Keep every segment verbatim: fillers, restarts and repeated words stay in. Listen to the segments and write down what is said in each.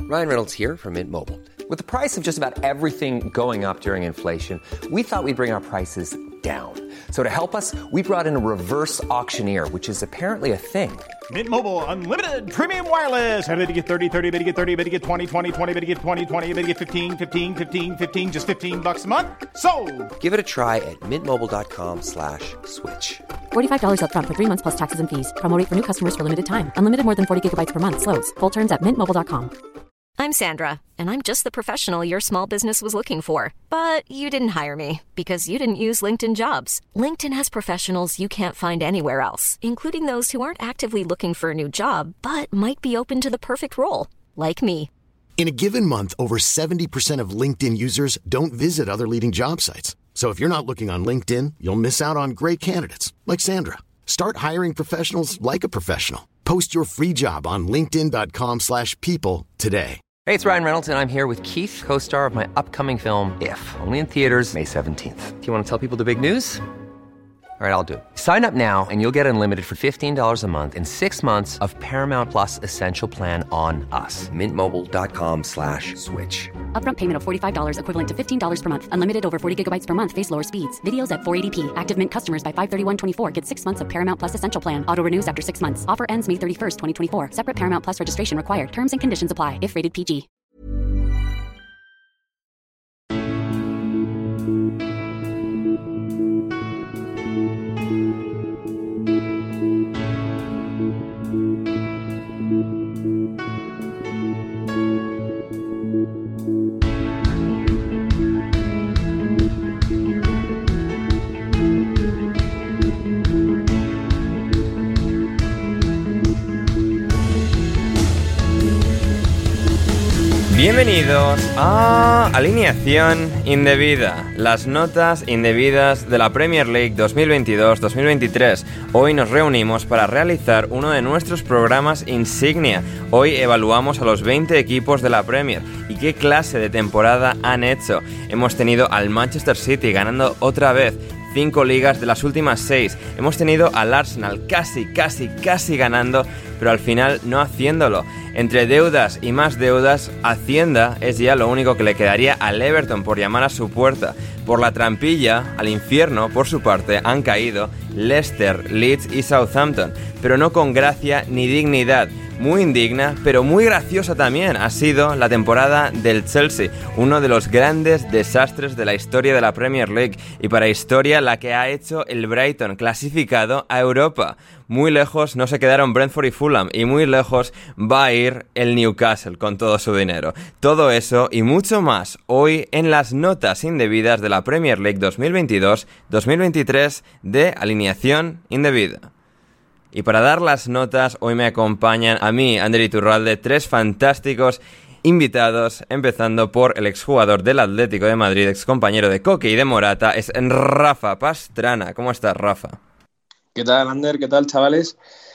Ryan Reynolds here from Mint Mobile. With the price of just about everything going up during inflation, we thought we'd bring our prices down. So to help us, we brought in a reverse auctioneer, which is apparently a thing. Mint Mobile Unlimited Premium Wireless. How to get thirty, thirty, how to get thirty, how to get twenty, twenty, twenty, how to get twenty, twenty, how to get fifteen, fifteen, fifteen, fifteen, just fifteen bucks a month? Sold! Give it a try at mintmobile.com slash switch. forty-five dollars up front for three months plus taxes and fees. Promo rate for new customers for limited time. Unlimited more than forty gigabytes per month. Slows full terms at mint mobile dot com. I'm Sandra, and I'm just the professional your small business was looking for. But you didn't hire me because you didn't use LinkedIn Jobs. LinkedIn has professionals you can't find anywhere else, including those who aren't actively looking for a new job, but might be open to the perfect role, like me. In a given month, over seventy percent of LinkedIn users don't visit other leading job sites. So if you're not looking on LinkedIn, you'll miss out on great candidates like Sandra. Start hiring professionals like a professional. Post your free job on linkedin.com slash people today. Hey, it's Ryan Reynolds, and I'm here with Keith, co-star of my upcoming film, If, only in theaters May seventeenth. Do you want to tell people the big news? All right, I'll do it. Sign up now and you'll get unlimited for fifteen dollars a month and six months of Paramount Plus Essential Plan on us. Mintmobile.com slash switch. Upfront payment of forty-five dollars equivalent to fifteen dollars per month. Unlimited over forty gigabytes per month. Face lower speeds. Videos at four eighty p. Active Mint customers by five thirty-one twenty-four get six months of Paramount Plus Essential Plan. Auto renews after six months. Offer ends May thirty-first, twenty twenty-four. Separate Paramount Plus registration required. Terms and conditions apply if rated P G. Bienvenidos a Alineación Indebida, las notas indebidas de la Premier League dos mil veintidós dos mil veintitrés. Hoy nos reunimos para realizar uno de nuestros programas insignia. Hoy evaluamos a los veinte equipos de la Premier y qué clase de temporada han hecho. Hemos tenido al Manchester City ganando otra vez cinco ligas de las últimas seis. Hemos tenido al Arsenal casi, casi, casi ganando, pero al final no haciéndolo. Entre deudas y más deudas, Hacienda es ya lo único que le quedaría al Everton por llamar a su puerta. Por la trampilla, al infierno, por su parte, han caído Leicester, Leeds y Southampton, pero no con gracia ni dignidad. Muy indigna, pero muy graciosa también ha sido la temporada del Chelsea, uno de los grandes desastres de la historia de la Premier League, y para historia la que ha hecho el Brighton, clasificado a Europa. Muy lejos no se quedaron Brentford y Fulham, y muy lejos va a ir el Newcastle con todo su dinero. Todo eso y mucho más hoy en las notas indebidas de la Premier League dos mil veintidós dos mil veintitrés de Alineación Indebida. Y para dar las notas, hoy me acompañan a mí, Ander Iturralde, tres fantásticos invitados, empezando por el exjugador del Atlético de Madrid, excompañero de Coque y de Morata, es Rafa Pastrana. ¿Cómo estás, Rafa? ¿Qué tal, Ander? ¿Qué tal, chavales?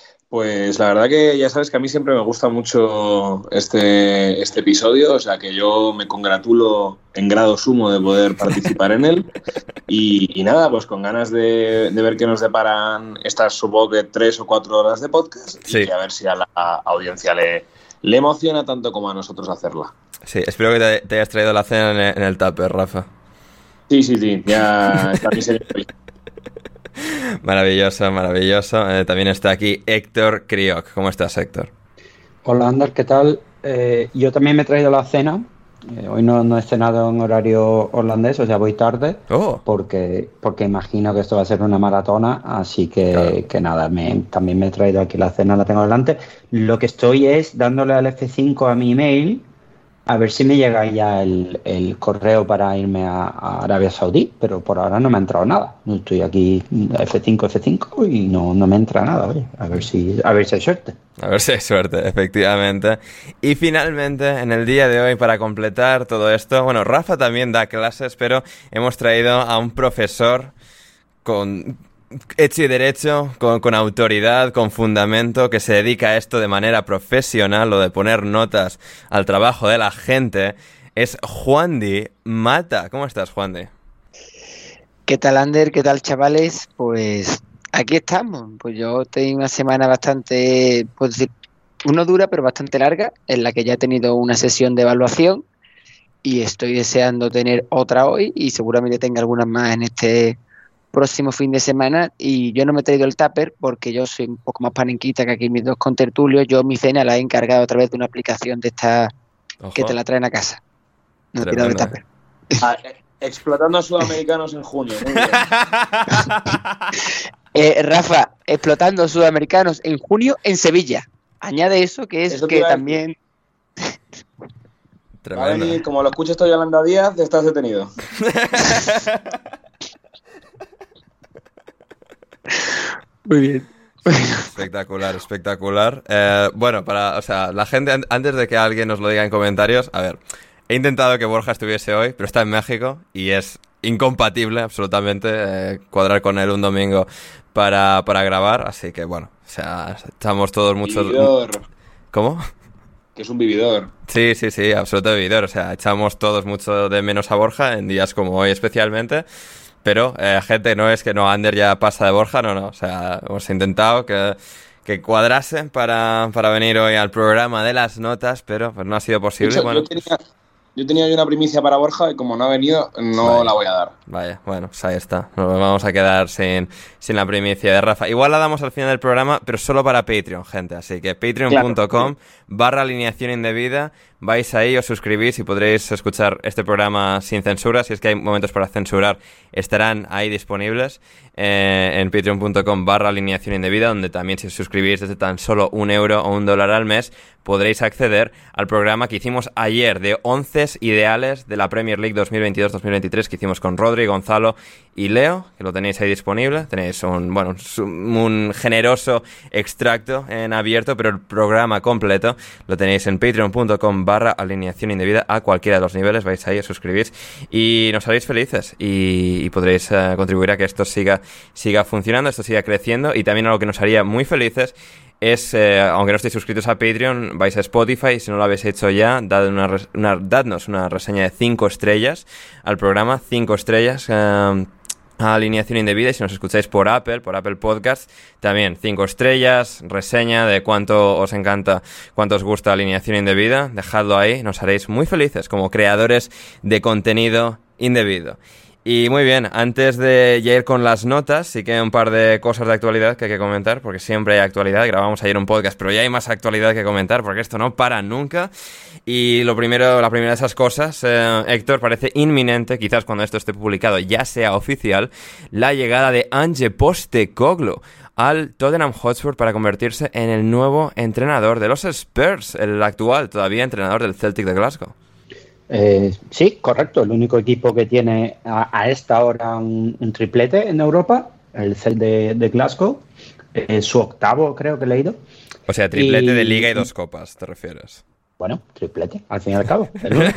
Pues la verdad que ya sabes que a mí siempre me gusta mucho este, este episodio, o sea que yo me congratulo en grado sumo de poder participar en él y, y nada, pues con ganas de, de ver qué nos deparan estas, supongo que tres o cuatro horas de podcast, sí. Y a ver si a la audiencia le, le emociona tanto como a nosotros hacerla. Sí, espero que te, te hayas traído la cena en el, en el tupper, Rafa. Sí, sí, sí, ya está mi serie. Maravilloso, maravilloso. Eh, también está aquí Héctor Crioc. ¿Cómo estás, Héctor? Hola, Ander, ¿qué tal? Eh, yo también me he traído la cena. Eh, hoy no, no he cenado en horario holandés, o sea, voy tarde. Oh. Porque, porque imagino que esto va a ser una maratona, así que, claro. que nada, me, también me he traído aquí la cena, la tengo delante. Lo que estoy es dándole al F cinco a mi email a ver si me llega ya el, el correo para irme a, a Arabia Saudí, pero por ahora no me ha entrado nada. No estoy aquí F cinco, F cinco y no, no me entra nada. Oye, a ver si, a ver si hay suerte. A ver si hay suerte, efectivamente. Y finalmente, en el día de hoy, para completar todo esto, bueno, Rafa también da clases, pero hemos traído a un profesor con hecho y derecho, con, con autoridad, con fundamento, que se dedica a esto de manera profesional, lo de poner notas al trabajo de la gente. Es Juandi Mata. ¿Cómo estás, Juandi? ¿Qué tal, Ander? ¿Qué tal, chavales? Pues aquí estamos. Pues yo tengo una semana bastante, puedo decir, uno dura pero bastante larga, en la que ya he tenido una sesión de evaluación y estoy deseando tener otra hoy y seguramente tenga algunas más en este próximo fin de semana. Y yo no me he traído el tupper porque yo soy un poco más panenquita que aquí mis dos contertulios. Yo mi cena la he encargado a través de una aplicación de estas que te la traen a casa. No he tirado el tupper. Ah, explotando a sudamericanos en junio. Muy bien. eh, Rafa, explotando sudamericanos en junio en Sevilla. Añade eso, que es Eso que también... Va a venir, como lo escucha esto Yolanda Díaz, estás detenido. Muy bien. Espectacular, espectacular. Eh, bueno, para, o sea, la gente, an- antes de que alguien nos lo diga en comentarios, a ver, he intentado que Borja estuviese hoy, pero está en México y es incompatible absolutamente eh, cuadrar con él un domingo para, para grabar, así que bueno, o sea, estamos todos muchos... Vividor. ¿Cómo? Que es un vividor. Sí, sí, sí, absoluto vividor, o sea, echamos todos mucho de menos a Borja en días como hoy especialmente. Pero, eh, gente, no es que no, Ander ya pasa de Borja, no, no. O sea, hemos intentado que, que cuadrase para, para venir hoy al programa de las notas, pero pues no ha sido posible. De hecho, bueno. yo, tenía, yo tenía una primicia para Borja y como no ha venido, no Vaya. la voy a dar. Vaya, bueno, pues ahí está. Nos vamos a quedar sin, sin la primicia de Rafa. Igual la damos al final del programa, pero solo para Patreon, gente. Así que patreon punto com Claro. barra alineación indebida. Vais ahí, os suscribís y podréis escuchar este programa sin censura. Si es que hay momentos para censurar, estarán ahí disponibles eh, en patreon punto com barra alineación indebida, donde también si os suscribís desde tan solo un euro o un dólar al mes, podréis acceder al programa que hicimos ayer de once ideales de la Premier League dos mil veintidós dos mil veintitrés que hicimos con Rodri, Gonzalo y Leo, que lo tenéis ahí disponible. Tenéis un, bueno, un generoso extracto en abierto, pero el programa completo lo tenéis en patreon punto com barra alineación indebida a cualquiera de los niveles. Vais ahí, os suscribís y nos haréis felices y, y podréis uh, contribuir a que esto siga, siga funcionando, esto siga creciendo. Y también a lo que nos haría muy felices es, eh, aunque no estéis suscritos a Patreon, vais a Spotify y si no lo habéis hecho ya, dad una res- una, dadnos una reseña de cinco estrellas al programa, cinco estrellas eh, a alineación indebida. Y si nos escucháis por Apple, por Apple Podcast, también cinco estrellas, reseña de cuánto os encanta, cuánto os gusta alineación indebida, dejadlo ahí, nos haréis muy felices como creadores de contenido indebido. Y muy bien, antes de ya ir con las notas, sí que hay un par de cosas de actualidad que hay que comentar, porque siempre hay actualidad. Grabamos ayer un podcast, pero ya hay más actualidad que comentar, porque esto no para nunca. Y lo primero, la primera de esas cosas, eh, Héctor, parece inminente, quizás cuando esto esté publicado ya sea oficial, la llegada de Ange Postecoglou al Tottenham Hotspur para convertirse en el nuevo entrenador de los Spurs, el actual todavía entrenador del Celtic de Glasgow. Eh, sí, correcto. El único equipo que tiene a, a esta hora un, un triplete en Europa, el Celtic de, de Glasgow, eh, su octavo creo que he leído. O sea, triplete y, de liga y dos copas, ¿te refieres? Bueno, triplete, al fin y al cabo. El único.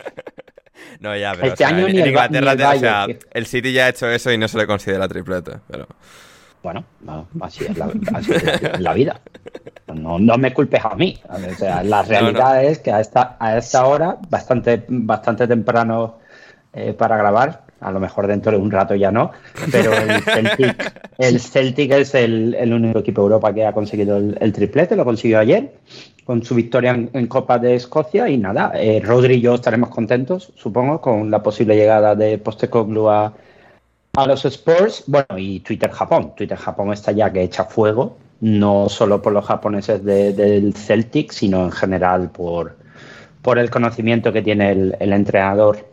No, ya, pero Este o sea, año en, ni en el Ba- Inglaterra, ni el te- o sea, Bayern. el City ya ha hecho eso y no se le considera triplete, pero... Bueno, no, así es la, así es la vida. No, no me culpes a mí. O sea, la realidad no, no. es que a esta, a esta hora, bastante, bastante temprano eh, para grabar, a lo mejor dentro de un rato ya no, pero el Celtic, el Celtic es el, el único equipo de Europa que ha conseguido el, el triplete, lo consiguió ayer con su victoria en, en Copa de Escocia y nada, eh, Rodri y yo estaremos contentos, supongo, con la posible llegada de Postecoglou a A los Spurs, bueno, y Twitter Japón. Twitter Japón está ya que echa fuego, no solo por los japoneses de, del Celtic, sino en general por, por el conocimiento que tiene el, el entrenador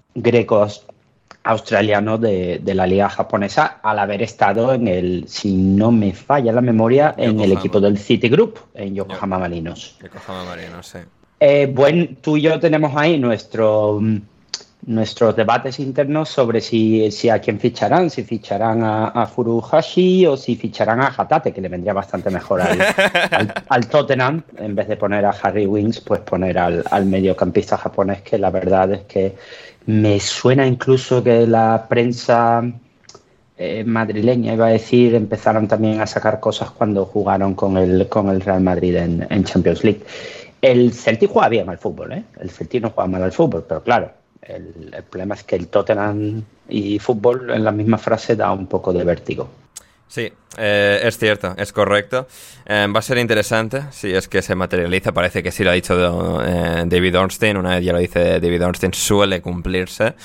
greco-australiano de, de la liga japonesa, al haber estado en el, si no me falla la memoria, Yokohama. En el equipo del Citigroup, en Yokohama Marinos. Yokohama Marinos, sí. Eh, bueno, tú y yo tenemos ahí nuestro... nuestros debates internos sobre si, si a quién ficharán, si ficharán a, a Furuhashi o si ficharán a Hatate, que le vendría bastante mejor al, al, al Tottenham, en vez de poner a Harry Winks, pues poner al, al mediocampista japonés, que la verdad es que me suena incluso que la prensa eh, madrileña, iba a decir, empezaron también a sacar cosas cuando jugaron con el, con el Real Madrid en, en Champions League. El Celtic juega bien al fútbol, ¿eh? El Celtic no juega mal al fútbol, pero claro, El, el problema es que el Tottenham y fútbol en la misma frase da un poco de vértigo. Sí, eh, es cierto, es correcto. Eh, va a ser interesante si es que se materializa. Parece que sí lo ha dicho eh, David Ornstein. Una vez ya lo dice David Ornstein, suele cumplirse.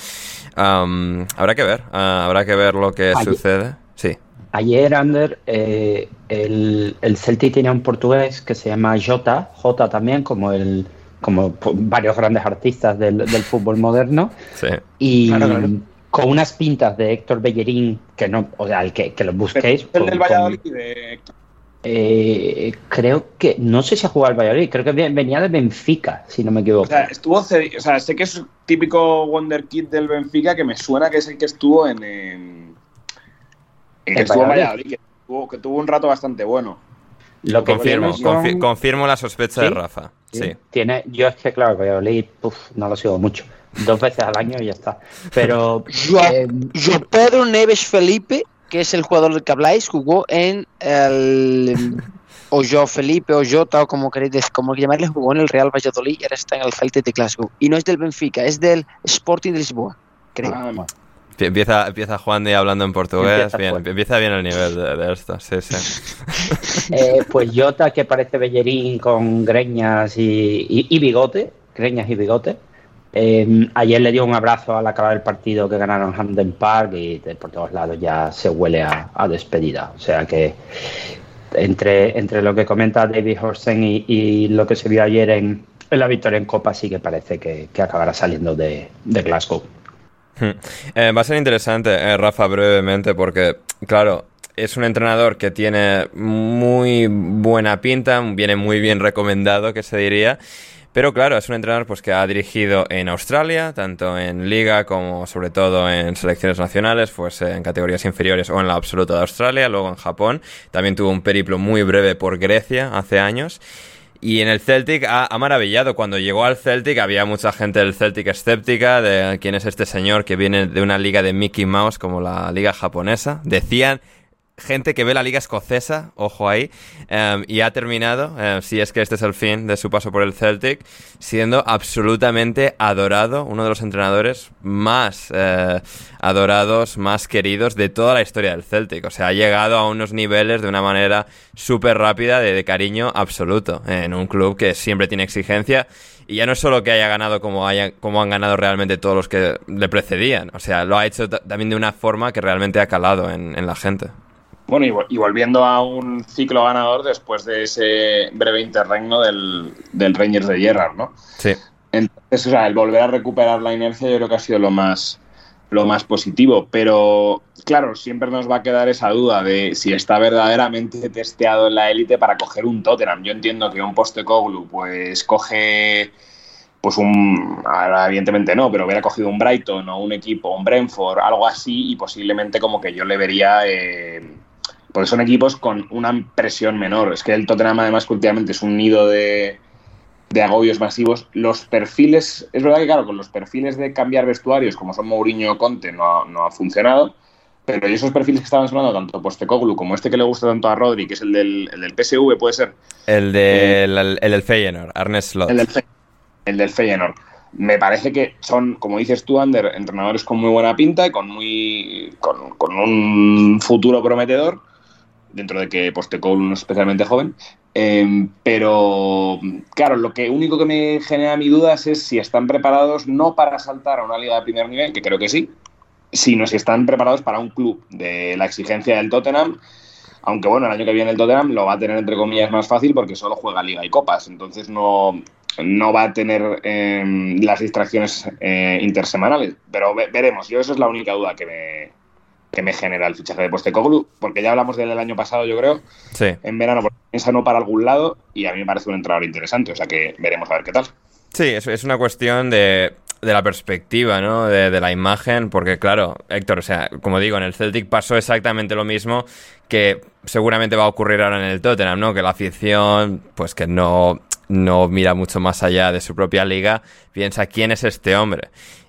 Um, habrá que ver, uh, habrá que ver lo que Ayer, sucede. Sí. Ayer, Ander, eh, el, el Celtic tiene un portugués que se llama Jota, Jota también, como el como varios grandes artistas del, del fútbol moderno. Sí. Y claro, claro. Con unas pintas de Héctor Bellerín, que no, o sea, el que, que los busquéis. El con, del Valladolid de Héctor. Eh, creo que, no sé si ha jugado al Valladolid, creo que venía de Benfica, si no me equivoco. O sea, estuvo cedi- o sea, sé que es típico Wonder Kid del Benfica, que me suena que es el que estuvo en, en, en que estuvo en Valladolid, que tuvo, que tuvo un rato bastante bueno. Lo que confirmo, son... confi- confirmo la sospecha ¿Sí? de Rafa. Sí. sí. Tiene, yo es que claro, Valladolid, uf, no lo sigo mucho. Dos veces al año y ya está. Pero yo, eh, yo Pedro Neves Felipe, que es el jugador del que habláis, jugó en el o yo Felipe o Jota o como queréis como llamarle, jugó en el Real Valladolid y ahora está en el Celtic de Glasgow. Y no es del Benfica, es del Sporting de Lisboa, creo. Ah, no. Empieza, empieza Juan de hablando en portugués, empieza bien, Juan. Empieza bien el nivel de, de esto, sí, sí. eh, pues Jota, que parece Bellerín con greñas y, y, y bigote, greñas y bigote. Eh, ayer le dio un abrazo al acabar el partido que ganaron Hampden Park y de, por todos lados ya se huele a, a despedida. O sea que entre, entre lo que comenta David Ornstein y, y lo que se vio ayer en, en la victoria en Copa, sí que parece que, que acabará saliendo de, de Glasgow. Eh, va a ser interesante, eh, Rafa, brevemente, porque, claro, es un entrenador que tiene muy buena pinta, viene muy bien recomendado, que se diría. Pero claro, es un entrenador pues, que ha dirigido en Australia, tanto en Liga como sobre todo en selecciones nacionales, pues en categorías inferiores o en la absoluta de Australia, luego en Japón. También tuvo un periplo muy breve por Grecia hace años. Y en el Celtic ha, ha maravillado. Cuando llegó al Celtic había mucha gente del Celtic escéptica de quién es este señor que viene de una liga de Mickey Mouse como la liga japonesa. Decían... gente que ve la liga escocesa, ojo ahí, um, y ha terminado, uh, si es que este es el fin de su paso por el Celtic, siendo absolutamente adorado, uno de los entrenadores más uh, adorados, más queridos de toda la historia del Celtic. O sea, ha llegado a unos niveles de una manera súper rápida de, de cariño absoluto en un club que siempre tiene exigencia. Y ya no es solo que haya ganado como, haya, como han ganado realmente todos los que le precedían, o sea, lo ha hecho t- también de una forma que realmente ha calado en, en la gente. Bueno, y, y volviendo a un ciclo ganador después de ese breve interregno del, del Rangers de Gerrard, ¿no? Sí. Entonces, o sea, el volver a recuperar la inercia yo creo que ha sido lo más, lo más positivo. Pero, claro, siempre nos va a quedar esa duda de si está verdaderamente testeado en la élite para coger un Tottenham. Yo entiendo que un Postecoglou, pues, coge... pues un, ahora evidentemente no, pero hubiera cogido un Brighton o un equipo, un Brentford, algo así, y posiblemente como que yo le vería... Eh, porque son equipos con una presión menor. Es que el Tottenham, además, que últimamente es un nido de, de agobios masivos. Los perfiles, es verdad que, claro, con los perfiles de cambiar vestuarios, como son Mourinho o Conte, no, no ha funcionado. Pero esos perfiles que estaban sonando, tanto Postecoglou como este que le gusta tanto a Rodri, que es el del, el del P S V, puede ser. El, de, eh, el, el, el del Feyenoord, Arne Slot. El del, el del Feyenoord. Me parece que son, como dices tú, Ander, entrenadores con muy buena pinta y con, muy, con, con un futuro prometedor. Dentro de que Postecoglou no es especialmente joven, eh, pero claro, lo que único que me genera mis dudas es si están preparados no para saltar a una liga de primer nivel, que creo que sí, sino si están preparados para un club de la exigencia del Tottenham, aunque bueno, el año que viene el Tottenham lo va a tener entre comillas más fácil porque solo juega Liga y Copas, entonces no, no va a tener eh, las distracciones eh, intersemanales, pero ve- veremos, yo eso es la única duda que me... que me genera el fichaje de Postecoglou, porque ya hablamos del año pasado, yo creo, sí. en verano, porque piensa no para algún lado, y a mí me parece un entrenador interesante, o sea que veremos a ver qué tal. Sí, es, es una cuestión de, de la perspectiva, ¿no? De, de la imagen, porque claro, Héctor, o sea, como digo, en el Celtic pasó exactamente lo mismo que seguramente va a ocurrir ahora en el Tottenham, ¿no? Que la afición, pues que no, no mira mucho más allá de su propia liga, piensa quién es este hombre.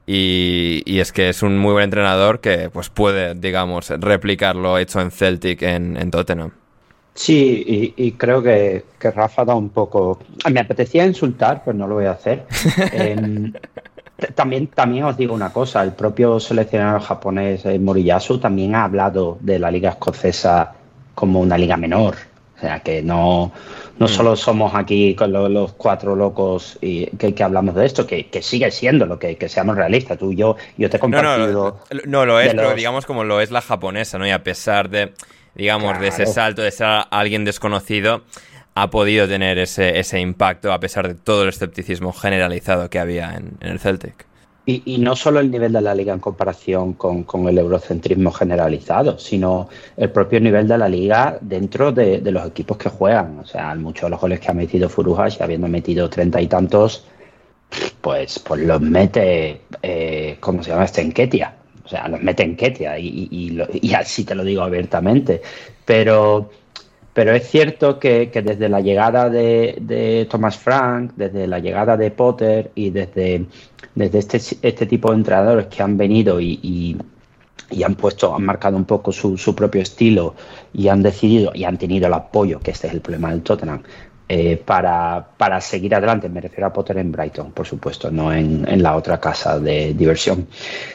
Y, y es que es un muy buen entrenador que pues puede, digamos, replicar lo hecho en Celtic en, en Tottenham. Sí, y, y creo que, que Rafa da un poco... Me apetecía insultar, pero no lo voy a hacer. eh, también, también os digo una cosa, el propio seleccionador japonés eh, Moriyasu también ha hablado de la liga escocesa como una liga menor. O sea, que no, no mm. solo somos aquí con lo, los cuatro locos y que, que hablamos de esto, que, que sigue siendo lo que, que seamos realistas. Tú y yo, yo te he compartido... No, no, no lo es, los... pero digamos como lo es la japonesa, ¿no? Y a pesar de, digamos, claro. de ese salto, de ser alguien desconocido, ha podido tener ese, ese impacto a pesar de todo el escepticismo generalizado que había en, en el Celtic. Y, y no solo el nivel de la liga en comparación con, con el eurocentrismo generalizado, sino el propio nivel de la liga dentro de, de los equipos que juegan. O sea, muchos de los goles que ha metido Furuhashi, habiendo metido treinta y tantos, pues, pues los mete, eh, ¿cómo se llama este? En Ketia. O sea, los mete en Ketia y, y, y, lo, y así te lo digo abiertamente. Pero... Pero es cierto que, que desde la llegada de, de Thomas Frank, desde la llegada de Potter y desde, desde este, este tipo de entrenadores que han venido y, y, y han puesto, han marcado un poco su, su propio estilo y han decidido y han tenido el apoyo, que este es el problema del Tottenham, eh, para, para seguir adelante. Me refiero a Potter en Brighton, por supuesto, no en, en la otra casa de diversión.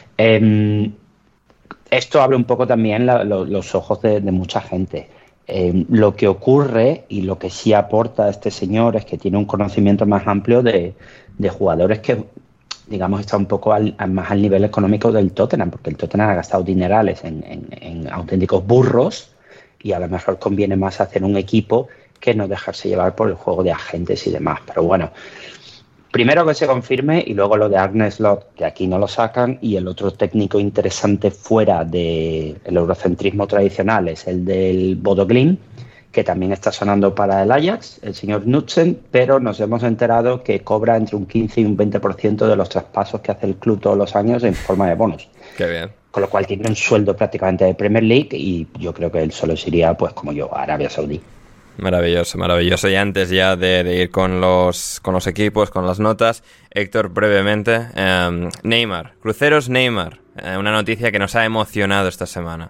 Eh, esto abre un poco también la, lo, los ojos de, de mucha gente. Eh, lo que ocurre y lo que sí aporta este señor es que tiene un conocimiento más amplio de, de jugadores que, digamos, está un poco al, más al nivel económico del Tottenham, porque el Tottenham ha gastado dinerales en, en, en auténticos burros y a lo mejor conviene más hacer un equipo que no dejarse llevar por el juego de agentes y demás. Pero bueno, primero que se confirme y luego lo de Arne Slot, que aquí no lo sacan, y el otro técnico interesante fuera del eurocentrismo tradicional es el del Bodo Glimt, que también está sonando para el Ajax, el señor Knudsen, pero nos hemos enterado que cobra entre un quince y un veinte por ciento de los traspasos que hace el club todos los años en forma de bonus. Qué bien. Con lo cual tiene un sueldo prácticamente de Premier League y yo creo que él solo se iría, pues como yo, a Arabia Saudí. Maravilloso, maravilloso. Y antes ya de, de ir con los, con los equipos, con las notas, Héctor, brevemente, eh, Neymar, Cruceros Neymar, eh, una noticia que nos ha emocionado esta semana.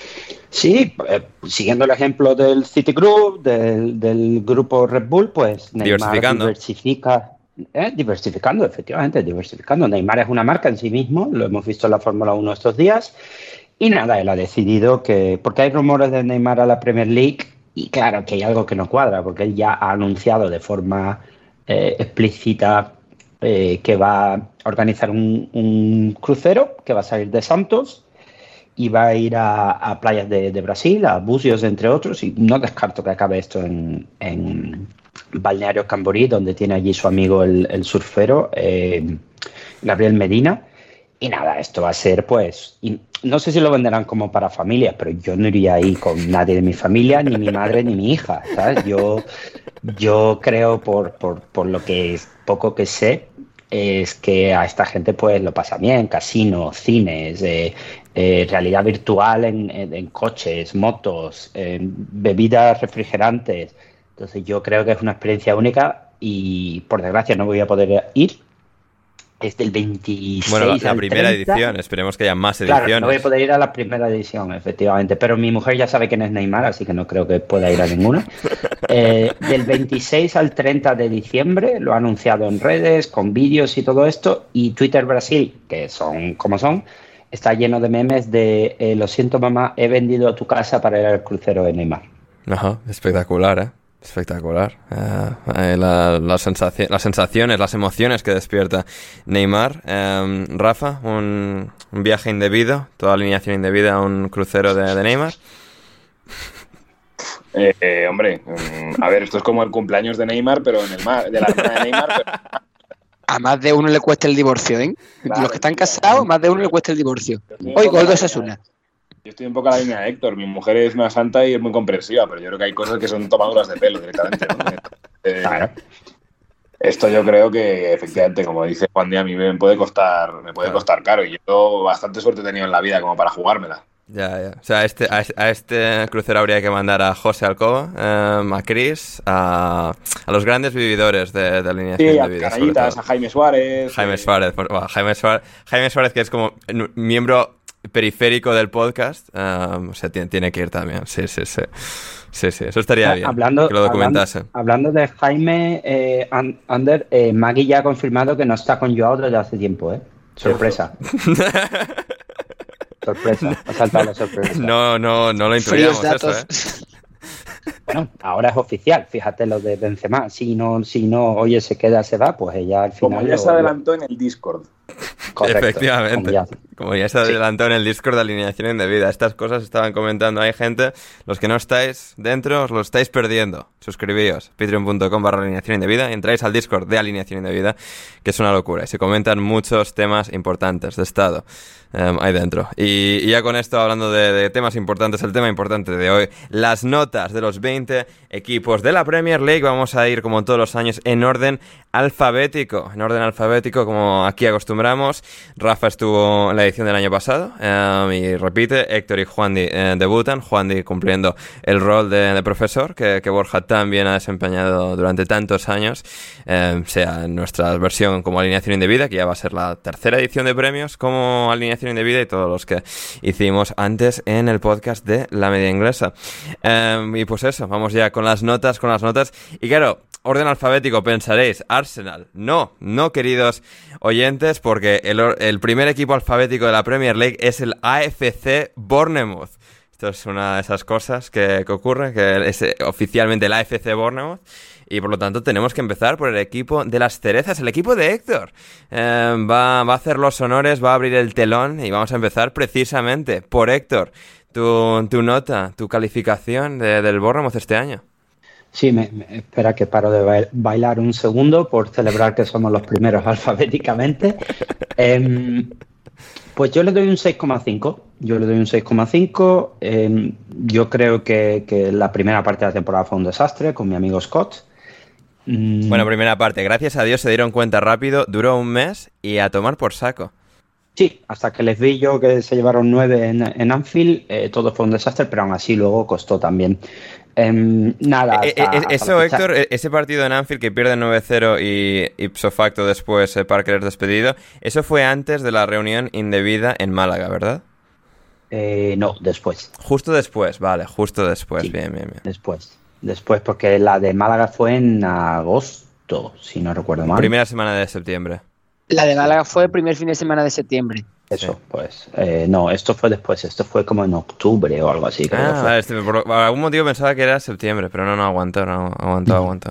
Sí, eh, siguiendo el ejemplo del City Group, del, del grupo Red Bull, pues Neymar diversificando. diversifica, eh, diversificando, efectivamente, diversificando. Neymar es una marca en sí mismo, lo hemos visto en la Fórmula uno estos días, y nada, él ha decidido que, porque hay rumores de Neymar a la Premier League, y claro que hay algo que no cuadra, porque él ya ha anunciado de forma eh, explícita eh, que va a organizar un, un crucero que va a salir de Santos y va a ir a, a playas de, de Brasil, a Búzios, entre otros, y no descarto que acabe esto en, en Balneario Camboriú, donde tiene allí su amigo el, el surfero, eh, Gabriel Medina. Y nada, esto va a ser, pues, y no sé si lo venderán como para familias, pero yo no iría ahí con nadie de mi familia, ni mi madre, ni mi hija, ¿sabes? Yo, yo creo, por, por, por lo que es poco que sé, es que a esta gente pues lo pasa bien, casinos, cines, eh, eh, realidad virtual en, en, en coches, motos, eh, bebidas refrigerantes. Entonces yo creo que es una experiencia única y por desgracia no voy a poder ir. Es del veintiséis Bueno, la, la al primera treinta. Edición, esperemos que haya más ediciones. Claro, no voy a poder ir a la primera edición, efectivamente, pero mi mujer ya sabe quién es Neymar, así que no creo que pueda ir a ninguna. Eh, del veintiséis al treinta de diciembre, lo ha anunciado en redes, con vídeos y todo esto, y Twitter Brasil, que son como son, está lleno de memes de eh, lo siento mamá, he vendido tu casa para ir al crucero de Neymar. Ajá, espectacular, ¿eh? Espectacular. Uh, eh, la, la sensaci- las sensaciones, las emociones que despierta Neymar. Um, Rafa, un, un viaje indebido, toda alineación indebida a un crucero de, de Neymar. Eh, eh, hombre, um, a ver, esto es como el cumpleaños de Neymar, pero en el mar, de la hermana de Neymar. Pero... A más de uno le cuesta el divorcio, ¿eh? Claro, los que están casados, más de uno le cuesta el divorcio. Hoy gol de Osasuna. Yo estoy un poco a la línea de Héctor. Mi mujer es una santa y es muy comprensiva, pero yo creo que hay cosas que son tomaduras de pelo directamente, ¿no? Eh, Claro. Esto yo creo que efectivamente, como dice Juan Díaz, a mí me puede costar, me puede costar caro y yo bastante suerte he tenido en la vida como para jugármela. Ya, ya. O sea, a este, a, a este crucero habría que mandar a José Alcoba, eh, a Chris, a, a los grandes vividores de, de alineación Sí, de a vida. Canallitas, a Jaime Suárez. Jaime eh, Suárez, por- bueno, Jaime Suárez, Jaime Suárez, que es como n- miembro periférico del podcast, um, o sea, tiene, tiene que ir también. Sí, sí, sí. Sí, sí, eso estaría bien. Hablando, que lo documentase. hablando, hablando de Jaime, eh, An- Ander, eh, Maggie ya ha confirmado que no está con Joao desde hace tiempo, ¿eh? Sorpresa. Sorpresa. Ha saltado la sorpresa. No, no, no lo Fríos intuíamos datos. eso, ¿eh? bueno, ahora es oficial, fíjate lo de Benzema, si no, si no, oye, se queda, se va, pues ella al final... Como ya lo, se adelantó en el Discord. Correcto, efectivamente, como ya, como ya se adelantó sí. en el Discord de alineación indebida. Estas cosas estaban comentando, hay gente, los que no estáis dentro os lo estáis perdiendo. Suscribíos, patreon.com barra alineación indebida y entráis al Discord de alineación indebida, que es una locura, y se comentan muchos temas importantes de estado um, ahí dentro. Y, y ya con esto, hablando de, de temas importantes, el tema importante de hoy, las notas de los veinte equipos de la Premier League. Vamos a ir, como todos los años, en orden alfabético, en orden alfabético, como aquí acostumbramos. Rafa estuvo en la edición del año pasado um, y repite, Héctor y Juandi eh, debutan, Juandi cumpliendo el rol de, de profesor que, que Borja también ha desempeñado durante tantos años, eh, sea en nuestra versión como alineación indebida, que ya va a ser la tercera edición de premios como alineación indebida, y todos los que hicimos antes en el podcast de La Media Inglesa. Eh, y pues eso, vamos ya con las notas, con las notas, y claro, orden alfabético, pensaréis, Arsenal. No, no, queridos oyentes, porque el, el primer equipo alfabético de la Premier League es el A F C Bournemouth. Esto es una de esas cosas que, que ocurre, que es oficialmente el A F C Bournemouth, y por lo tanto tenemos que empezar por el equipo de las cerezas, el equipo de Héctor. Eh, va, va a hacer los honores, va a abrir el telón, y vamos a empezar precisamente por Héctor. Tu, tu nota, tu calificación de, del Bournemouth este año. Sí, me, me, espera que paro de bailar un segundo por celebrar que somos los primeros alfabéticamente. eh, pues yo le doy un seis coma cinco. Yo le doy un seis coma cinco. Eh, yo creo que, que la primera parte de la temporada fue un desastre con mi amigo Scott. Mm. Bueno, primera parte. Gracias a Dios se dieron cuenta rápido. Duró un mes y a tomar por saco. Sí, hasta que les vi yo que se llevaron nueve en, en Anfield, eh, todo fue un desastre, pero aún así luego costó también. Eh, nada. Hasta, eh, eh, hasta eso, Héctor, ese partido en Anfield que pierde nueve cero y ipso facto después eh, Parker es despedido, eso fue antes de la reunión indebida en Málaga, ¿verdad? Eh, no, después. Justo después, vale, justo después, sí, bien, bien, bien. Después, después, porque la de Málaga fue en agosto, si no recuerdo mal. Primera semana de septiembre. La de Málaga fue el primer fin de semana de septiembre. Eso, sí. pues. Eh, no, esto fue después. Esto fue como en octubre o algo así. Creo ah, que fue. Vale, este, por, por algún motivo pensaba que era septiembre, pero no, no, aguantó, no, aguantó, mm. aguantó.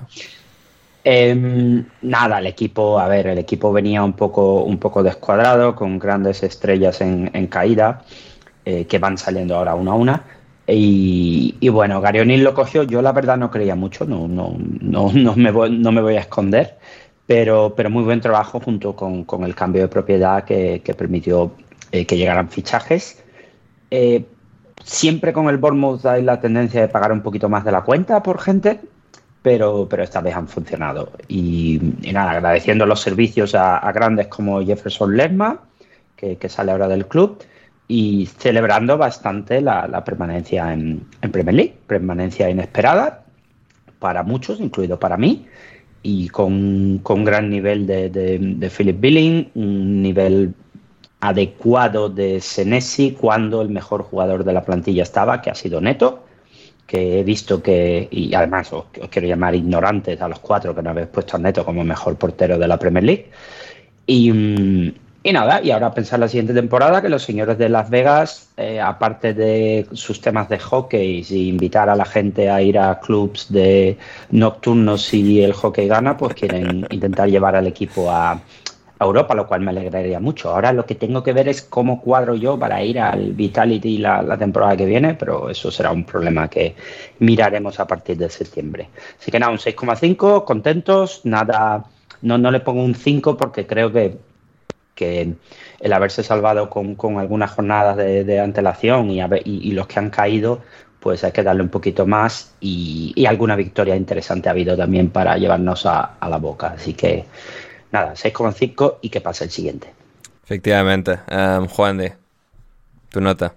Eh, nada, el equipo, a ver, el equipo venía un poco, un poco descuadrado, con grandes estrellas en, en caída, eh, que van saliendo ahora una a una. Y, y bueno, Gary O'Neill lo cogió. Yo la verdad no creía mucho, no, no, no, no, me, voy, no me voy a esconder. Pero, pero muy buen trabajo junto con, con el cambio de propiedad que, que permitió eh, que llegaran fichajes. Eh, siempre con el Bournemouth hay la tendencia de pagar un poquito más de la cuenta por gente, pero, pero esta vez han funcionado. Y, y nada, agradeciendo los servicios a, a grandes como Jefferson Lerma, que, que sale ahora del club, y celebrando bastante la, la permanencia en, en Premier League, permanencia inesperada para muchos, incluido para mí. Y con, con gran nivel de, de, de Philip Billing, un nivel adecuado de Senesi cuando el mejor jugador de la plantilla estaba, que ha sido Neto, que he visto que, y además os, os quiero llamar ignorantes a los cuatro que no habéis puesto a Neto como mejor portero de la Premier League. Y, y nada, y ahora pensar la siguiente temporada que los señores de Las Vegas, eh, aparte de sus temas de hockey y invitar a la gente a ir a clubs de nocturnos si el hockey gana, pues quieren intentar llevar al equipo a, a Europa, lo cual me alegraría mucho. Ahora lo que tengo que ver es cómo cuadro yo para ir al Vitality la, la temporada que viene, pero eso será un problema que miraremos a partir de septiembre. Así que nada, un seis coma cinco, contentos, nada, no, no le pongo un cinco porque creo que que el haberse salvado con, con algunas jornadas de, de antelación y, haber, y, y los que han caído, pues hay que darle un poquito más y, y alguna victoria interesante ha habido también para llevarnos a, a la boca. Así que nada, seis coma cinco y que pase el siguiente. Efectivamente. Um, Juan de, tu nota.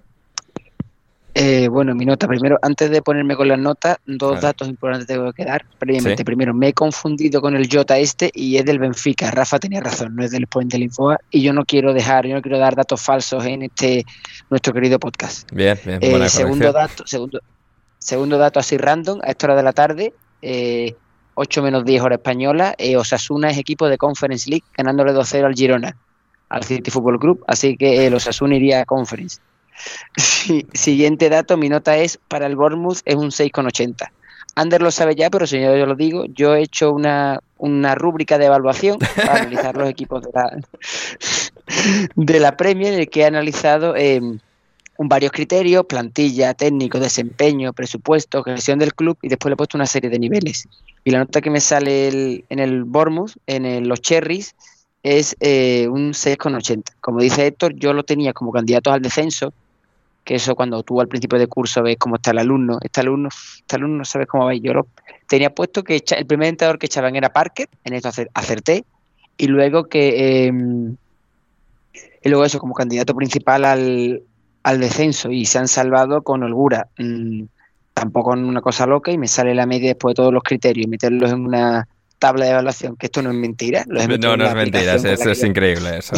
Eh, bueno, mi nota primero, antes de ponerme con las notas, dos vale. datos importantes tengo que dar. Previamente, ¿sí? Primero, me he confundido con el Jota este y es del Benfica. Rafa tenía razón, no es del Point del Infoa y yo no quiero dejar, yo no quiero dar datos falsos en este nuestro querido podcast. Bien, bien, eh, buena segundo dato, segundo, segundo dato así random, a esta hora de la tarde, eh, ocho menos diez hora española, eh, Osasuna es equipo de Conference League ganándole dos cero al Girona, al City Football Club, así que el Osasuna iría a Conference. Sí, siguiente dato, mi nota es para el Bournemouth es un seis coma ochenta. Ander lo sabe ya, pero si yo, yo lo digo, yo he hecho una, una rúbrica de evaluación para analizar los equipos de la, de la Premier, en el que he analizado eh, varios criterios: plantilla, técnico, desempeño, presupuesto, gestión del club, y después le he puesto una serie de niveles. Y la nota que me sale el, en el Bournemouth, en el, los Cherries, es eh, un seis coma ochenta. Como dice Héctor, yo lo tenía como candidato al descenso, que eso cuando tú al principio de curso ves cómo está el alumno, este alumno, este alumno no sabes cómo va. Yo lo tenía puesto que echa, el primer entrenador que echaban era Parker, en esto acerté, y luego que eh, y luego eso como candidato principal al, al descenso, y se han salvado con holgura. Mm, tampoco en una cosa loca, y me sale la media después de todos los criterios y meterlos en una tabla de evaluación, que esto no es mentira. No, no es mentira, eso es yo... increíble eso.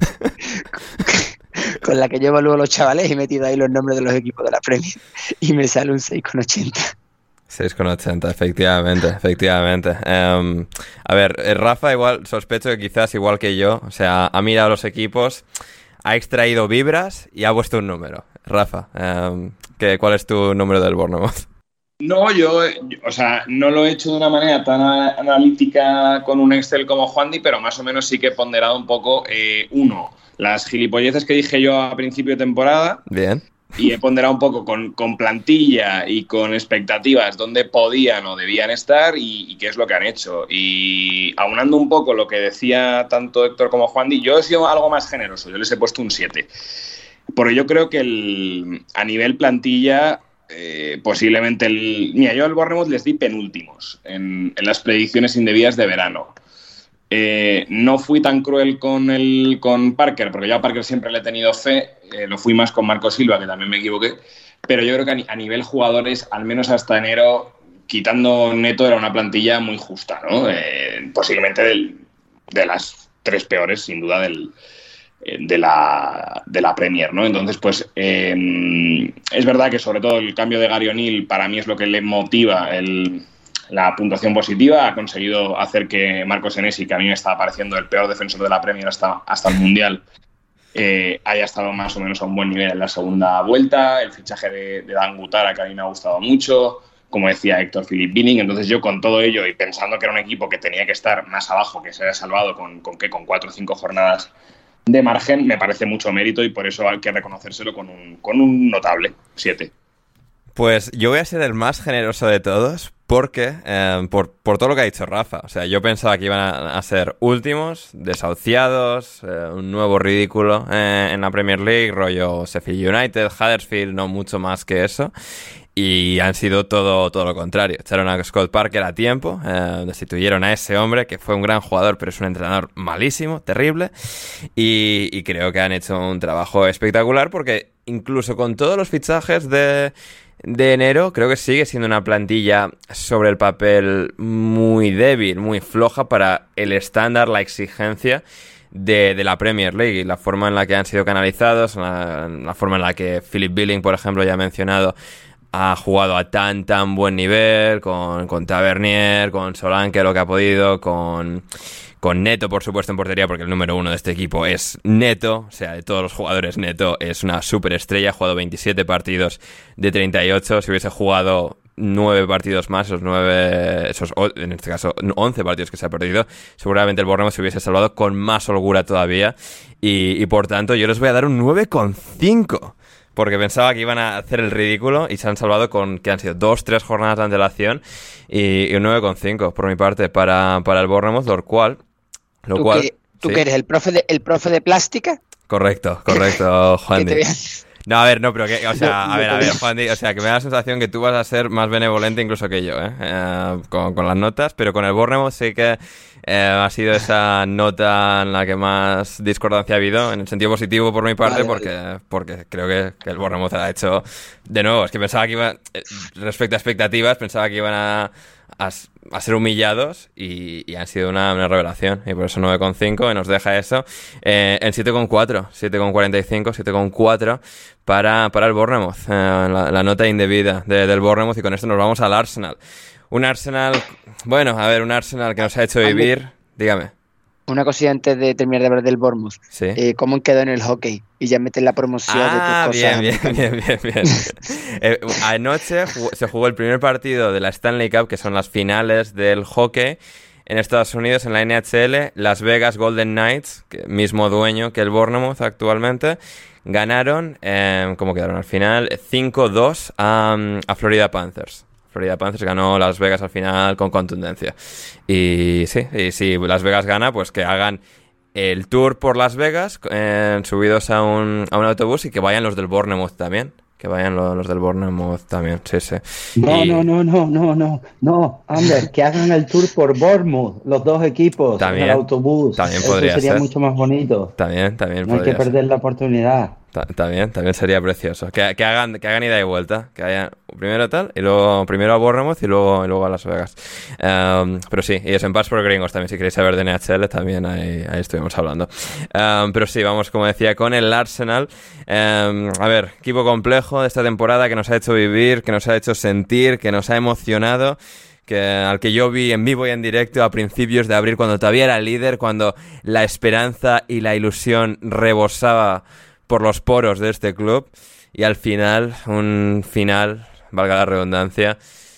Con la que yo evalúo a los chavales, he metido ahí los nombres de los equipos de la Premier y me sale un seis coma ochenta. seis coma ochenta, efectivamente, efectivamente. Um, a ver, Rafa igual, sospecho que quizás igual que yo, o sea, ha mirado los equipos, ha extraído vibras y ha puesto un número. Rafa, um, ¿qué, ¿cuál es tu número del Bournemouth? No, yo, yo, o sea, no lo he hecho de una manera tan analítica con un Excel como Juandi, pero más o menos sí que he ponderado un poco, eh, uno, las gilipolleces que dije yo a principio de temporada. Bien. Y he ponderado un poco con, con plantilla y con expectativas dónde podían o debían estar y, y qué es lo que han hecho. Y aunando un poco lo que decía tanto Héctor como Juandi, yo he sido algo más generoso, yo les he puesto un siete. Porque yo creo que el, a nivel plantilla... Eh, posiblemente el... Mira, yo al Bournemouth les di penúltimos en, en las predicciones indebidas de verano. Eh, no fui tan cruel con, el, con Parker, porque yo a Parker siempre le he tenido fe. Eh, lo fui más con Marco Silva, que también me equivoqué. Pero yo creo que a, a nivel jugadores, al menos hasta enero, quitando Neto, era una plantilla muy justa, ¿no? Eh, posiblemente del, de las tres peores, sin duda, del... de la, de la Premier, ¿no? Entonces, pues eh, es verdad que sobre todo el cambio de Gary O'Neill para mí es lo que le motiva el, la puntuación positiva. Ha conseguido hacer que Marco Senesi, que a mí me estaba pareciendo el peor defensor de la Premier hasta, hasta el Mundial, eh, haya estado más o menos a un buen nivel en la segunda vuelta. El fichaje de, de Dan Gutara, que a mí me ha gustado mucho, como decía Héctor, Philip Billing. Entonces yo con todo ello y pensando que era un equipo que tenía que estar más abajo, que se haya salvado con, con, ¿qué? con cuatro o cinco jornadas de margen, me parece mucho mérito y por eso hay que reconocérselo con un, con un notable siete. Pues yo voy a ser el más generoso de todos porque, eh, por, por todo lo que ha dicho Rafa, o sea, yo pensaba que iban a, a ser últimos, desahuciados, eh, un nuevo ridículo eh, en la Premier League, rollo Sheffield United, Huddersfield, no mucho más que eso. Y han sido todo, todo lo contrario. Echaron a Scott Parker a tiempo, eh, destituyeron a ese hombre que fue un gran jugador, pero es un entrenador malísimo, terrible. Y, y creo que han hecho un trabajo espectacular porque incluso con todos los fichajes de, de enero, creo que sigue siendo una plantilla sobre el papel muy débil, muy floja para el estándar, la exigencia De, de la Premier League y la forma en la que han sido canalizados, la, la forma en la que Philip Billing, por ejemplo, ya ha mencionado, ha jugado a tan tan buen nivel, con, con Tavernier, con Solanke, lo que ha podido, con, con Neto, por supuesto, en portería, porque el número uno de este equipo es Neto, o sea, de todos los jugadores, Neto es una superestrella, ha jugado veintisiete partidos de treinta y ocho, si hubiese jugado nueve partidos más, esos nueve, esos, en este caso, once partidos que se ha perdido, seguramente el Bournemouth se hubiese salvado con más holgura todavía, y, y por tanto yo les voy a dar un nueve coma cinco. Porque pensaba que iban a hacer el ridículo y se han salvado con que han sido dos, tres jornadas de antelación y, y un nueve coma cinco por mi parte para, para el Bournemouth, lo cual... Lo ¿Tú, cual que, ¿tú ¿sí? que eres el profe de, el profe de plástica? Correcto, correcto, Juan. Que te No, a ver, no, pero que, o sea, No, a ver, no a ver, podía. Juan, o sea, que me da la sensación que tú vas a ser más benevolente incluso que yo, ¿eh? eh con, con las notas, pero con el Bournemouth sí que eh, ha sido esa nota en la que más discordancia ha habido, en el sentido positivo por mi parte, Vale, porque, vale. porque creo que, que el Bournemouth ha hecho, de nuevo, es que pensaba que iba, eh, respecto a expectativas, pensaba que iban a... A, a ser humillados y, y han sido una, una revelación y por eso nueve coma cinco y nos deja eso eh, en siete coma cuatro, siete coma cuarenta y cinco, siete coma cuatro para, para el Bournemouth, eh, la, la nota indebida de, del Bournemouth, y con esto nos vamos al Arsenal. Un Arsenal, bueno, a ver, un Arsenal que nos ha hecho vivir, dígame. Una cosilla antes de terminar de hablar del Bournemouth. Sí. Eh, ¿Cómo quedó en el hockey? Y ya meten la promoción ah, de tus cosas. bien, bien, bien, bien, bien. eh, anoche jugó, se jugó el primer partido de la Stanley Cup, que son las finales del hockey, en Estados Unidos, en la N H L. Las Vegas Golden Knights, que, mismo dueño que el Bournemouth actualmente, ganaron, eh, ¿cómo quedaron al final? cinco dos a, a Florida Panthers. Florida Panthers ganó Las Vegas al final con contundencia. Y sí, y si Las Vegas gana, pues que hagan el tour por Las Vegas, eh, subidos a un, a un autobús, y que vayan los del Bournemouth también. Que vayan los, los del Bournemouth también, sí, sí. No, y... no, no, no, no, no, no, Ander, que hagan el tour por Bournemouth, los dos equipos, también, en el autobús. También Eso podría sería ser. mucho más bonito. También, también No hay podría que perder ser. la oportunidad. También, también sería precioso. Que, que hagan que hagan ida y vuelta. Que hayan primero tal, y luego primero a Bournemouth y luego, y luego a Las Vegas. Um, pero sí, y es en Pass por Gringos también. Si queréis saber de N H L, también ahí, ahí estuvimos hablando. Um, pero sí, vamos, como decía, con el Arsenal. Um, a ver, equipo complejo de esta temporada que nos ha hecho vivir, que nos ha hecho sentir, que nos ha emocionado. Que, al que yo vi en vivo y en directo a principios de abril, cuando todavía era líder, cuando la esperanza y la ilusión rebosaba por los poros de este club, y al final, un final, valga la redundancia,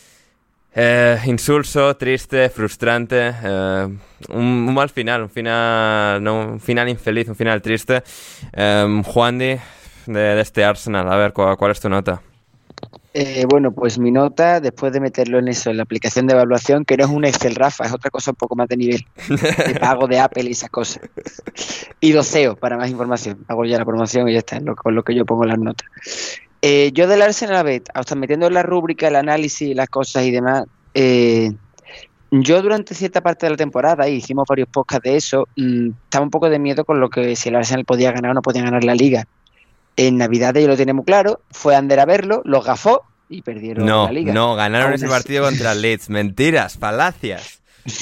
eh, insulso, triste, frustrante, eh, un, un mal final, un final, no, un final infeliz, un final triste. Eh, Juandi, de, de este Arsenal, a ver, ¿cuál, cuál es tu nota? Eh, bueno, pues mi nota, después de meterlo en eso, en la aplicación de evaluación, que no es un Excel, Rafa, es otra cosa un poco más de nivel, de pago de Apple y esas cosas. Y doceo, para más información. Hago ya la promoción y ya está, lo, con lo que yo pongo las notas. Eh, yo del Arsenal, a ver, hasta metiendo en la rúbrica, el análisis, las cosas y demás, eh, yo durante cierta parte de la temporada, y hicimos varios podcasts de eso, mmm, estaba un poco de miedo con lo que si el Arsenal podía ganar o no podía ganar la Liga. En Navidad yo lo tenía muy claro, fue Ander a verlo, los gafó y perdieron no, la Liga. No, ganaron Aún ese así. partido contra el Leeds. Mentiras, falacias.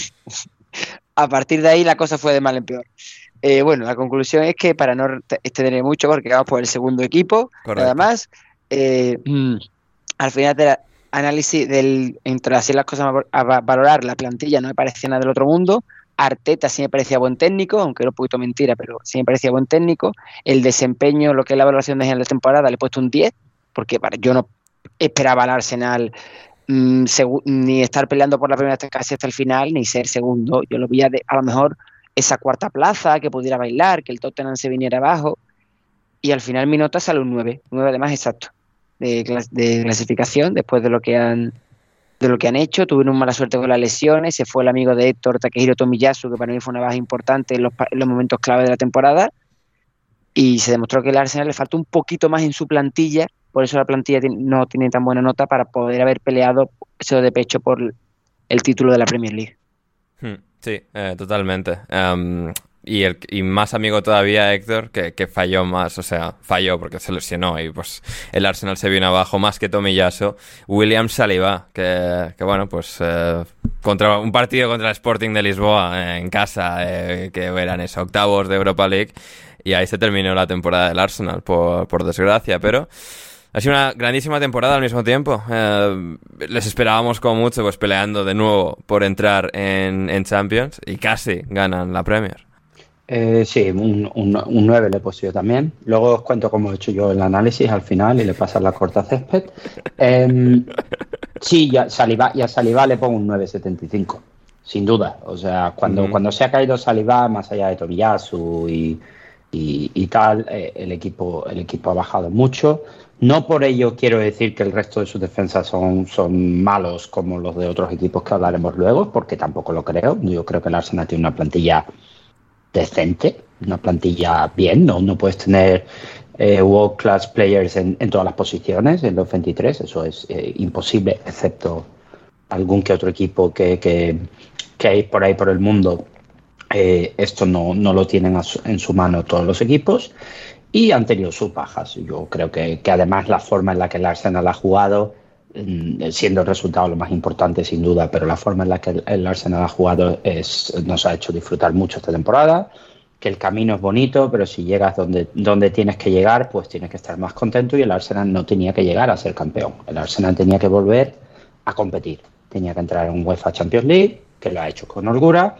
A partir de ahí la cosa fue de mal en peor. Eh, bueno, la conclusión es que, para no extender mucho, porque vamos por el segundo equipo, Correcto. nada más, eh, mm, al final del análisis, del, entre así las cosas a valorar, la plantilla no me parecía nada del otro mundo. Arteta sí me parecía buen técnico, aunque era un poquito mentira, pero sí me parecía buen técnico. El desempeño, lo que es la evaluación de la temporada, le he puesto un diez, porque para, yo no esperaba al Arsenal mmm, segu- ni estar peleando por la primera casi hasta el final, ni ser segundo. Yo lo veía de, a lo mejor esa cuarta plaza, que pudiera bailar, que el Tottenham se viniera abajo, y al final mi nota sale un nueve, nueve además exacto, de, clas- de clasificación, después de lo que han de lo que han hecho. Tuvieron mala suerte con las lesiones, se fue el amigo de Héctor, Takehiro Tomiyasu, que para mí fue una baja importante en los, en los momentos clave de la temporada, y se demostró que el Arsenal le falta un poquito más en su plantilla, por eso la plantilla no tiene tan buena nota para poder haber peleado eso de pecho por el título de la Premier League. Sí, eh, totalmente. Um, y, el, y más amigo todavía Héctor, que, que falló más, o sea, falló porque se lesionó y pues el Arsenal se vino abajo más que Tomiyasu. William Saliba, que, que bueno, pues eh, contra un partido contra el Sporting de Lisboa eh, en casa, eh, que eran esos octavos de Europa League, y ahí se terminó la temporada del Arsenal, por, por desgracia, pero ha sido una grandísima temporada al mismo tiempo. Eh, les esperábamos como mucho, pues peleando de nuevo por entrar en, en Champions, y casi ganan la Premier. Eh, sí, un, un, un nueve le he puesto yo también. Luego os cuento cómo he hecho yo el análisis al final y le pasas la corta césped. Eh, sí, ya, Saliba, y a Saliba le pongo un nueve setenta y cinco, sin duda. O sea, cuando, mm. cuando se ha caído Saliba, más allá de Tomiyasu y, y, y tal, eh, el, equipo, el equipo ha bajado mucho. No por ello quiero decir que el resto de sus defensas son, son malos como los de otros equipos que hablaremos luego, porque tampoco lo creo. Yo creo que el Arsenal tiene una plantilla decente, una plantilla bien, no, no puedes tener eh, world class players en, en todas las posiciones en los veintitrés, eso es eh, imposible, excepto algún que otro equipo que, que, que hay por ahí por el mundo. Eh, esto no, no lo tienen a su, en su mano todos los equipos, y han tenido sus bajas. Yo creo que, que además la forma en la que el Arsenal ha jugado, siendo el resultado lo más importante sin duda, pero la forma en la que el Arsenal ha jugado es, nos ha hecho disfrutar mucho esta temporada, que el camino es bonito, pero si llegas donde, donde tienes que llegar, pues tienes que estar más contento, y el Arsenal no tenía que llegar a ser campeón. El Arsenal tenía que volver a competir, tenía que entrar en UEFA Champions League, que lo ha hecho con holgura,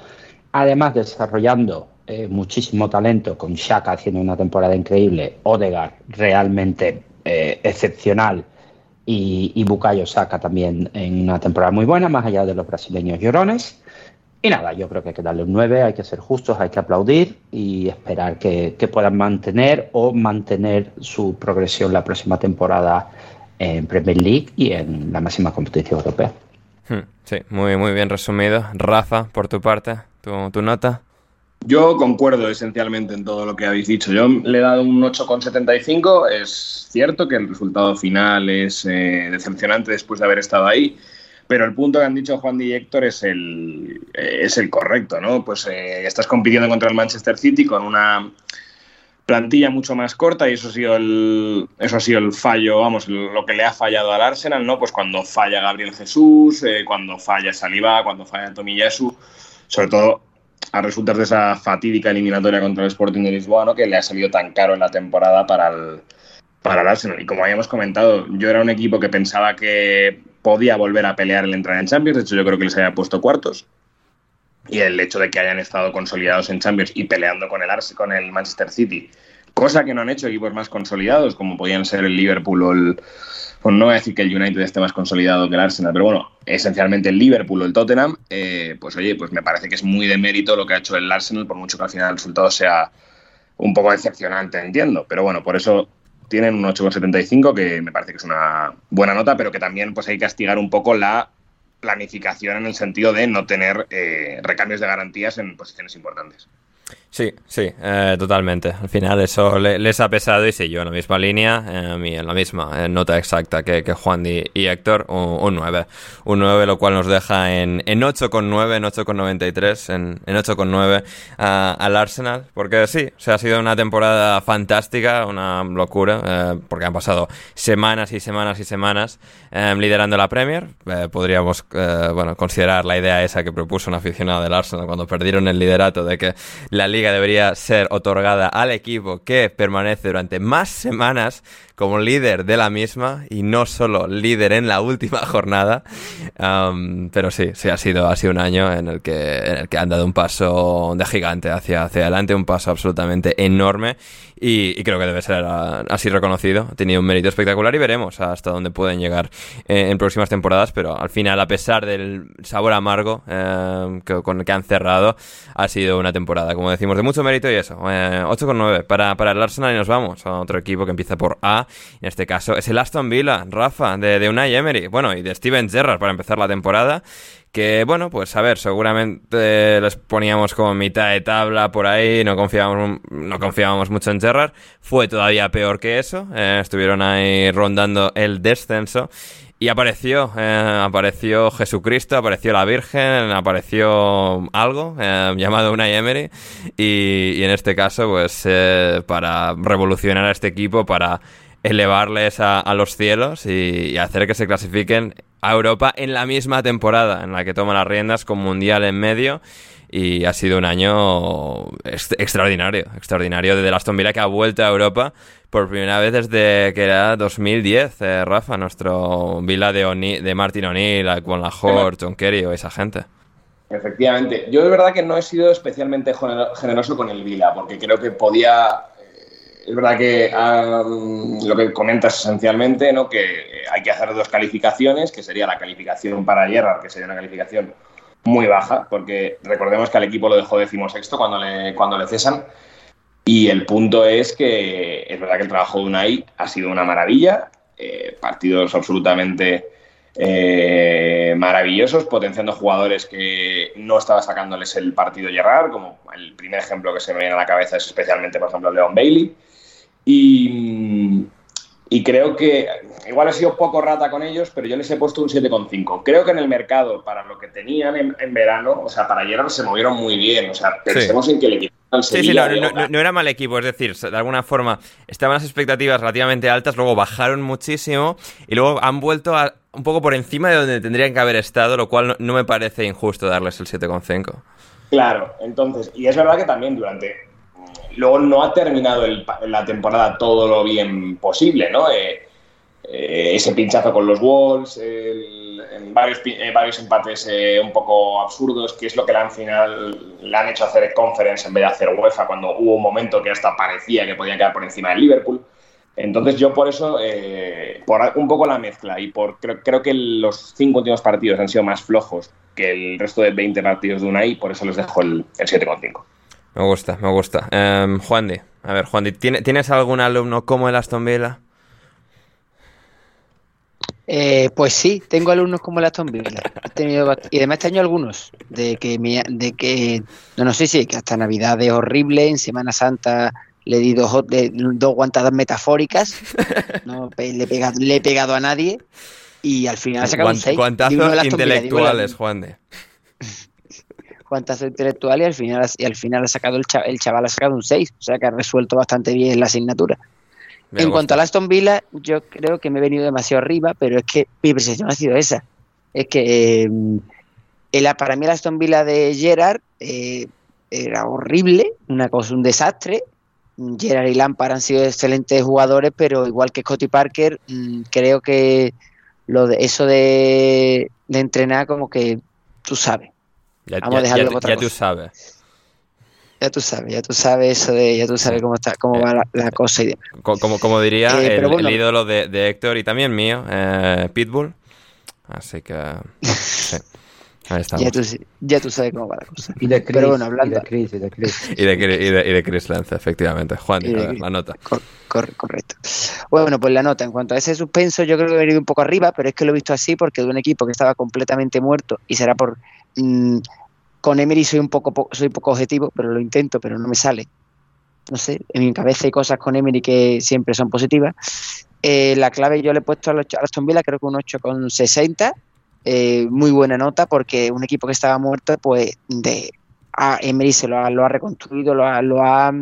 además desarrollando eh, muchísimo talento, con Xhaka haciendo una temporada increíble, Odegaard realmente eh, excepcional y, y Bukayo Saka también en una temporada muy buena, más allá de los brasileños llorones. Y nada, yo creo que hay que darle un nueve, hay que ser justos, hay que aplaudir y esperar que, que puedan mantener o mantener su progresión la próxima temporada en Premier League y en la máxima competición europea. Sí, muy, muy bien resumido. Rafa, por tu parte, ¿tu, tu nota? Yo concuerdo esencialmente en todo lo que habéis dicho. Yo le he dado un ocho coma setenta y cinco. Es cierto que el resultado final es eh, decepcionante después de haber estado ahí, pero el punto que han dicho Juan y Héctor es el, eh, es el correcto, ¿no? Pues eh, estás compitiendo contra el Manchester City con una plantilla mucho más corta y eso ha sido el, eso ha sido el fallo, vamos, lo que le ha fallado al Arsenal, ¿no? Pues cuando falla Gabriel Jesús, eh, cuando falla Saliba, cuando falla Tomiyasu, sobre todo a resultas de esa fatídica eliminatoria contra el Sporting de Lisboa, ¿no? Que le ha salido tan caro en la temporada para el, para el Arsenal. Y como habíamos comentado, yo era un equipo que pensaba que podía volver a pelear el entrar en Champions. De hecho, yo creo que les había puesto cuartos. Y el hecho de que hayan estado consolidados en Champions y peleando con el Arsenal, con el Manchester City, cosa que no han hecho equipos más consolidados, como podían ser el Liverpool o el... Bueno, no voy a decir que el United esté más consolidado que el Arsenal, pero bueno, esencialmente el Liverpool o el Tottenham, eh, pues oye, pues me parece que es muy de mérito lo que ha hecho el Arsenal, por mucho que al final el resultado sea un poco decepcionante, entiendo. Pero bueno, por eso tienen un ocho coma setenta y cinco, que me parece que es una buena nota, pero que también pues hay que castigar un poco la planificación en el sentido de no tener eh, recambios de garantías en posiciones importantes. Sí, sí, eh, totalmente. Al final eso le, les ha pesado y sí, yo en la misma línea, eh, a mí en la misma eh, nota exacta que, que Juan y, y Héctor, un, un nueve. Un nueve, lo cual nos deja en, en ocho coma nueve, en ocho coma noventa y tres, en, en ocho coma nueve uh, al Arsenal. Porque sí, o sea, ha sido una temporada fantástica, una locura, eh, porque han pasado semanas y semanas y semanas eh, liderando la Premier. Eh, podríamos eh, bueno, considerar la idea esa que propuso un aficionado del Arsenal cuando perdieron el liderato, de que la liga debería ser otorgada al equipo que permanece durante más semanas como líder de la misma y no solo líder en la última jornada. Um, pero sí, sí ha sido, ha sido un año en el que, en el que han dado un paso de gigante hacia, hacia adelante, un paso absolutamente enorme y, y creo que debe ser uh, así reconocido. Ha tenido un mérito espectacular y veremos hasta dónde pueden llegar eh, en próximas temporadas, pero al final, a pesar del sabor amargo eh, que, con el que han cerrado, ha sido una temporada, como decimos, de mucho mérito y eso, eh, ocho coma nueve para, para el Arsenal. Y nos vamos a otro equipo que empieza por A. En este caso es el Aston Villa, Rafa, de, de Unai Emery, bueno, y de Steven Gerrard para empezar la temporada, que bueno, pues a ver, seguramente les poníamos como mitad de tabla por ahí, no confiábamos, no confiábamos mucho en Gerrard, fue todavía peor que eso, eh, estuvieron ahí rondando el descenso. Y apareció, eh, apareció Jesucristo, apareció la Virgen, apareció algo eh, llamado Unai Emery y, y en este caso pues eh, para revolucionar a este equipo, para elevarles a, a los cielos y, y hacer que se clasifiquen a Europa en la misma temporada en la que toma las riendas con Mundial en medio. Y ha sido un año ex- extraordinario, extraordinario desde el Aston Villa, que ha vuelto a Europa por primera vez desde que era dos mil diez, eh, Rafa, nuestro Villa de, Oni- de Martin O'Neill, con Lahore, John Kerry o esa gente. Efectivamente. Yo de verdad que no he sido especialmente generoso con el Villa, porque creo que podía... Es verdad que um, lo que comentas esencialmente, ¿no? Que hay que hacer dos calificaciones, que sería la calificación para Gerrard, que sería una calificación muy baja, porque recordemos que al equipo lo dejó decimosexto cuando le, cuando le cesan, y el punto es que es verdad que el trabajo de Unai ha sido una maravilla, eh, partidos absolutamente eh, maravillosos, potenciando jugadores que no estaba sacándoles el partido Gerrard, como el primer ejemplo que se me viene a la cabeza es especialmente, por ejemplo, Leon Bailey, y... Y creo que igual he sido poco rata con ellos, pero yo les he puesto un siete coma cinco. Creo que en el mercado, para lo que tenían en, en verano, o sea, para Gerrard se movieron muy bien. O sea, pensemos sí. en que el equipo al Sevilla... Sí, sí, no, no, no era mal equipo. Es decir, de alguna forma estaban las expectativas relativamente altas, luego bajaron muchísimo y luego han vuelto a, un poco por encima de donde tendrían que haber estado, lo cual no, no me parece injusto darles el siete coma cinco. Claro, entonces, y es verdad que también durante... Luego no ha terminado el, la temporada todo lo bien posible, ¿no? Eh, eh, ese pinchazo con los Wolves, el, en varios, eh, varios empates eh, un poco absurdos, que es lo que le han, final, le han hecho hacer Conference en vez de hacer UEFA, cuando hubo un momento que hasta parecía que podían quedar por encima del Liverpool. Entonces yo por eso, eh, por un poco la mezcla, y por creo, creo que los cinco últimos partidos han sido más flojos que el resto de veinte partidos de Unai, por eso les dejo el, el siete coma cinco. Me gusta, me gusta. Um, Juandi, a ver, Juandi, ¿tienes algún alumno como el Aston Villa? Eh, pues sí, tengo alumnos como el Aston Villa. He tenido, y además este año algunos, de que, me, de que no, no sé si que hasta Navidad es horrible, en Semana Santa le di dos, de, dos guantadas metafóricas, no le, he pegado, le he pegado a nadie y al final ha sacado Guant, un seis. Guantazos intelectuales, Juan de. Guantazos intelectuales y al final, y al final ha sacado el chaval, el chaval ha sacado un seis, o sea que ha resuelto bastante bien la asignatura. Me en gusta. Cuanto al Aston Villa, yo creo que me he venido demasiado arriba, pero es que mi percepción ha sido esa. Es que eh, el, para mí el Aston Villa de Gerrard eh, era horrible, una cosa, un desastre. Gerrard y Lampard han sido excelentes jugadores, pero igual que Scottie Parker, mmm, creo que lo de eso de, de entrenar, como que tú sabes. Ya, Vamos ya, a dejarlo ya, otra ya cosa. Tú sabes. Ya tú sabes, ya tú sabes eso de, ya tú sabes cómo está, cómo eh, va la, la cosa y demás. Como, como diría eh, el, bueno, el ídolo de, de Héctor y también mío, eh, Pitbull. Así que sí. Ahí estamos. Ya tú, ya tú sabes cómo va la cosa. Y de Chris, Pero bueno, hablando... y de Chris, y de Chris. y, de, y, de, y de Chris Lance, efectivamente. Juan, a ver, la nota. Cor, cor, correcto. Bueno, pues la nota, en cuanto a ese suspenso, yo creo que he venido un poco arriba, pero es que lo he visto así porque de un equipo que estaba completamente muerto, y será por... Mmm, con Emery soy un poco soy poco objetivo, pero lo intento, pero no me sale. No sé, en mi cabeza hay cosas con Emery que siempre son positivas. Eh, la clave yo le he puesto a los Aston Villa, creo que un ocho coma sesenta. Eh, muy buena nota porque un equipo que estaba muerto, pues de a Emery se lo ha, lo ha reconstruido, lo ha, lo ha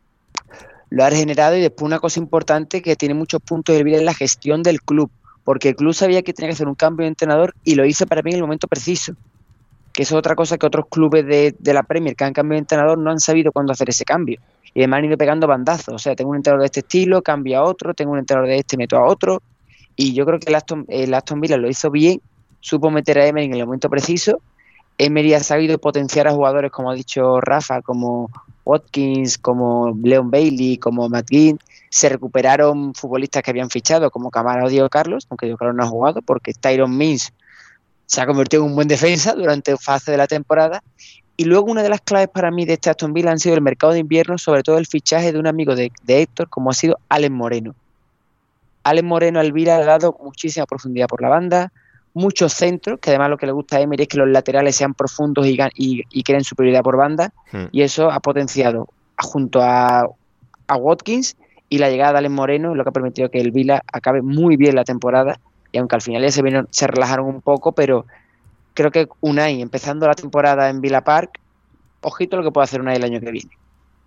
lo ha regenerado. Y después una cosa importante que tiene muchos puntos de vida es la gestión del club, porque el club sabía que tenía que hacer un cambio de entrenador y lo hizo para mí en el momento preciso, que es otra cosa que otros clubes de, de la Premier que han cambiado de entrenador no han sabido cuándo hacer ese cambio, y además han ido pegando bandazos. O sea, tengo un entrenador de este estilo, cambio a otro, tengo un entrenador de este, meto a otro, y yo creo que el Aston, el Aston Villa lo hizo bien, supo meter a Emery en el momento preciso. Emery ha sabido potenciar a jugadores, como ha dicho Rafa, como Watkins, como Leon Bailey, como Matt Ginn. Se recuperaron futbolistas que habían fichado, como Camara o Diego Carlos, aunque Diego Carlos no ha jugado, porque Tyrone Mings se ha convertido en un buen defensa durante fase de la temporada. Y luego una de las claves para mí de este Aston Villa han sido el mercado de invierno, sobre todo el fichaje de un amigo de, de Héctor, como ha sido Alex Moreno. Alex Moreno al Villa le ha dado muchísima profundidad por la banda, muchos centros, que además lo que le gusta a Emery es que los laterales sean profundos y, y, y creen superioridad por banda, hmm. y eso ha potenciado junto a, a Watkins, y la llegada de Alex Moreno es lo que ha permitido que el Villa acabe muy bien la temporada. Y aunque al final ya se, vino, se relajaron un poco, pero creo que Unai, empezando la temporada en Villa Park, ojito lo que puede hacer Unai el año que viene.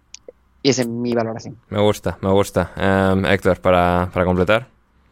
Y esa es mi valoración. Me gusta, me gusta. Um, Héctor, para, para completar.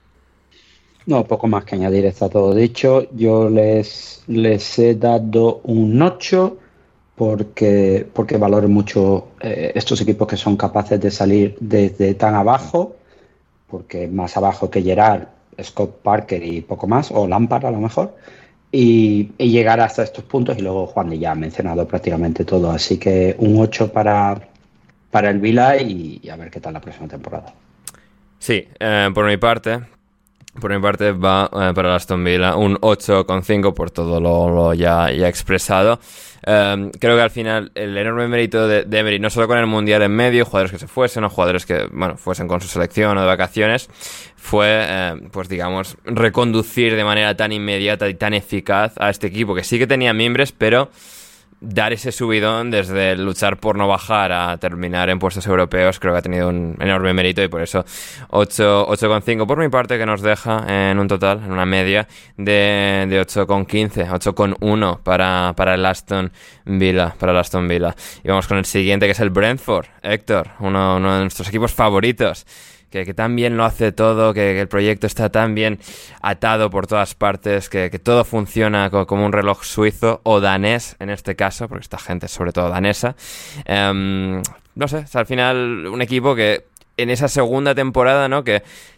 No, poco más que añadir, está todo dicho. Yo les, les he dado un ocho porque, porque valoro mucho eh, estos equipos que son capaces de salir desde tan abajo, porque más abajo que Gerrard, Scott Parker y poco más, o Lampard a lo mejor, y, y llegar hasta estos puntos. Y luego Juan ya ha mencionado prácticamente todo, así que un ocho para, para el Villa y, y a ver qué tal la próxima temporada. Sí, eh, por mi parte por mi parte va eh, para el Aston Villa un ocho coma cinco por todo lo, lo ya, ya expresado. Um, creo que al final el enorme mérito de, de Emery, no solo con el Mundial en medio, jugadores que se fuesen o jugadores que, bueno, fuesen con su selección o de vacaciones, fue, eh, pues digamos, reconducir de manera tan inmediata y tan eficaz a este equipo, que sí que tenía mimbres, pero dar ese subidón desde luchar por no bajar a terminar en puestos europeos, creo que ha tenido un enorme mérito, y por eso ocho coma cinco por mi parte, que nos deja en un total, en una media de, de ocho coma quince, ocho coma uno para, para el Aston Villa, para el Aston Villa. Y vamos con el siguiente, que es el Brentford. Héctor, uno, uno de nuestros equipos favoritos, que, que tan bien lo hace todo, que, que el proyecto está tan bien atado por todas partes, que, que todo funciona co- como un reloj suizo o danés en este caso, porque esta gente es sobre todo danesa. Um, no sé, es al final un equipo que en esa segunda temporada, ¿no?, que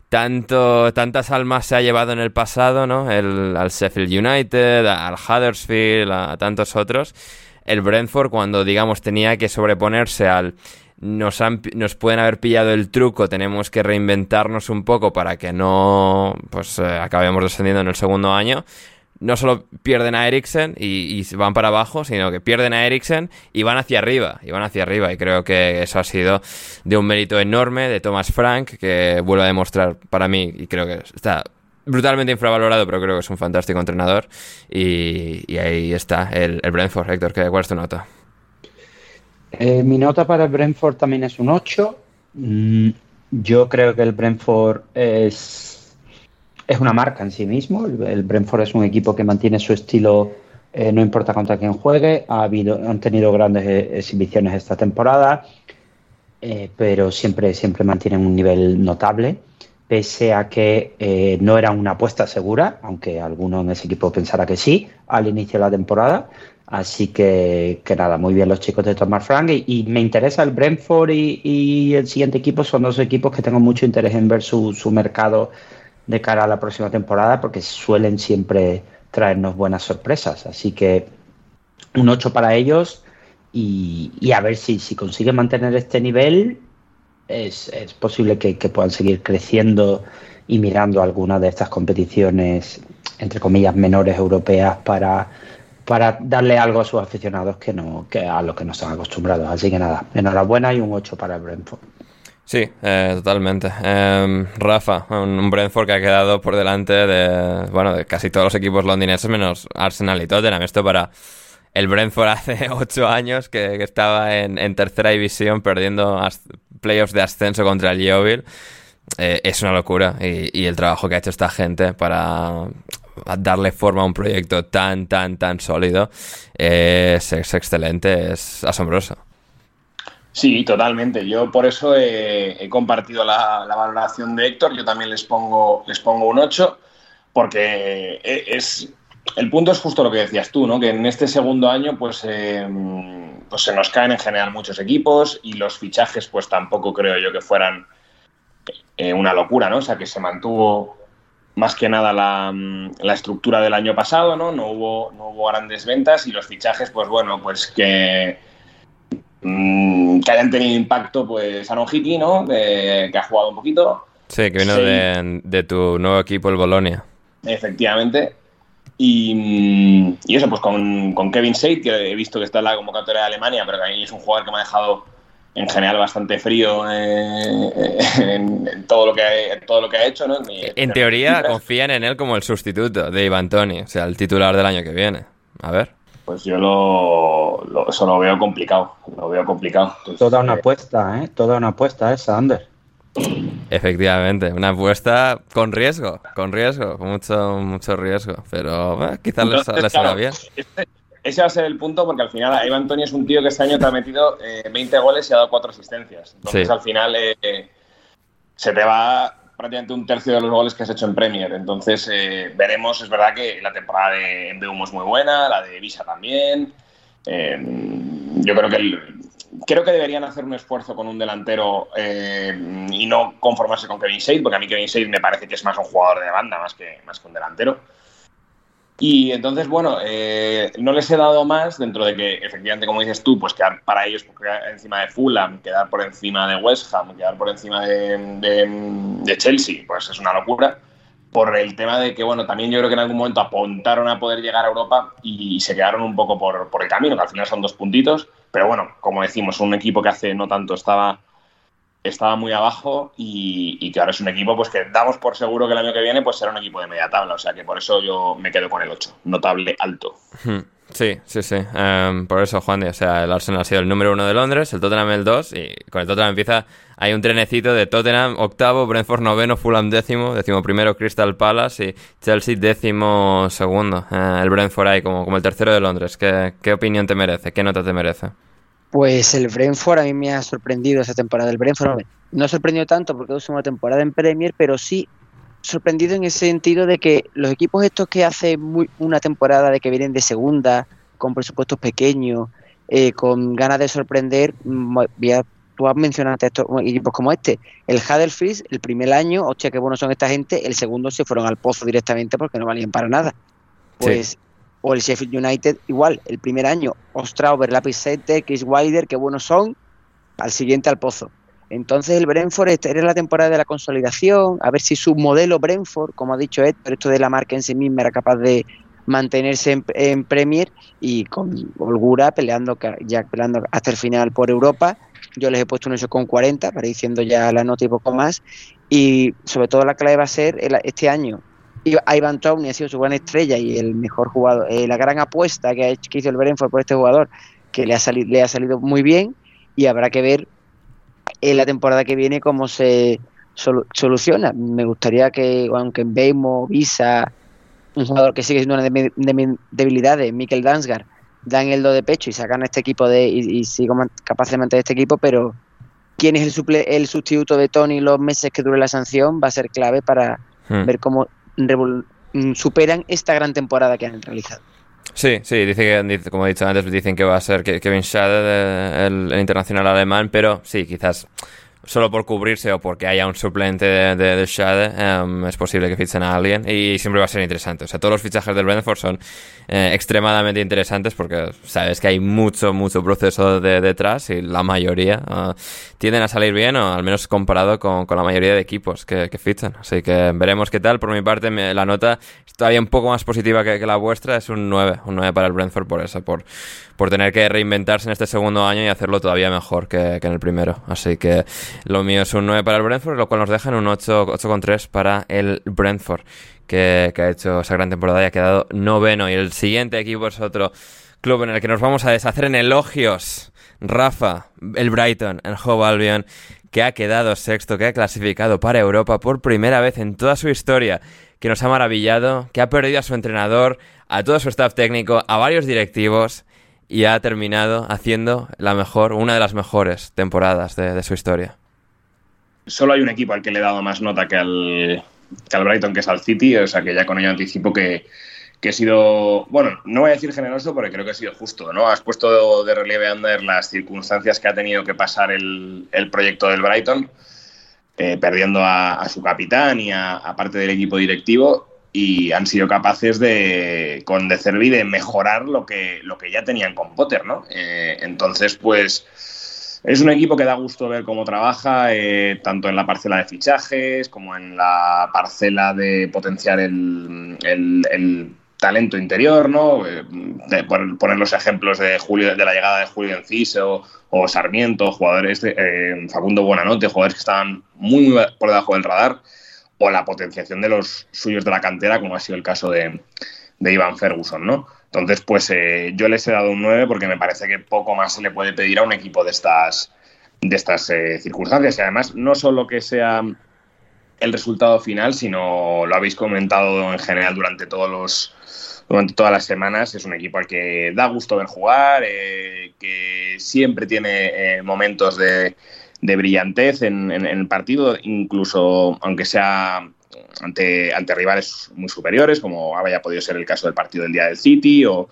tanto tantas almas se ha llevado en el pasado, ¿no? El, al Sheffield United, al Huddersfield, a tantos otros. El Brentford, cuando, digamos, tenía que sobreponerse al... Nos, han, nos pueden haber pillado el truco, tenemos que reinventarnos un poco para que no pues eh, acabemos descendiendo en el segundo año. No solo pierden a Eriksen y, y van para abajo, sino que pierden a Eriksen y van hacia arriba, y van hacia arriba. Y creo que eso ha sido de un mérito enorme de Thomas Frank, que vuelve a demostrar para mí, y creo que está brutalmente infravalorado, pero creo que es un fantástico entrenador. Y, y ahí está el, el Brentford. Héctor, ¿cuál es tu nota? Eh, mi nota para el Brentford también es un ocho. Mm, yo creo que el Brentford es... Es una marca en sí mismo. El, el Brentford es un equipo que mantiene su estilo, eh, no importa contra quién juegue. Ha habido, han tenido grandes eh, exhibiciones esta temporada, eh, pero siempre, siempre mantienen un nivel notable, pese a que eh, no era una apuesta segura, aunque alguno en ese equipo pensara que sí, al inicio de la temporada. Así que, que nada, muy bien los chicos de Thomas Frank. Y, y me interesa el Brentford y, y el siguiente equipo. Son dos equipos que tengo mucho interés en ver su, su mercado de cara a la próxima temporada, porque suelen siempre traernos buenas sorpresas. Así que un ocho para ellos, y, y a ver si, si consiguen mantener este nivel, es, es posible que, que puedan seguir creciendo y mirando algunas de estas competiciones, entre comillas, menores europeas, para, para darle algo a sus aficionados que no que a los que no están acostumbrados. Así que nada, enhorabuena y un ocho para el Brentford. Sí, eh, totalmente. Eh, Rafa, un, un Brentford que ha quedado por delante de, bueno, de casi todos los equipos londinenses menos Arsenal y Tottenham. Esto para el Brentford hace ocho años que, que estaba en, en tercera división perdiendo as, playoffs de ascenso contra el Yeovil. Eh, es una locura y, y el trabajo que ha hecho esta gente para darle forma a un proyecto tan, tan, tan sólido eh, es, es excelente, es asombroso. Sí, totalmente. Yo por eso he, he compartido la, la valoración de Héctor. Yo también les pongo, les pongo un ocho, porque es el punto es justo lo que decías tú, ¿no? Que en este segundo año pues, eh, pues se nos caen en general muchos equipos y los fichajes pues tampoco creo yo que fueran eh, una locura, ¿no? O sea, que se mantuvo más que nada la, la estructura del año pasado, ¿no? No hubo, no hubo grandes ventas y los fichajes, pues bueno, pues que... que hayan tenido impacto, pues Aaron Hickey, ¿no? De, que ha jugado un poquito. Sí, que vino sí. de, de tu nuevo equipo, el Bolonia. Efectivamente. Y, y eso, pues con, con Kevin Seid, que he visto que está en la convocatoria de Alemania, pero que a mí es un jugador que me ha dejado en general bastante frío eh, en, en, todo lo que ha, en todo lo que ha hecho, ¿no? En, en teoría confían en él como el sustituto de Ivan Toney, o sea, el titular del año que viene. A ver. Pues yo lo, lo, eso lo veo complicado, lo veo complicado. Entonces, Toda una eh, apuesta, ¿eh? Toda una apuesta esa, Ander. Efectivamente, una apuesta con riesgo, con riesgo, con mucho, mucho riesgo, pero eh, quizás Entonces, les, les claro, salga bien. Este, ese va a ser el punto, porque al final Ivan Toney es un tío que este año te ha metido eh, veinte goles y ha dado cuatro asistencias. Entonces sí. al final eh, se te va prácticamente un tercio de los goles que has hecho en Premier. Entonces eh, veremos, es verdad que la temporada de Mbeumo es muy buena, la de Visa también. Eh, yo creo que el, creo que deberían hacer un esfuerzo con un delantero eh, y no conformarse con Kevin Seid, porque a mí Kevin Seid me parece que es más un jugador de banda más que, más que un delantero. Y entonces, bueno, eh, no les he dado más, dentro de que, efectivamente, como dices tú, pues quedar para ellos pues, quedar encima de Fulham, quedar por encima de West Ham, quedar por encima de, de, de Chelsea, pues es una locura. Por el tema de que, bueno, también yo creo que en algún momento apuntaron a poder llegar a Europa y se quedaron un poco por, por el camino, que al final son dos puntitos. Pero bueno, como decimos, un equipo que hace no tanto estaba... estaba muy abajo y, y que ahora es un equipo pues que damos por seguro que el año que viene pues será un equipo de media tabla, o sea que por eso yo me quedo con el ocho, notable alto. Sí, sí, sí, um, por eso Juan, o sea, el Arsenal ha sido el número uno de Londres, el Tottenham el dos, y con el Tottenham empieza, hay un trenecito de Tottenham octavo, Brentford noveno, Fulham décimo, décimo primero Crystal Palace y Chelsea décimo segundo, uh, el Brentford ahí como, como el tercero de Londres. ¿Qué, qué opinión te merece? ¿Qué nota te merece? Pues el Brentford a mí me ha sorprendido esa temporada. El Brentford no ha sorprendido tanto porque es una temporada en Premier, pero sí sorprendido en ese sentido de que los equipos estos que hace muy, una temporada de que vienen de segunda, con presupuestos pequeños, eh, con ganas de sorprender, voy a tú has mencionado antes estos equipos como este, el Huddersfield, el primer año, hostia, qué buenos son esta gente, el segundo se fueron al pozo directamente porque no valían para nada. Pues, sí. O el Sheffield United, igual, el primer año, ostras, Overlapping Center, Chris Wilder, qué buenos son, al siguiente al pozo. Entonces el Brentford, esta era la temporada de la consolidación, a ver si su modelo Brentford, como ha dicho Héctor, esto de la marca en sí misma era capaz de mantenerse en, en Premier y con holgura peleando ya peleando hasta el final por Europa. Yo les he puesto un ocho coma cuarenta para ir diciendo ya la nota y poco más, y sobre todo la clave va a ser el, este año Ivan Toney ha sido su gran estrella y el mejor jugador, eh, la gran apuesta que, ha hecho, que hizo el Brentford por este jugador, que le ha, sali, le ha salido muy bien, y habrá que ver en la temporada que viene cómo se sol, soluciona. Me gustaría que, aunque en Beimo, Visa, un jugador que sigue siendo una de mis de debilidades, Mikkel Damsgaard, dan el do de pecho y sacan a este equipo de y, y sigo capaz de mantener este equipo, pero quién es el, suple, el sustituto de Tony los meses que dure la sanción va a ser clave para hmm. ver cómo revol, superan esta gran temporada que han realizado. Sí, sí, dice que, como he dicho antes, dicen que va a ser Kevin Schade, el, el internacional alemán, pero sí, quizás solo por cubrirse o porque haya un suplente de, de, de Schade, um, es posible que fichen a alguien y siempre va a ser interesante. O sea, todos los fichajes del Brentford son eh, extremadamente interesantes porque sabes que hay mucho, mucho proceso de, detrás y la mayoría uh, tienden a salir bien, o al menos comparado con, con la mayoría de equipos que, que fichan. Así que veremos qué tal. Por mi parte, me, la nota es todavía un poco más positiva que, que la vuestra, es un nueve, un nueve para el Brentford por eso, por, por tener que reinventarse en este segundo año y hacerlo todavía mejor que, que en el primero. Así que lo mío es un nueve para el Brentford, lo cual nos deja en un ocho coma tres para el Brentford, que, que ha hecho esa gran temporada y ha quedado noveno. Y el siguiente equipo es otro club en el que nos vamos a deshacer en elogios. Rafa, el Brighton, el Hove Albion, que ha quedado sexto, que ha clasificado para Europa por primera vez en toda su historia, que nos ha maravillado, que ha perdido a su entrenador, a todo su staff técnico, a varios directivos, y ha terminado haciendo la mejor, una de las mejores temporadas de, de su historia. Solo hay un equipo al que le he dado más nota que al, que al Brighton, que es al City, o sea que ya con ello anticipo que, que he sido, bueno, no voy a decir generoso porque creo que he sido justo, ¿no? Has puesto de relieve, Ander, las circunstancias que ha tenido que pasar el, el proyecto del Brighton, eh, perdiendo a, a su capitán y a, a parte del equipo directivo, y han sido capaces de, con De Zerbi, de mejorar lo que, lo que ya tenían con Potter, ¿no? Eh, entonces, pues es un equipo que da gusto ver cómo trabaja, eh, tanto en la parcela de fichajes como en la parcela de potenciar el, el, el talento interior, ¿no? Eh, de poner los ejemplos de Julio, de la llegada de Julio Enciso o Sarmiento, jugadores de eh, Facundo Buonanotte, jugadores que estaban muy, muy por debajo del radar, o la potenciación de los suyos de la cantera, como ha sido el caso de, de Ivan Ferguson, ¿no? Entonces, pues eh, yo les he dado un nueve porque me parece que poco más se le puede pedir a un equipo de estas, de estas eh, circunstancias. Y además, no solo que sea el resultado final, sino lo habéis comentado en general durante todos los durante todas las semanas. Es un equipo al que da gusto ver jugar, eh, que siempre tiene eh, momentos de de brillantez en, en, en el partido, incluso aunque sea ante, ante rivales muy superiores, como había podido ser el caso del partido del día del City, o,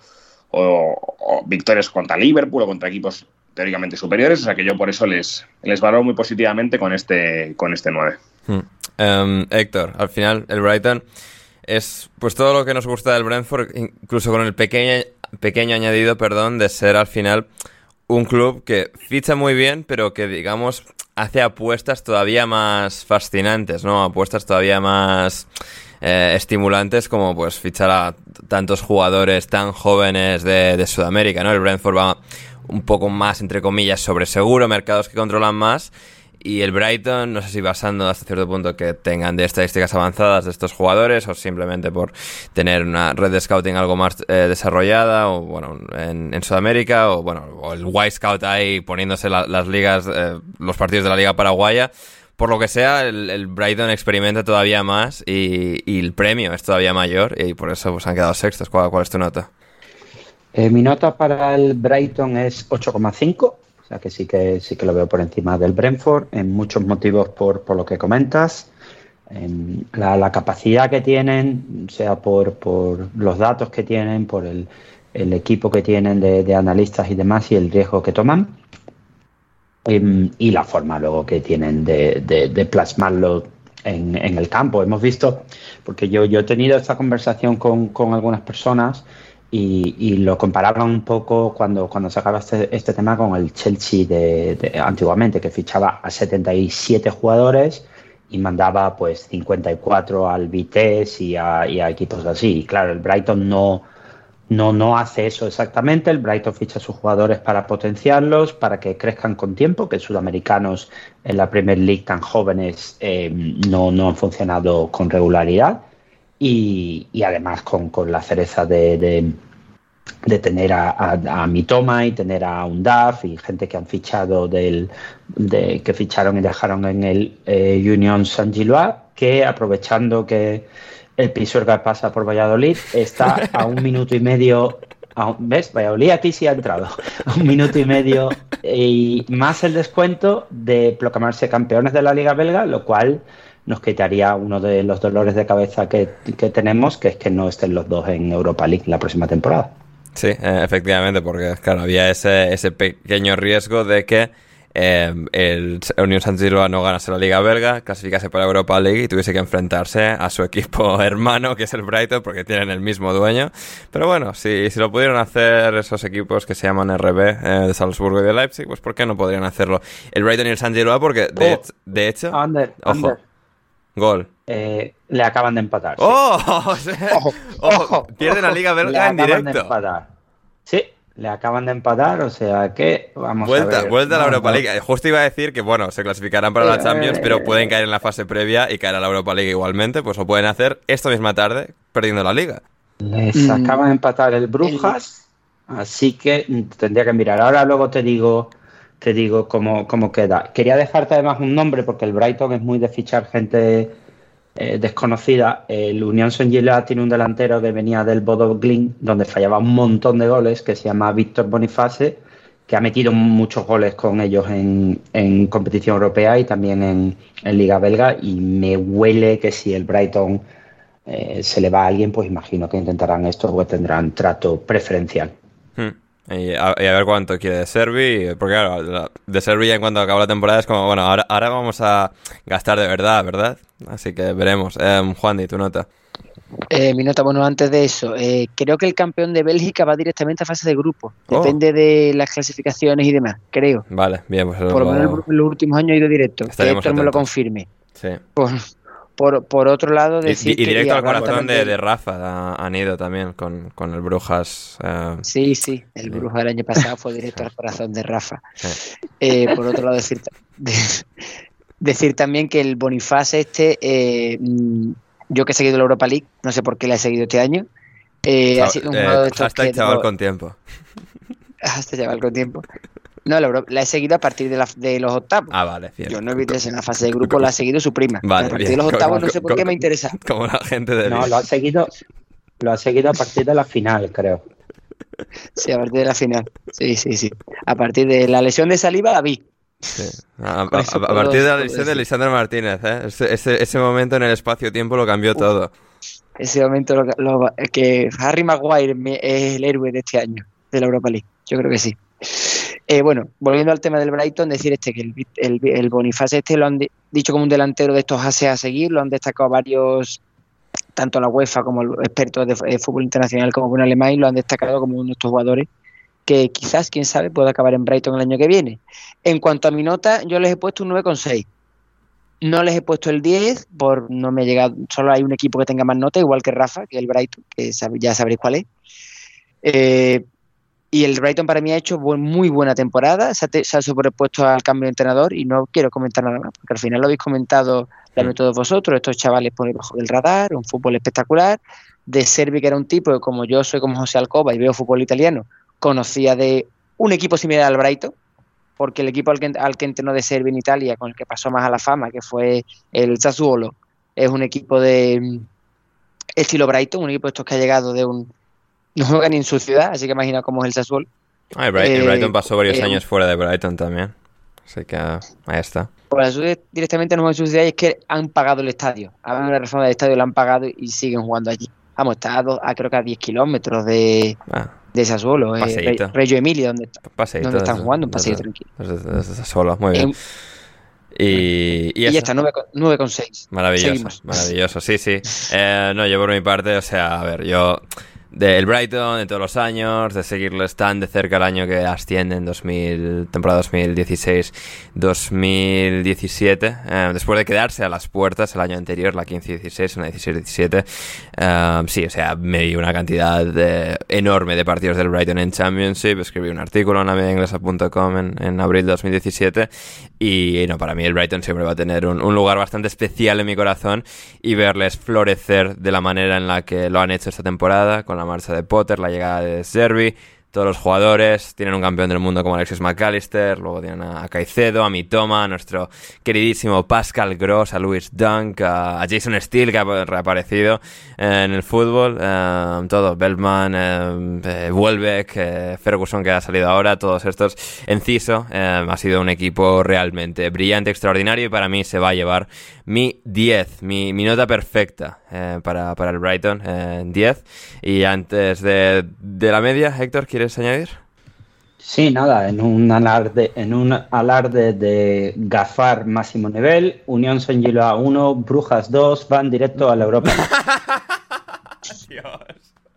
o, o victorias contra Liverpool o contra equipos teóricamente superiores. O sea que yo por eso les, les valoro muy positivamente con este, con este nueve. Hmm. Um, Héctor, al final el Brighton es pues todo lo que nos gusta del Brentford, incluso con el pequeño, pequeño añadido, perdón, de ser al final un club que ficha muy bien, pero que, digamos, hace apuestas todavía más fascinantes, ¿no? Apuestas todavía más eh, estimulantes, como pues fichar a tantos jugadores tan jóvenes de, de Sudamérica, ¿no? El Brentford va un poco más, entre comillas, sobre seguro, mercados que controlan más. Y el Brighton, no sé si basando hasta cierto punto que tengan de estadísticas avanzadas de estos jugadores, o simplemente por tener una red de scouting algo más eh, desarrollada, o bueno, en, en Sudamérica, o bueno, o el Y-Scout ahí poniéndose la, las ligas, eh, los partidos de la liga paraguaya. Por lo que sea, el, el Brighton experimenta todavía más y, y el premio es todavía mayor, y por eso pues han quedado sextos. ¿Cuál, cuál es tu nota? Eh, mi nota para el Brighton es ocho coma cinco. O sea que sí que sí que lo veo por encima del Brentford, en muchos motivos por, por lo que comentas, en la, la capacidad que tienen, sea por, por los datos que tienen, por el, el equipo que tienen de, de analistas y demás, y el riesgo que toman. eh, y la forma luego que tienen de, de, de plasmarlo en, en el campo. Hemos visto, porque yo, yo he tenido esta conversación con, con algunas personas y, y lo comparaban un poco cuando, cuando sacaba este, este tema con el Chelsea de, de antiguamente, que fichaba a setenta y siete jugadores y mandaba pues cincuenta y cuatro al Vitesse y a, y a equipos así. Y claro, el Brighton no, no, no hace eso exactamente. El Brighton ficha a sus jugadores para potenciarlos, para que crezcan con tiempo, que sudamericanos en la Premier League tan jóvenes eh, no, no han funcionado con regularidad. Y, y además con, con la cereza de, de, de tener a, a, a Mitoma y tener a Undav y gente que han fichado del de, que ficharon y dejaron en el eh, Union Saint-Gilloise, que aprovechando que el Pisuerga pasa por Valladolid, está a un minuto y medio, a, ¿ves? Valladolid aquí sí ha entrado, a un minuto y medio y más el descuento de proclamarse campeones de la Liga Belga, lo cual nos quitaría uno de los dolores de cabeza que, que tenemos, que es que no estén los dos en Europa League la próxima temporada. Sí, eh, efectivamente, porque claro, había ese, ese pequeño riesgo de que eh, el Unión Saint-Gilloise no ganase la Liga Belga, clasificase para Europa League y tuviese que enfrentarse a su equipo hermano, que es el Brighton, porque tienen el mismo dueño. Pero bueno, si, si lo pudieron hacer esos equipos que se llaman R B, eh, de Salzburgo y de Leipzig, pues ¿por qué no podrían hacerlo el Brighton y el Saint-Gilloise? Porque de, oh, de hecho... Under, ojo. Under. Gol. Eh, le acaban de empatar. Sí. ¡Oh! Ojo, ojo, pierden la Liga Belga en directo. De empatar. Sí, le acaban de empatar, o sea que vamos vuelta, a ver. Vuelta a la Europa League. Justo iba a decir que, bueno, se clasificarán para la Champions, pero pueden caer en la fase previa y caer a la Europa League igualmente. Pues lo pueden hacer esta misma tarde, perdiendo la Liga. Les mm. acaban de empatar el Brujas, así que tendría que mirar. Ahora luego te digo... Te digo cómo, cómo queda. Quería dejarte además un nombre porque el Brighton es muy de fichar gente eh, desconocida. El Unión Saint-Gilloise tiene un delantero que venía del Bodo Glimt, donde fallaba un montón de goles, que se llama Víctor Boniface, que ha metido muchos goles con ellos en, en competición europea y también en, en Liga Belga. Y me huele que si el Brighton eh, se le va a alguien, pues imagino que intentarán esto o tendrán trato preferencial. Hmm. Y a, y a ver cuánto quiere de Servi, porque claro, de Servi ya en cuanto acaba la temporada es como, bueno, ahora, ahora vamos a gastar de verdad, ¿verdad? Así que veremos. Eh, Juandi, tu nota. Eh, mi nota, bueno, antes de eso, eh, creo que el campeón de Bélgica va directamente a fase de grupo. Oh. Depende de las clasificaciones y demás, creo. Vale, bien, pues... Por lo menos en los últimos años ha ido directo. Que Héctor me lo confirme. Sí. Pues... Por, por otro lado, decir y, y directo que, al corazón de, de Rafa han ido también con, con el Brujas. Eh. Sí, sí, el Brujas del año pasado fue directo al corazón de Rafa. Eh, por otro lado, decir, de, decir también que el Boniface este, eh, yo que he seguido la Europa League, no sé por qué la he seguido este año, eh, ha sido un jugador de estos hashtag que... chaval con tiempo. Hashtag chaval con tiempo. No, la, la he seguido a partir de, la, de los octavos. Ah, vale, bien. Yo no he visto en la fase de grupo, la ha seguido su prima. Vale, a partir bien. de los octavos Como, no sé por como, qué me interesa. Como la gente de... No, lo ha seguido lo ha seguido a partir de la final, creo. Sí, a partir de la final. Sí, sí, sí. A partir de la lesión de Saliba la vi. Sí. A, a, a, a partir de la lesión de Lisandro Martínez, ¿eh? Ese, ese, ese momento en el espacio-tiempo lo cambió Uf. todo. Ese momento lo, lo, que Harry Maguire es el héroe de este año, de la Europa League. Yo creo que sí. Eh, bueno, volviendo al tema del Brighton, decir este que el, el, el Boniface este lo han de, dicho como un delantero de estos ases a seguir, lo han destacado varios, tanto la UEFA como los expertos de, de fútbol internacional como con alemán, y lo han destacado como uno de estos jugadores que quizás, quién sabe, pueda acabar en Brighton el año que viene. En cuanto a mi nota, yo les he puesto un nueve coma seis. No les he puesto el diez, por no me he llegado, solo hay un equipo que tenga más nota, igual que Rafa, que el Brighton, que sabe, ya sabréis cuál es. Eh, Y el Brighton para mí ha hecho buen, muy buena temporada, se ha, te, se ha sobrepuesto al cambio de entrenador y no quiero comentar nada más, porque al final lo habéis comentado también todos vosotros, estos chavales por debajo del radar, un fútbol espectacular, de Servi, que era un tipo que como yo soy como José Alcoba y veo fútbol italiano, conocía de un equipo similar al Brighton, porque el equipo al que, al que entrenó de Servi en Italia, con el que pasó más a la fama, que fue el Sassuolo, es un equipo de estilo Brighton, un equipo de estos que ha llegado de un... No juega ni en su ciudad, así que imagina cómo es el Sassuolo. Ah, el, Brighton, eh, el Brighton pasó varios eh, años fuera de Brighton también. Así que ahí está. Pues directamente no juegan en su ciudad y es que han pagado el estadio. Han una reforma del estadio, lo han pagado y siguen jugando allí. Vamos, está a, dos, a creo que a diez kilómetros de, ah. de Sassuolo, eh, Paseíto. Re- Reggio Emilia, donde, Paseíto, donde están desde- jugando, un paseo desde- tranquilo. desde- desde Sassuolo, muy bien. Eh, Y, y y eso. ya está, nueve con seis. Maravilloso, Seguimos. maravilloso, sí, sí. Eh, no, yo por mi parte, o sea, a ver, yo del Brighton de todos los años, de seguirles tan de cerca el año que ascienden, dos mil, temporada dos mil dieciséis dos mil diecisiete, eh, después de quedarse a las puertas el año anterior, la quince dieciséis, en la dieciséis diecisiete, eh, sí, o sea, me di una cantidad de- enorme de partidos del Brighton en Championship, escribí un artículo en la media inglesa punto com en, en abril de dos mil diecisiete y, no, para mí el Brighton siempre va a tener un, un lugar bastante especial en mi corazón y verles florecer de la manera en la que lo han hecho esta temporada, con la marcha de Potter, la llegada de Zerbi, todos los jugadores, tienen un campeón del mundo como Alexis McAllister, luego tienen a Caicedo, a Mitoma, a nuestro queridísimo Pascal Gross, a Lewis Dunk, a, a Jason Steele, que ha reaparecido eh, en el fútbol, eh, todos, Beltman, eh, eh, Welbeck, eh, Ferguson, que ha salido ahora, todos estos, Enciso, eh, ha sido un equipo realmente brillante, extraordinario, y para mí se va a llevar mi diez, mi, mi nota perfecta eh, para, para el Brighton, eh, diez. Y antes de, de la media, Héctor, ¿quieres añadir? Sí, nada, en un alarde, en un alarde de gafar máximo nivel, Unión San Giloa uno, Brujas dos, van directo a la Europa. Dios.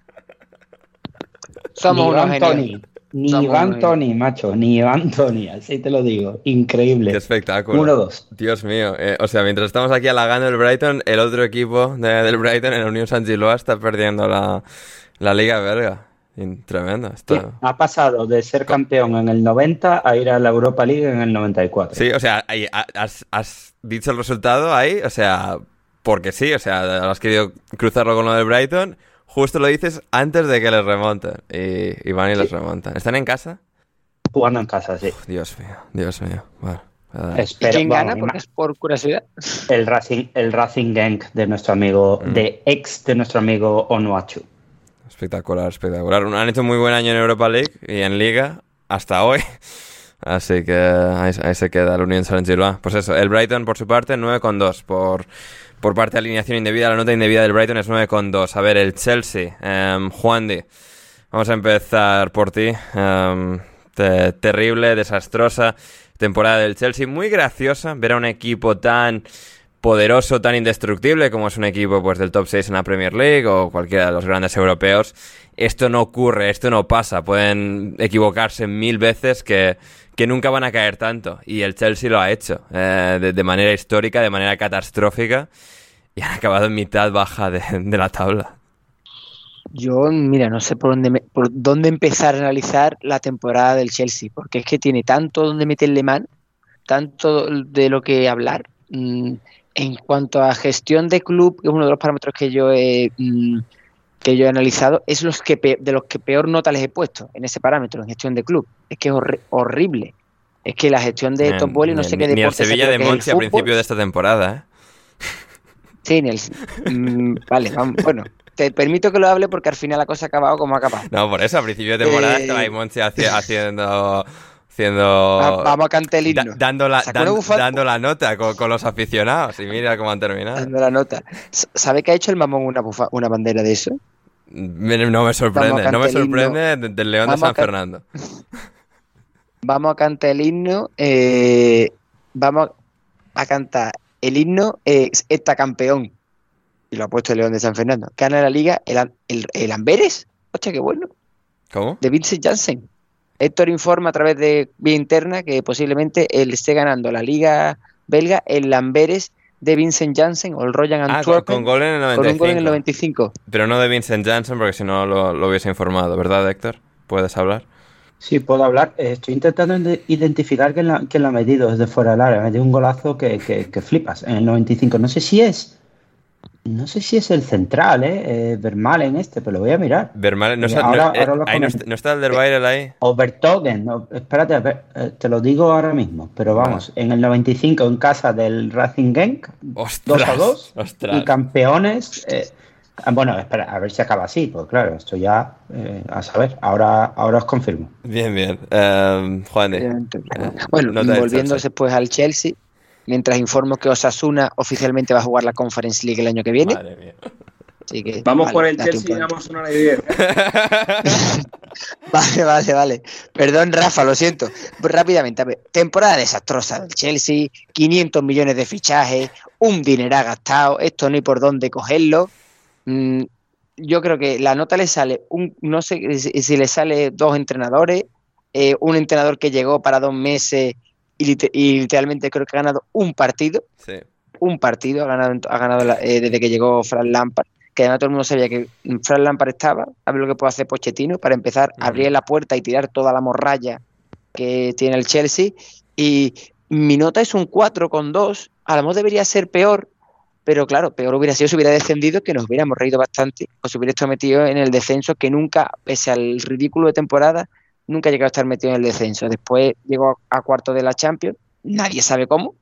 Somos ni unos Iván genios. Toni, ni Somos Iván unos Toni, macho, ni Iván Toni, así te lo digo, increíble. Qué espectáculo. uno dos. Dios mío. Eh, o sea, mientras estamos aquí halagando el Brighton, el otro equipo de- del Brighton, en la Unión San Giloa, está perdiendo la, la Liga belga. In- Tremendo. Esto... Sí, ha pasado de ser campeón en el noventa a ir a la Europa League en el noventa y cuatro. Sí, o sea, ahí, ha- has, has dicho el resultado ahí, o sea, porque sí, o sea, has querido cruzarlo con lo del Brighton, justo lo dices antes de que les remonten. Y, y van y les Sí. remontan. ¿Están en casa? Jugando en casa, sí. Uf, Dios mío, Dios mío. Bueno, eh, ¿Y Espero, quién vamos, gana? ima- Porque es por curiosidad. el Racing, el Racing Genk de nuestro amigo, Mm. de ex de nuestro amigo Onuachu. espectacular, espectacular. Han hecho un muy buen año en Europa League y en Liga hasta hoy. Así que ahí, ahí se queda el Unión San Giloa. Pues eso, el Brighton por su parte nueve coma dos. Por, por parte de alineación indebida, la nota indebida del Brighton es nueve coma dos. A ver, el Chelsea, eh, Juandi, vamos a empezar por ti. Eh, te- terrible, desastrosa temporada del Chelsea. Muy graciosa ver a un equipo tan poderoso, tan indestructible como es un equipo pues del top seis en la Premier League o cualquiera de los grandes europeos. Esto no ocurre, esto no pasa. Pueden equivocarse mil veces que, que nunca van a caer tanto. Y el Chelsea lo ha hecho eh, de, de manera histórica, de manera catastrófica, y han acabado en mitad baja de, de la tabla. Yo, mira, no sé por dónde, me- por dónde empezar a analizar la temporada del Chelsea, porque es que tiene tanto donde meterle mano, tanto de lo que hablar. Mm, en cuanto a gestión de club, que es uno de los parámetros que yo he, mm, que yo he analizado, es los que pe- de los que peor nota les he puesto en ese parámetro, en gestión de club. Es que es horri- horrible. Es que la gestión de Top Boy, no sé qué Ni el deporte Sevilla sea, de creo que es el Monchi a fútbol. principio de esta temporada, ¿eh? Sí, ni el- mm, vale, vamos, bueno, te permito que lo hable porque al final la cosa ha acabado como ha acabado. No, por eso, a principio de temporada Eh, estaba ahí Monchi haci- haciendo... haciendo Va- vamos a cantar el da- himno. dando, la, Sacó una dan- bufanda- dando la nota con, con los aficionados. Y mira cómo han terminado. Dando la nota. S- ¿Sabe que ha hecho el mamón una, bufa- una bandera de eso? Me- no me sorprende, Vamos a no me cantar el himno. sorprende de- del León de Vamos a San can- Fernando. Vamos a cantar el himno. eh, vamos a cantar el himno eh, está campeón. Y lo ha puesto el León de San Fernando. Gana la liga el, Am- el, el Amberes. Hostia, qué bueno. ¿Cómo? De Vincent Janssen. Héctor informa a través de vía interna que posiblemente él esté ganando la liga belga el Amberes de Vincent Janssen o el Royal Ah, con, Antwerpen con gol en el con noventa y un gol en el cinco. noventa y cinco. Pero no de Vincent Janssen, porque si no lo, lo hubiese informado, ¿verdad, Héctor? ¿Puedes hablar? Sí, puedo hablar. Eh, Estoy intentando ide- identificar quién la, quién la ha metido desde fuera del área. Me dio un golazo que, que, que flipas en el noventa y cinco. No sé si es. No sé si es el central, ¿eh? eh Vermaelen este, pero lo voy a mirar. Vermaelen, no, Eh, está- ahora- no, eh, ahora lo ahí no, comento. está, no está el Derweireld ahí. O Vertonghen. No, espérate, a ver, eh, te lo digo ahora mismo. Pero vamos, en el noventa y cinco en casa del Racing Genk, Ostras, dos a dos. ostras. Y campeones. eh, ah, bueno, espera, a ver si acaba así. Pues claro, esto ya eh, a saber. Ahora, ahora os confirmo. Bien, bien. Eh, Juan de. Bueno, nota del volviendo Chelsea. después al Chelsea, mientras informo que Osasuna oficialmente va a jugar la Conference League el año que viene. Madre mía. Así que, Vamos vale, por el date un Chelsea y punto. damos una de diez. Vale, vale, vale. Perdón, Rafa, lo siento. Rápidamente, a ver, temporada desastrosa del Chelsea, quinientos millones de fichajes, un dineral gastado, esto no hay por dónde cogerlo. Mm, yo creo que la nota le sale, un, no sé si, si le sale dos entrenadores, eh, un entrenador que llegó para dos meses y, lit- y literalmente creo que ha ganado un partido, Sí. un partido ha ganado, ha ganado la- eh, desde que llegó Frank Lampard, que además todo el mundo sabía que Frank Lampard estaba, a ver lo que puede hacer Pochettino para empezar a abrir la puerta y tirar toda la morralla que tiene el Chelsea. Y mi nota es un cuatro coma dos, a lo mejor debería ser peor, pero claro, peor hubiera sido si hubiera descendido, que nos hubiéramos reído bastante, o si hubiera estado metido en el descenso, que nunca, pese al ridículo de temporada, nunca ha llegado a estar metido en el descenso. Después llegó a, a cuarto de la Champions, nadie sabe cómo,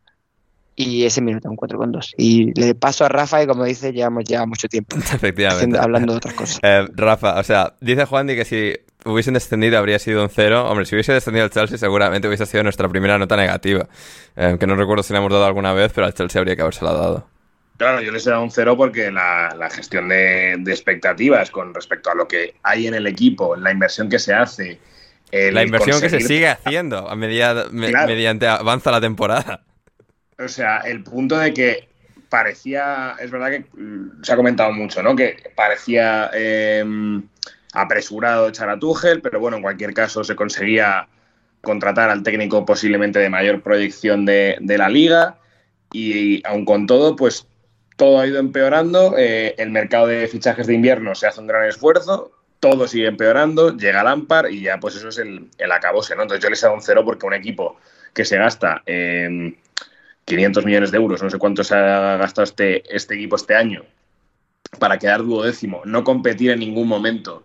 y ese minuto un cuatro coma dos. Y le paso a Rafa, y como dice, llevamos ya mucho tiempo Efectivamente. haciendo- hablando de otras cosas. Eh, Rafa, o sea, dice Juan que si hubiesen descendido habría sido un cero. Hombre, si hubiese descendido el Chelsea seguramente hubiese sido nuestra primera nota negativa. Eh, que no recuerdo si la hemos dado alguna vez, pero al Chelsea habría que habérsela dado. Claro, yo les he dado un cero porque la, la gestión de, de expectativas con respecto a lo que hay en el equipo, la inversión que se hace. el La inversión que se conseguir- sigue haciendo a medida, me- Claro. mediante avanza la temporada. O sea, el punto de que parecía, es verdad que mm, se ha comentado mucho, ¿no? Que parecía eh, apresurado echar a Tuchel, pero bueno, en cualquier caso se conseguía contratar al técnico posiblemente de mayor proyección de, de la liga y aun con todo, pues todo ha ido empeorando. Eh, el mercado de fichajes de invierno se hace un gran esfuerzo, todo sigue empeorando, llega Lampard y ya pues eso es el, el acabose, ¿no? Entonces yo les he dado un cero porque un equipo que se gasta eh, quinientos millones de euros, no sé cuánto se ha gastado este, este equipo este año, para quedar duodécimo, no competir en ningún momento,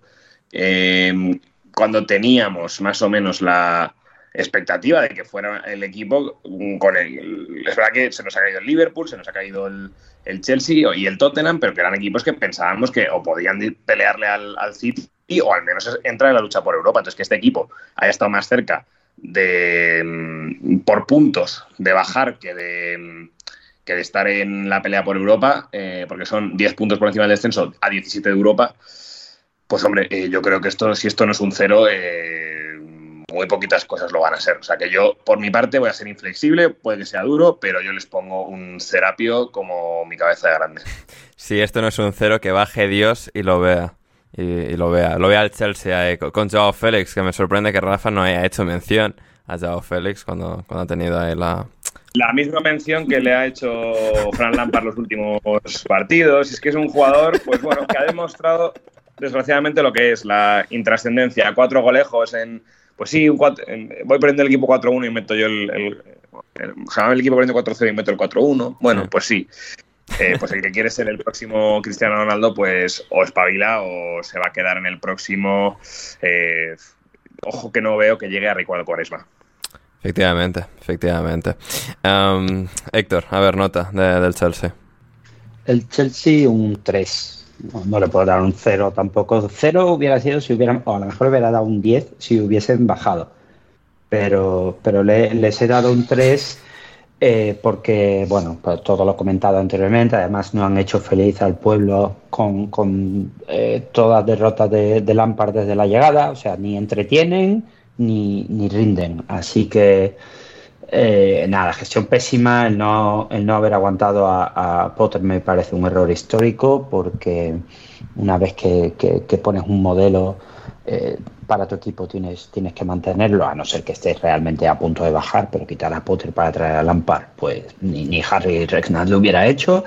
eh, cuando teníamos más o menos la expectativa de que fuera el equipo con el... Es verdad que se nos ha caído el Liverpool, se nos ha caído el, el Chelsea y el Tottenham, pero que eran equipos que pensábamos que o podían pelearle al, al City o al menos entrar en la lucha por Europa. Entonces que este equipo haya estado más cerca de por puntos de bajar que de que de estar en la pelea por Europa, eh, porque son diez puntos por encima del descenso a diecisiete de Europa, pues hombre, eh, yo creo que esto, si esto no es un cero, eh, muy poquitas cosas lo van a ser. O sea que yo, por mi parte, voy a ser inflexible, puede que sea duro, pero yo les pongo un Serapio como mi cabeza de grande. Si esto no es un cero, que baje Dios y lo vea. Y, y lo vea. Lo vea el Chelsea eh, con Joao Félix, que me sorprende que Rafa no haya hecho mención a Joao Félix cuando, cuando ha tenido ahí la... La misma mención que le ha hecho Frank Lampard los últimos partidos. Es que es un jugador, pues bueno, que ha demostrado desgraciadamente lo que es la intrascendencia. Cuatro golejos en... Pues sí, un cuatro, en, voy perdiendo el equipo cuatro uno y meto yo el... el, el o sea, el equipo perdiendo cuatro cero y meto el cuatro uno. Bueno, pues sí. Eh, pues el que quiere ser el próximo Cristiano Ronaldo, pues o espabila o se va a quedar en el próximo. Eh, ojo que no veo que llegue a Ricardo Quaresma. Efectivamente, efectivamente. Um, Héctor, a ver, nota de, del Chelsea. El Chelsea un tres. No, no le puedo dar un cero tampoco. Cero hubiera sido si hubieran, o a lo mejor hubiera dado un diez si hubiesen bajado. Pero, pero le, les he dado un tres eh, porque, bueno, pues todo lo comentado anteriormente. Además, no han hecho feliz al pueblo con, con eh, todas derrotas de, de Lampard desde la llegada. O sea, ni entretienen ni, ni rinden. Así que, eh, nada, gestión pésima. El no, el no haber aguantado a, a Potter me parece un error histórico porque una vez que, que, que pones un modelo eh, para tu equipo tienes, tienes que mantenerlo, a no ser que estés realmente a punto de bajar, pero quitar a Potter para traer a Lampard, pues ni, ni Harry Redknapp lo hubiera hecho.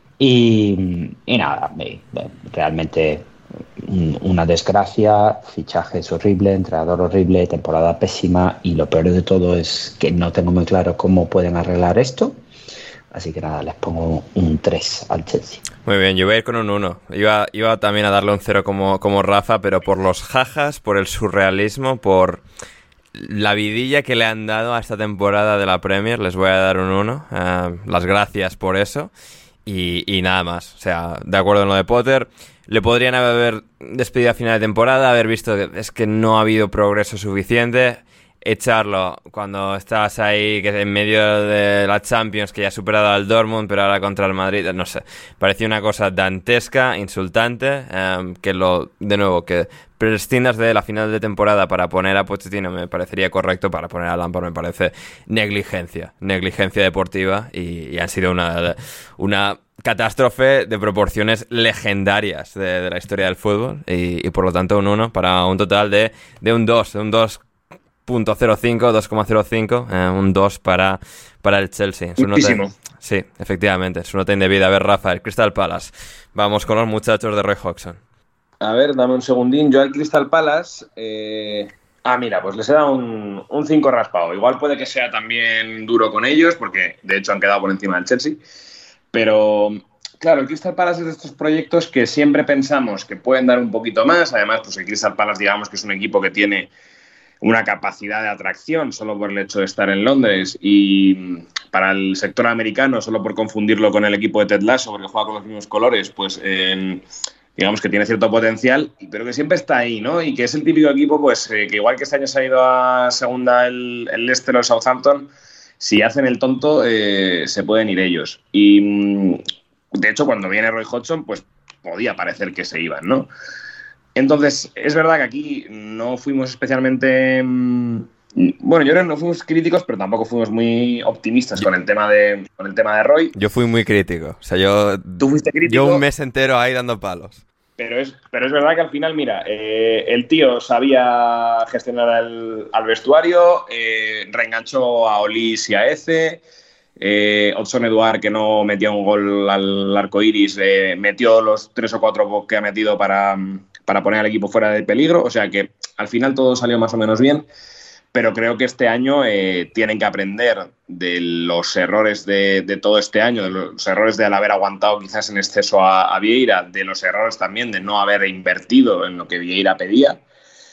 Y, y nada, realmente una desgracia, fichajes horrible, entrenador horrible, temporada pésima, y lo peor de todo es que no tengo muy claro cómo pueden arreglar esto. Así que nada, les pongo un tres al Chelsea. Muy bien, yo voy a ir con un uno. Iba, iba también a darle un cero como, como Rafa, pero por los jajas, por el surrealismo, por la vidilla que le han dado a esta temporada de la Premier, les voy a dar un uno. Uh, las gracias por eso. Y, y nada más. O sea, de acuerdo en lo de Potter. Le podrían haber despedido a final de temporada, haber visto que es que no ha habido progreso suficiente. echarlo cuando estás ahí, que en medio de la Champions, que ya ha superado al Dortmund, pero ahora contra el Madrid, no sé, parecía una cosa dantesca, insultante, eh, que lo, de nuevo, que prescindas de la final de temporada para poner a Pochettino me parecería correcto, para poner a Lampard me parece negligencia, negligencia deportiva, y, y han sido una, una catástrofe de proporciones legendarias de, de la historia del fútbol, y, y por lo tanto un uno para un total de, de un dos, de un dos punto cero cinco, dos coma cero cinco, eh, un dos para, para el Chelsea. Su nota, sí, efectivamente, su nota indebida. A ver, Rafa, el Crystal Palace. Vamos con los muchachos de Roy Hodgson. A ver, dame un segundín. Yo al Crystal Palace... Eh... Ah, mira, pues les he dado un, un cinco raspado. Igual puede que sea también duro con ellos, porque de hecho han quedado por encima del Chelsea. Pero, claro, el Crystal Palace es de estos proyectos que siempre pensamos que pueden dar un poquito más. Además, pues el Crystal Palace, digamos que es un equipo que tiene una capacidad de atracción solo por el hecho de estar en Londres, y para el sector americano, solo por confundirlo con el equipo de Ted Lasso, porque juega con los mismos colores, pues eh, digamos que tiene cierto potencial, pero que siempre está ahí, ¿no? Y que es el típico equipo, pues eh, que igual que este año se ha ido a segunda el, el Leicester o el Southampton, si hacen el tonto eh, se pueden ir ellos. Y de hecho, cuando viene Roy Hodgson, pues podía parecer que se iban, ¿no? Entonces, es verdad que aquí no fuimos especialmente... Bueno, yo creo que no fuimos críticos, pero tampoco fuimos muy optimistas con el tema de, con el tema de Roy. Yo fui muy crítico. O sea, yo... Tú fuiste crítico. Yo un mes entero ahí dando palos. Pero es, pero es verdad que al final, mira, eh, el tío sabía gestionar el, al vestuario, eh, reenganchó a Olis y a Eze, eh, Odson Eduard, que no metía un gol al arco iris, eh, metió los tres o cuatro que ha metido para... para poner al equipo fuera de peligro, o sea que al final todo salió más o menos bien, pero creo que este año eh, tienen que aprender de los errores de, de todo este año, de los errores de haber aguantado quizás en exceso a, a Vieira, de los errores también de no haber invertido en lo que Vieira pedía,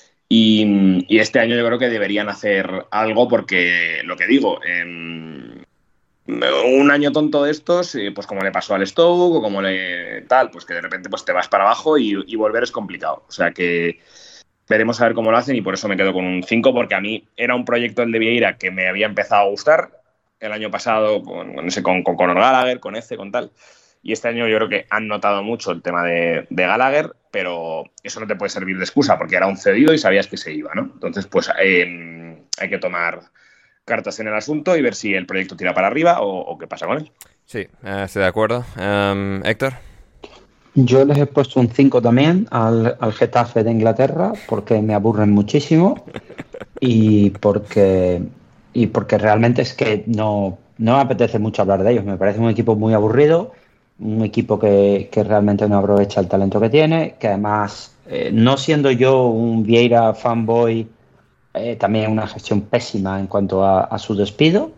y, y este año yo creo que deberían hacer algo, porque lo que digo, eh, un año tonto de estos, pues como le pasó al Stoke o como le tal, pues que de repente pues te vas para abajo y, y volver es complicado. O sea que veremos a ver cómo lo hacen, y por eso me quedo con un cinco, porque a mí era un proyecto el de Vieira que me había empezado a gustar el año pasado con, con, ese, con, con Conor Gallagher, con Eze, con tal. Y este año yo creo que han notado mucho el tema de, de Gallagher, pero eso no te puede servir de excusa, porque era un cedido y sabías que se iba, ¿no? Entonces pues eh, hay que tomar cartas en el asunto y ver si el proyecto tira para arriba o, o qué pasa con él. Sí, eh, estoy de acuerdo. Um, Héctor. Yo les he puesto un cinco también al, al Getafe de Inglaterra, porque me aburren muchísimo y porque y porque realmente es que no, no me apetece mucho hablar de ellos. Me parece un equipo muy aburrido, un equipo que, que realmente no aprovecha el talento que tiene, que además, eh, no siendo yo un Vieira fanboy, Eh, también una gestión pésima en cuanto a, a su despido,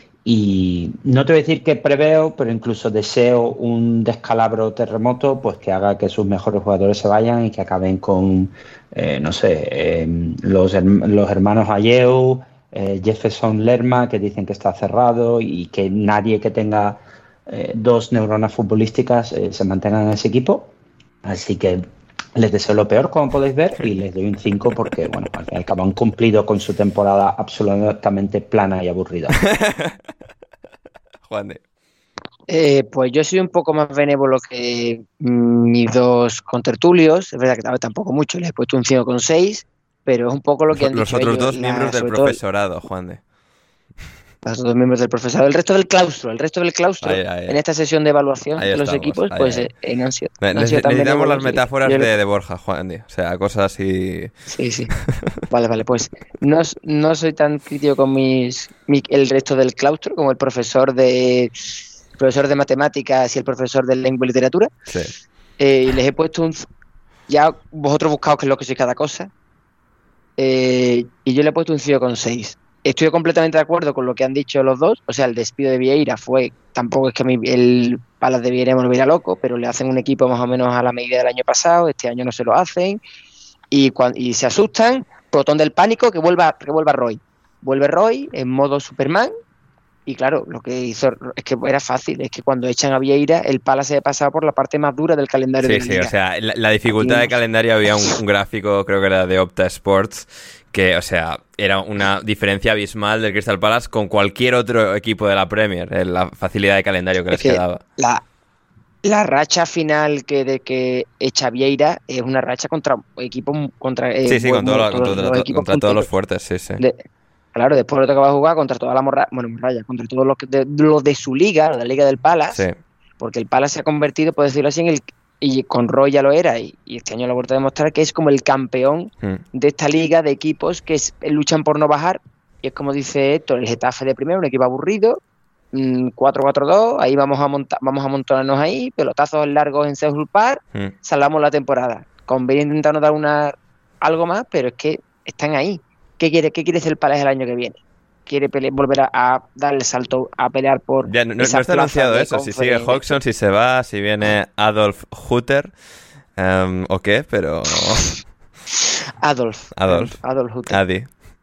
y no te voy a decir que preveo, pero incluso deseo un descalabro terremoto, pues que haga que sus mejores jugadores se vayan y que acaben con eh, no sé, eh, los, los hermanos Ayew, eh, Jefferson Lerma, que dicen que está cerrado, y que nadie que tenga eh, dos neuronas futbolísticas eh, se mantenga en ese equipo. Así que les deseo lo peor, como podéis ver, y les doy un cinco porque, bueno, al fin y al cabo han cumplido con su temporada absolutamente plana y aburrida. Juan de. Eh, pues yo soy un poco más benévolo que mis dos contertulios. Es verdad que tampoco mucho, les he puesto un cinco coma seis, pero es un poco lo que han Los dicho otros ellos, dos la, miembros del profesorado, Juan de. Los dos miembros del profesorado. El resto del claustro, el resto del claustro, ahí, ahí, en esta sesión de evaluación ahí de los estamos, equipos, ahí, pues ahí. Eh, no han sido, Ne- no han sido tan necesitamos benévolos, las metáforas y- de, de Borja, Juan de. O sea, cosas así. Sí, sí. Vale, vale, pues no, no soy tan crítico con mis mi- el resto del claustro como el profesor de el profesor de matemáticas y el profesor de lengua y literatura. Sí. Eh, y les he puesto un... Ya vosotros buscaos qué es lo que soy cada cosa. Eh, y yo le he puesto un cinco coma seis. Estoy completamente de acuerdo con lo que han dicho los dos. O sea, el despido de Vieira fue... Tampoco es que mi- el Palace de Vieira me volviera loco, pero le hacen un equipo más o menos a la medida del año pasado. Este año no se lo hacen. Y, cuan- y se asustan. Botón del pánico, que vuelva, que vuelva Roy. Vuelve Roy en modo Superman Y claro, lo que hizo es que era fácil, es que cuando echan a Vieira, el Palace se pasaba por la parte más dura del calendario sí, de la sí, liga. O sea, la, la dificultad Aquí, de calendario había un, un gráfico, creo que era de Opta Sports, que, o sea, era una diferencia abismal del Crystal Palace con cualquier otro equipo de la Premier, en la facilidad de calendario que les que quedaba. La, la racha final que de que echa Vieira es una racha contra equipos contra eh, sí, sí, con, todo lo, todos, contra, los to, equipos contra todos los fuertes, sí, sí. De, claro, después le tocaba jugar contra toda la morralla, bueno, morralla, contra todos los de, lo de su liga, de la liga del Palace, sí. Porque el Palace se ha convertido, por decirlo así, en el y con Roy ya lo era, y, y este año lo ha vuelto a demostrar que es como el campeón hmm. de esta liga de equipos que es, luchan por no bajar, y es como dice Héctor, el Getafe de primero, un equipo aburrido, mmm, cuatro cuatro dos, ahí vamos a montar, vamos a amontonarnos ahí, pelotazos largos en Selhurst Park, hmm. salvamos la temporada. Conviene intentarnos dar una algo más, pero es que están ahí. ¿Qué quiere, qué quiere ser el Palace el año que viene? ¿Quiere pele- volver a, a dar el salto a pelear por ya, no, no, esa no está anunciado eso, si sigue conferencia? Hodgson, si se va, si viene Adolf Hutter, um, o qué, pero... Adolf. Adolf. Adolf Hutter. Adi.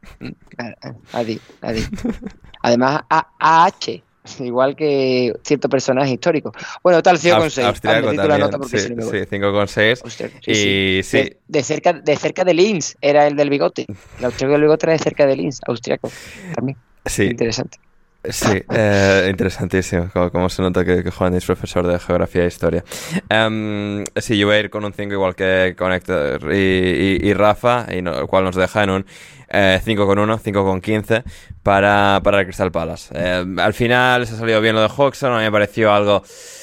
Adi, Adi. Además, A H, igual que cierto personaje histórico. Bueno, tal, cinco con seis. Austriaco Hazme, también, la nota porque sí, si no me sí, cinco con seis. Sí, y sí. sí. De, de, cerca, de cerca de Linz, era el del bigote. El austriaco del bigote era de cerca de Linz, austriaco también. Sí. Interesante. Sí, eh, interesantísimo, como, como se nota que, que Juan es profesor de geografía e historia. Um, sí, yo voy a ir con un cinco igual que con Héctor y, y, y Rafa, y no, el cual nos deja en un eh, cinco con uno, cinco con quince para, para el Crystal Palace. Eh, al final se ha salido bien lo de Hodgson, a mí me pareció algo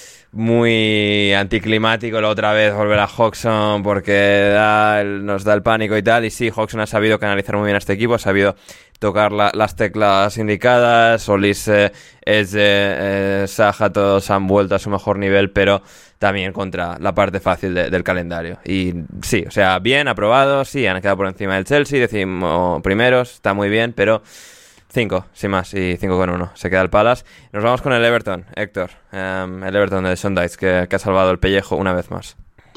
muy anticlimático la otra vez volver a Hodgson porque da el, nos da el pánico y tal, y sí, Hodgson ha sabido canalizar muy bien a este equipo, ha sabido tocar la, las teclas indicadas, Olise, Eze, eh, Saja, todos han vuelto a su mejor nivel, pero también contra la parte fácil de, del calendario. Y sí, o sea, bien, aprobado, sí, han quedado por encima del Chelsea, decimos primeros, está muy bien, pero cinco, sin más, y cinco con uno. Se queda el Palace. Nos vamos con el Everton, Héctor. Um, el Everton de Sean Dyche, que, que ha salvado el pellejo una vez más.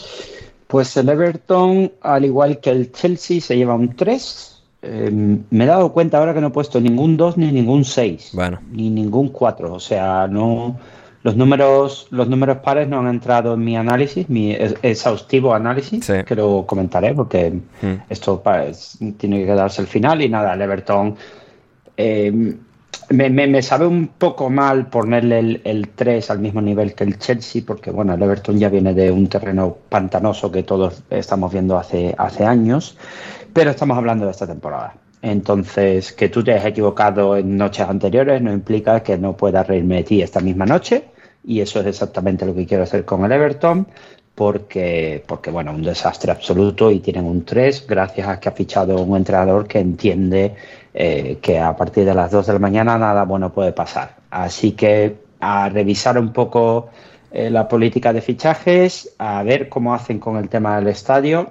Pues el Everton, al igual que el Chelsea, se lleva un tres. Eh, me he dado cuenta ahora que no he puesto ningún dos ni ningún seis, bueno. ni ningún cuatro. O sea, no los números los números pares no han entrado en mi análisis, mi exhaustivo análisis, sí. Que lo comentaré porque mm. esto pues, tiene que quedarse al final. Y nada, el Everton eh, me, me, me sabe un poco mal ponerle el, el tres al mismo nivel que el Chelsea, porque bueno, el Everton ya viene de un terreno pantanoso que todos estamos viendo hace, hace años. Pero estamos hablando de esta temporada. Entonces, que tú te hayas equivocado en noches anteriores no implica que no pueda reírme de ti esta misma noche. Y eso es exactamente lo que quiero hacer con el Everton. Porque, porque bueno, un desastre absoluto y tienen un tres gracias a que ha fichado un entrenador que entiende eh, que a partir de las dos de la mañana nada bueno puede pasar. Así que a revisar un poco eh, la política de fichajes, a ver cómo hacen con el tema del estadio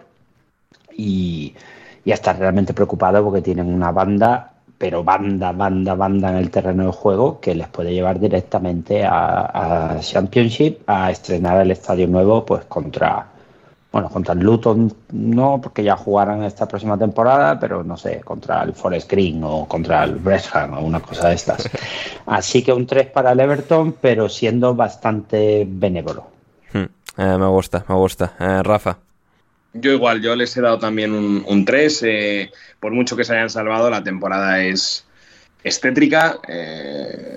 y... y a estar realmente preocupado porque tienen una banda, pero banda, banda, banda en el terreno de juego que les puede llevar directamente a, a Championship, a estrenar el estadio nuevo pues contra, bueno, contra el Luton no, porque ya jugarán esta próxima temporada, pero no sé, contra el Forest Green o contra el Wrexham o una cosa de estas. Así que un tres para el Everton, pero siendo bastante benévolo. Hmm, eh, me gusta, me gusta. Eh, Rafa. Yo igual, yo les he dado también un, un tres, eh, por mucho que se hayan salvado, la temporada es, es tétrica, eh,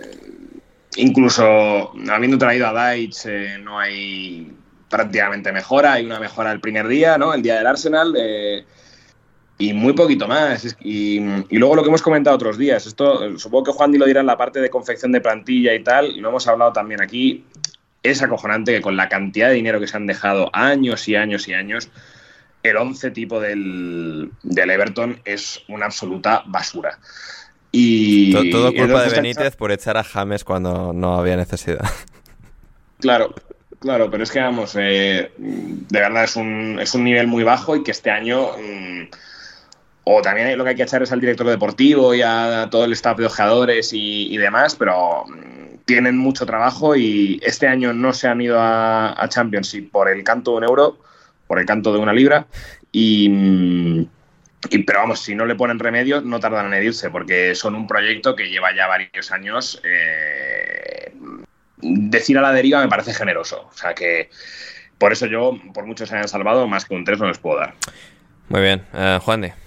incluso habiendo traído a Dyche eh, no hay prácticamente mejora, hay una mejora el primer día, ¿no? El día del Arsenal, eh, y muy poquito más, y, y luego lo que hemos comentado otros días, esto supongo que Juan Di lo dirá en la parte de confección de plantilla y tal, y lo hemos hablado también aquí, es acojonante que con la cantidad de dinero que se han dejado años y años y años, el once tipo del, del Everton es una absoluta basura. Y todo, todo culpa de Benítez por echar a James cuando no había necesidad. Claro, claro, pero es que vamos, eh, de verdad es un, es un nivel muy bajo y que este año, mmm, o también lo que hay que echar es al director deportivo y a todo el staff de ojeadores y, y demás, pero mmm, tienen mucho trabajo y este año no se han ido a, a Championship por el canto de un euro, por el canto de una libra, y, Y, pero vamos, si no le ponen remedio, no tardan en irse, porque son un proyecto que lleva ya varios años. Eh, decir a la deriva me parece generoso. O sea que por eso yo, por mucho se hayan salvado, más que un tres no les puedo dar. Muy bien. Uh, Juan de.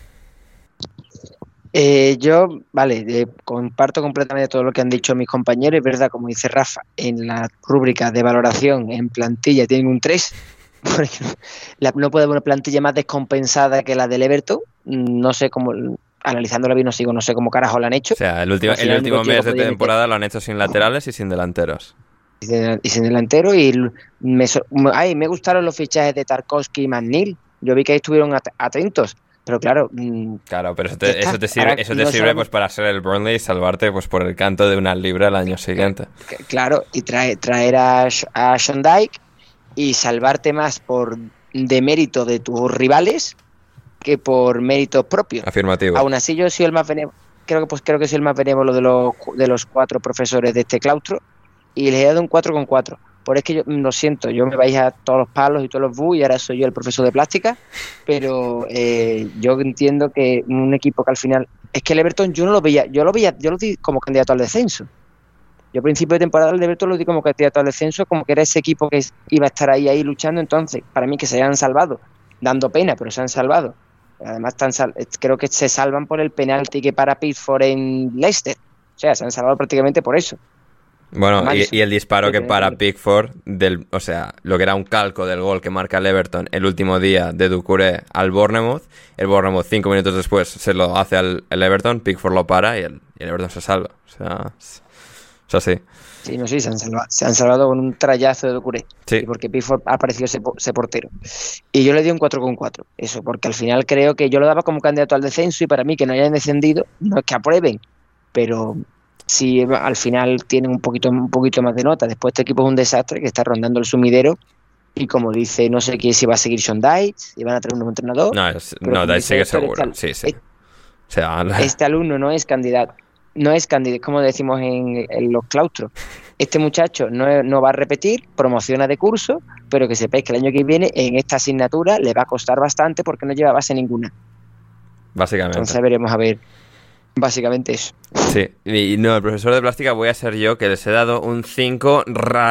Eh, yo, vale, eh, comparto completamente todo lo que han dicho mis compañeros. Es verdad, como dice Rafa, en la rúbrica de valoración en plantilla tienen un tres. Porque la, no puede haber una plantilla más descompensada que la del Everton. No sé cómo, analizándola bien, no sigo, no sé cómo carajo la han hecho. O sea, el último, el último mes de temporada meter. Lo han hecho sin laterales y sin delanteros. Y sin, y sin delantero. Y me, ay, me gustaron los fichajes de Tarkowski y McNeil. Yo vi que ahí estuvieron at- atentos. Pero claro... Claro, pero eso te, eso te sirve, eso te no sirve pues para ser el Burnley y salvarte pues por el canto de una libra el año siguiente. Claro, y trae, traer a, a Sean Dyche y salvarte más por demérito de tus rivales que por méritos propios. Afirmativo. Aún así yo soy el más benévolo, creo que pues creo que soy el más benévolo de los de los cuatro profesores de este claustro y les he dado un cuatro con cuatro. Por es que yo lo siento, yo me vais a todos los palos y todos los bu y ahora soy yo el profesor de plástica, pero eh, yo entiendo que un equipo que al final es que el Everton yo no lo veía, yo lo veía, yo lo di como candidato al descenso. Yo a principio de temporada el Everton lo di como candidato al descenso, como que era ese equipo que iba a estar ahí ahí luchando. Entonces, para mí que se hayan salvado, dando pena, pero se han salvado. Además están sal- creo que se salvan por el penalti que para Pickford en Leicester. O sea, se han salvado prácticamente por eso. Bueno, y, y el disparo que para Pickford, del, o sea, lo que era un calco del gol que marca el Everton el último día de Doucouré al Bournemouth, el Bournemouth cinco minutos después se lo hace al el Everton, Pickford lo para y el, y el Everton se salva. O sea, es, es así. Sí, no, sí, se han salvado, se han salvado con un trayazo de Doucouré. Sí. Porque Pickford ha aparecido ese, ese portero. Y yo le di un cuatro con cuatro. Eso, porque al final creo que yo lo daba como candidato al descenso y para mí que no hayan descendido, no es que aprueben, pero... si al final tienen un poquito un poquito más de nota. Después este equipo es un desastre que está rondando el sumidero y como dice, no sé quién si va a seguir Sean Dyche, si van a traer un nuevo entrenador. No, es, no Dyche sigue seguro. Este, sí, sí. O sea, este alumno no es candidato, no es candidato, como decimos en, en los claustros. Este muchacho no, no va a repetir, promociona de curso, pero que sepáis que el año que viene en esta asignatura le va a costar bastante porque no lleva base ninguna. Básicamente. Entonces veremos a ver. Básicamente eso. Sí, y no, el profesor de plástica voy a ser yo, que les he dado un cinco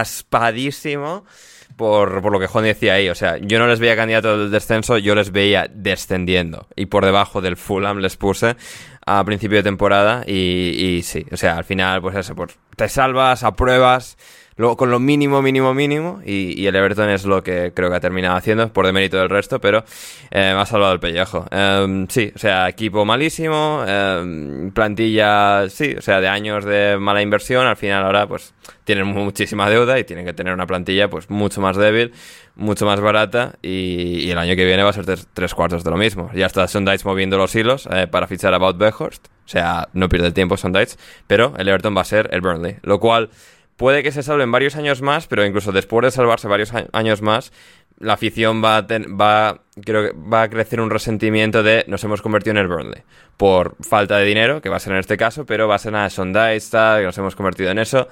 raspadísimo por, por lo que Juan decía ahí. O sea, yo no les veía candidato del descenso, yo les veía descendiendo. Y por debajo del Fulham les puse a principio de temporada y, y sí, o sea, al final pues eso, pues te salvas, apruebas... Luego, con lo mínimo, mínimo, mínimo, y, y el Everton es lo que creo que ha terminado haciendo, por demérito del resto, pero eh, me ha salvado el pellejo. Eh, sí, o sea, equipo malísimo, eh, plantilla, sí, o sea, de años de mala inversión, al final ahora pues tienen muchísima deuda y tienen que tener una plantilla pues mucho más débil, mucho más barata, y, y el año que viene va a ser tres, tres cuartos de lo mismo. Ya está Sean Dyche moviendo los hilos eh, para fichar a Wout Weghorst, o sea, no pierde el tiempo Sean Dyche, pero el Everton va a ser el Burnley, lo cual... puede que se salven varios años más, pero incluso después de salvarse varios años más, la afición va a, ten, va, creo que va a crecer un resentimiento de nos hemos convertido en el Burnley. Por falta de dinero, que va a ser en este caso, pero va a ser nada de Sean Dyche, que nos hemos convertido en eso.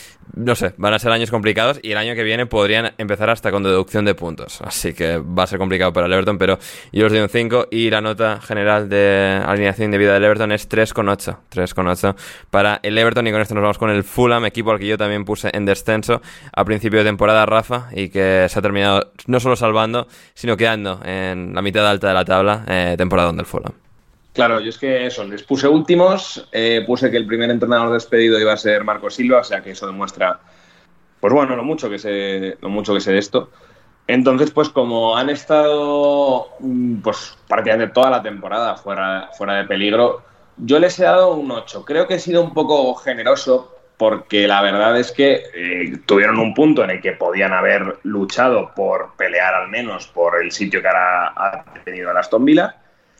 No sé, van a ser años complicados y el año que viene podrían empezar hasta con deducción de puntos. Así que va a ser complicado para el Everton, pero yo os doy un cinco y la nota general de alineación indebida del Everton es tres con ocho. tres con ocho para el Everton, y con esto nos vamos con el Fulham, equipo al que yo también puse en descenso a principio de temporada, Rafa, y que se ha terminado no solo salvando, sino quedando en la mitad alta de la tabla, eh, temporada del Fulham. Claro, yo es que eso, les puse últimos, eh, puse que el primer entrenador despedido iba a ser Marco Silva, o sea que eso demuestra, pues bueno, lo mucho que sé, lo mucho que sé de esto. Entonces, pues como han estado pues prácticamente toda la temporada fuera, fuera de peligro, yo les he dado un ocho. Creo que he sido un poco generoso porque la verdad es que eh, tuvieron un punto en el que podían haber luchado por pelear al menos por el sitio que ahora ha tenido el Aston Villa.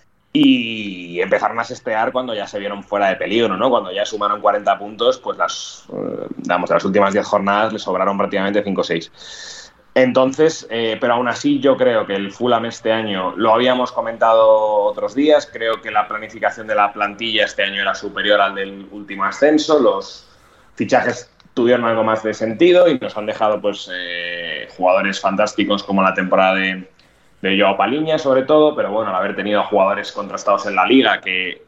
Y empezaron a sestear cuando ya se vieron fuera de peligro, ¿no? Cuando ya sumaron cuarenta puntos, pues las, eh, digamos, las últimas diez jornadas les sobraron prácticamente cinco o seis. Entonces, eh, pero aún así yo creo que el Fulham este año, lo habíamos comentado otros días, creo que la planificación de la plantilla este año era superior al del último ascenso, los fichajes tuvieron algo más de sentido y nos han dejado pues eh, jugadores fantásticos como la temporada de de Joao Paliña sobre todo, pero bueno, al haber tenido jugadores contrastados en la liga que,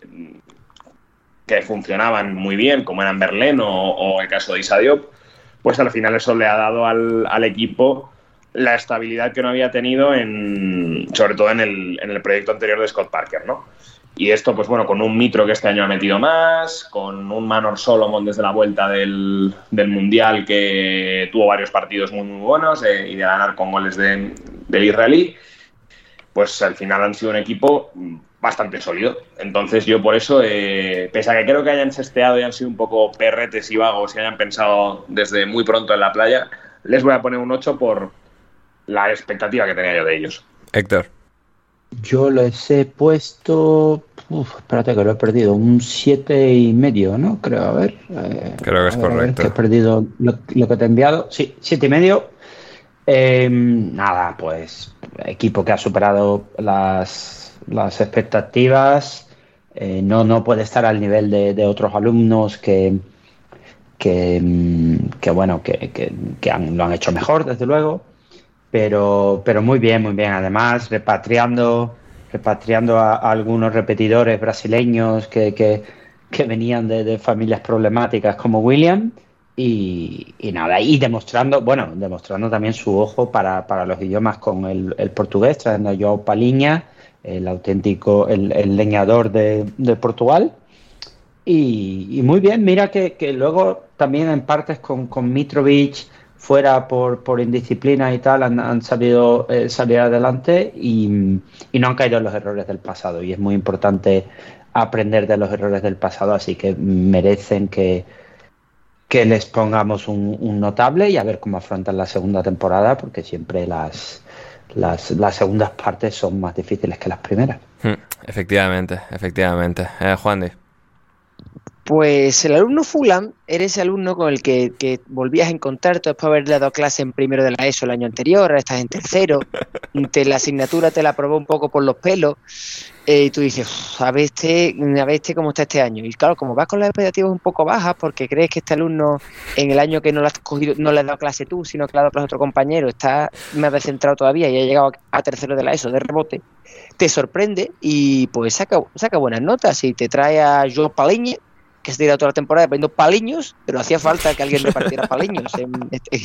que funcionaban muy bien, como eran Berlén o, o el caso de Issa Diop, pues al final eso le ha dado al, al equipo la estabilidad que no había tenido, en, sobre todo en el, en el proyecto anterior de Scott Parker, ¿no? Y esto, pues bueno, con un Mitro que este año ha metido más, con un Manor Solomon desde la vuelta del, del Mundial que tuvo varios partidos muy, muy buenos eh, y de ganar con goles de, del israelí, pues al final han sido un equipo bastante sólido. Entonces yo por eso, eh, pese a que creo que hayan sesteado y han sido un poco perretes y vagos y hayan pensado desde muy pronto en la playa, les voy a poner un ocho por la expectativa que tenía yo de ellos. Héctor. Yo les he puesto... Uf, espérate que lo he perdido. Un siete y medio, ¿no? Creo, a ver. Eh, Creo que es a ver, correcto. A ver, que he perdido lo, lo que te he enviado. Sí, siete y medio. Eh, nada, pues equipo que ha superado las, las expectativas. Eh, no, no puede estar al nivel de, de otros alumnos que, que, que bueno, que, que, que han, lo han hecho mejor, desde luego. Pero, pero muy bien, muy bien. Además, repatriando, repatriando a, a algunos repetidores brasileños que, que, que venían de, de familias problemáticas como William. Y, y nada, y demostrando, bueno, demostrando también su ojo para, para los idiomas con el, el portugués, trayendo a Joao Paliña, el auténtico, el, el leñador de, de Portugal. Y, y muy bien, mira que, que luego también en partes con, con Mitrovic fuera por, por indisciplina y tal, han, han sabido eh, salir adelante y, y no han caído en los errores del pasado. Y es muy importante aprender de los errores del pasado, así que merecen que que les pongamos un, un notable y a ver cómo afrontan la segunda temporada, porque siempre las, las, las segundas partes son más difíciles que las primeras. Hmm, efectivamente, efectivamente. Eh, Juandi. Pues el alumno Fulham era ese alumno con el que, que volvías a encontrarte después de haber dado clase en primero de la ESO el año anterior, ahora estás en tercero, te, la asignatura te la aprobó un poco por los pelos, eh, y tú dices, a ver, este, a ver este cómo está este año. Y claro, como vas con las expectativas un poco bajas porque crees que este alumno en el año que no le has cogido, no le has dado clase tú, sino que le has dado clase a otro compañero, está más descentrado todavía y ha llegado a tercero de la ESO de rebote, te sorprende y pues saca, saca buenas notas y te trae a Joao Paliña, que se tirado toda la temporada poniendo paliños, pero hacía falta que alguien repartiera paliños en este,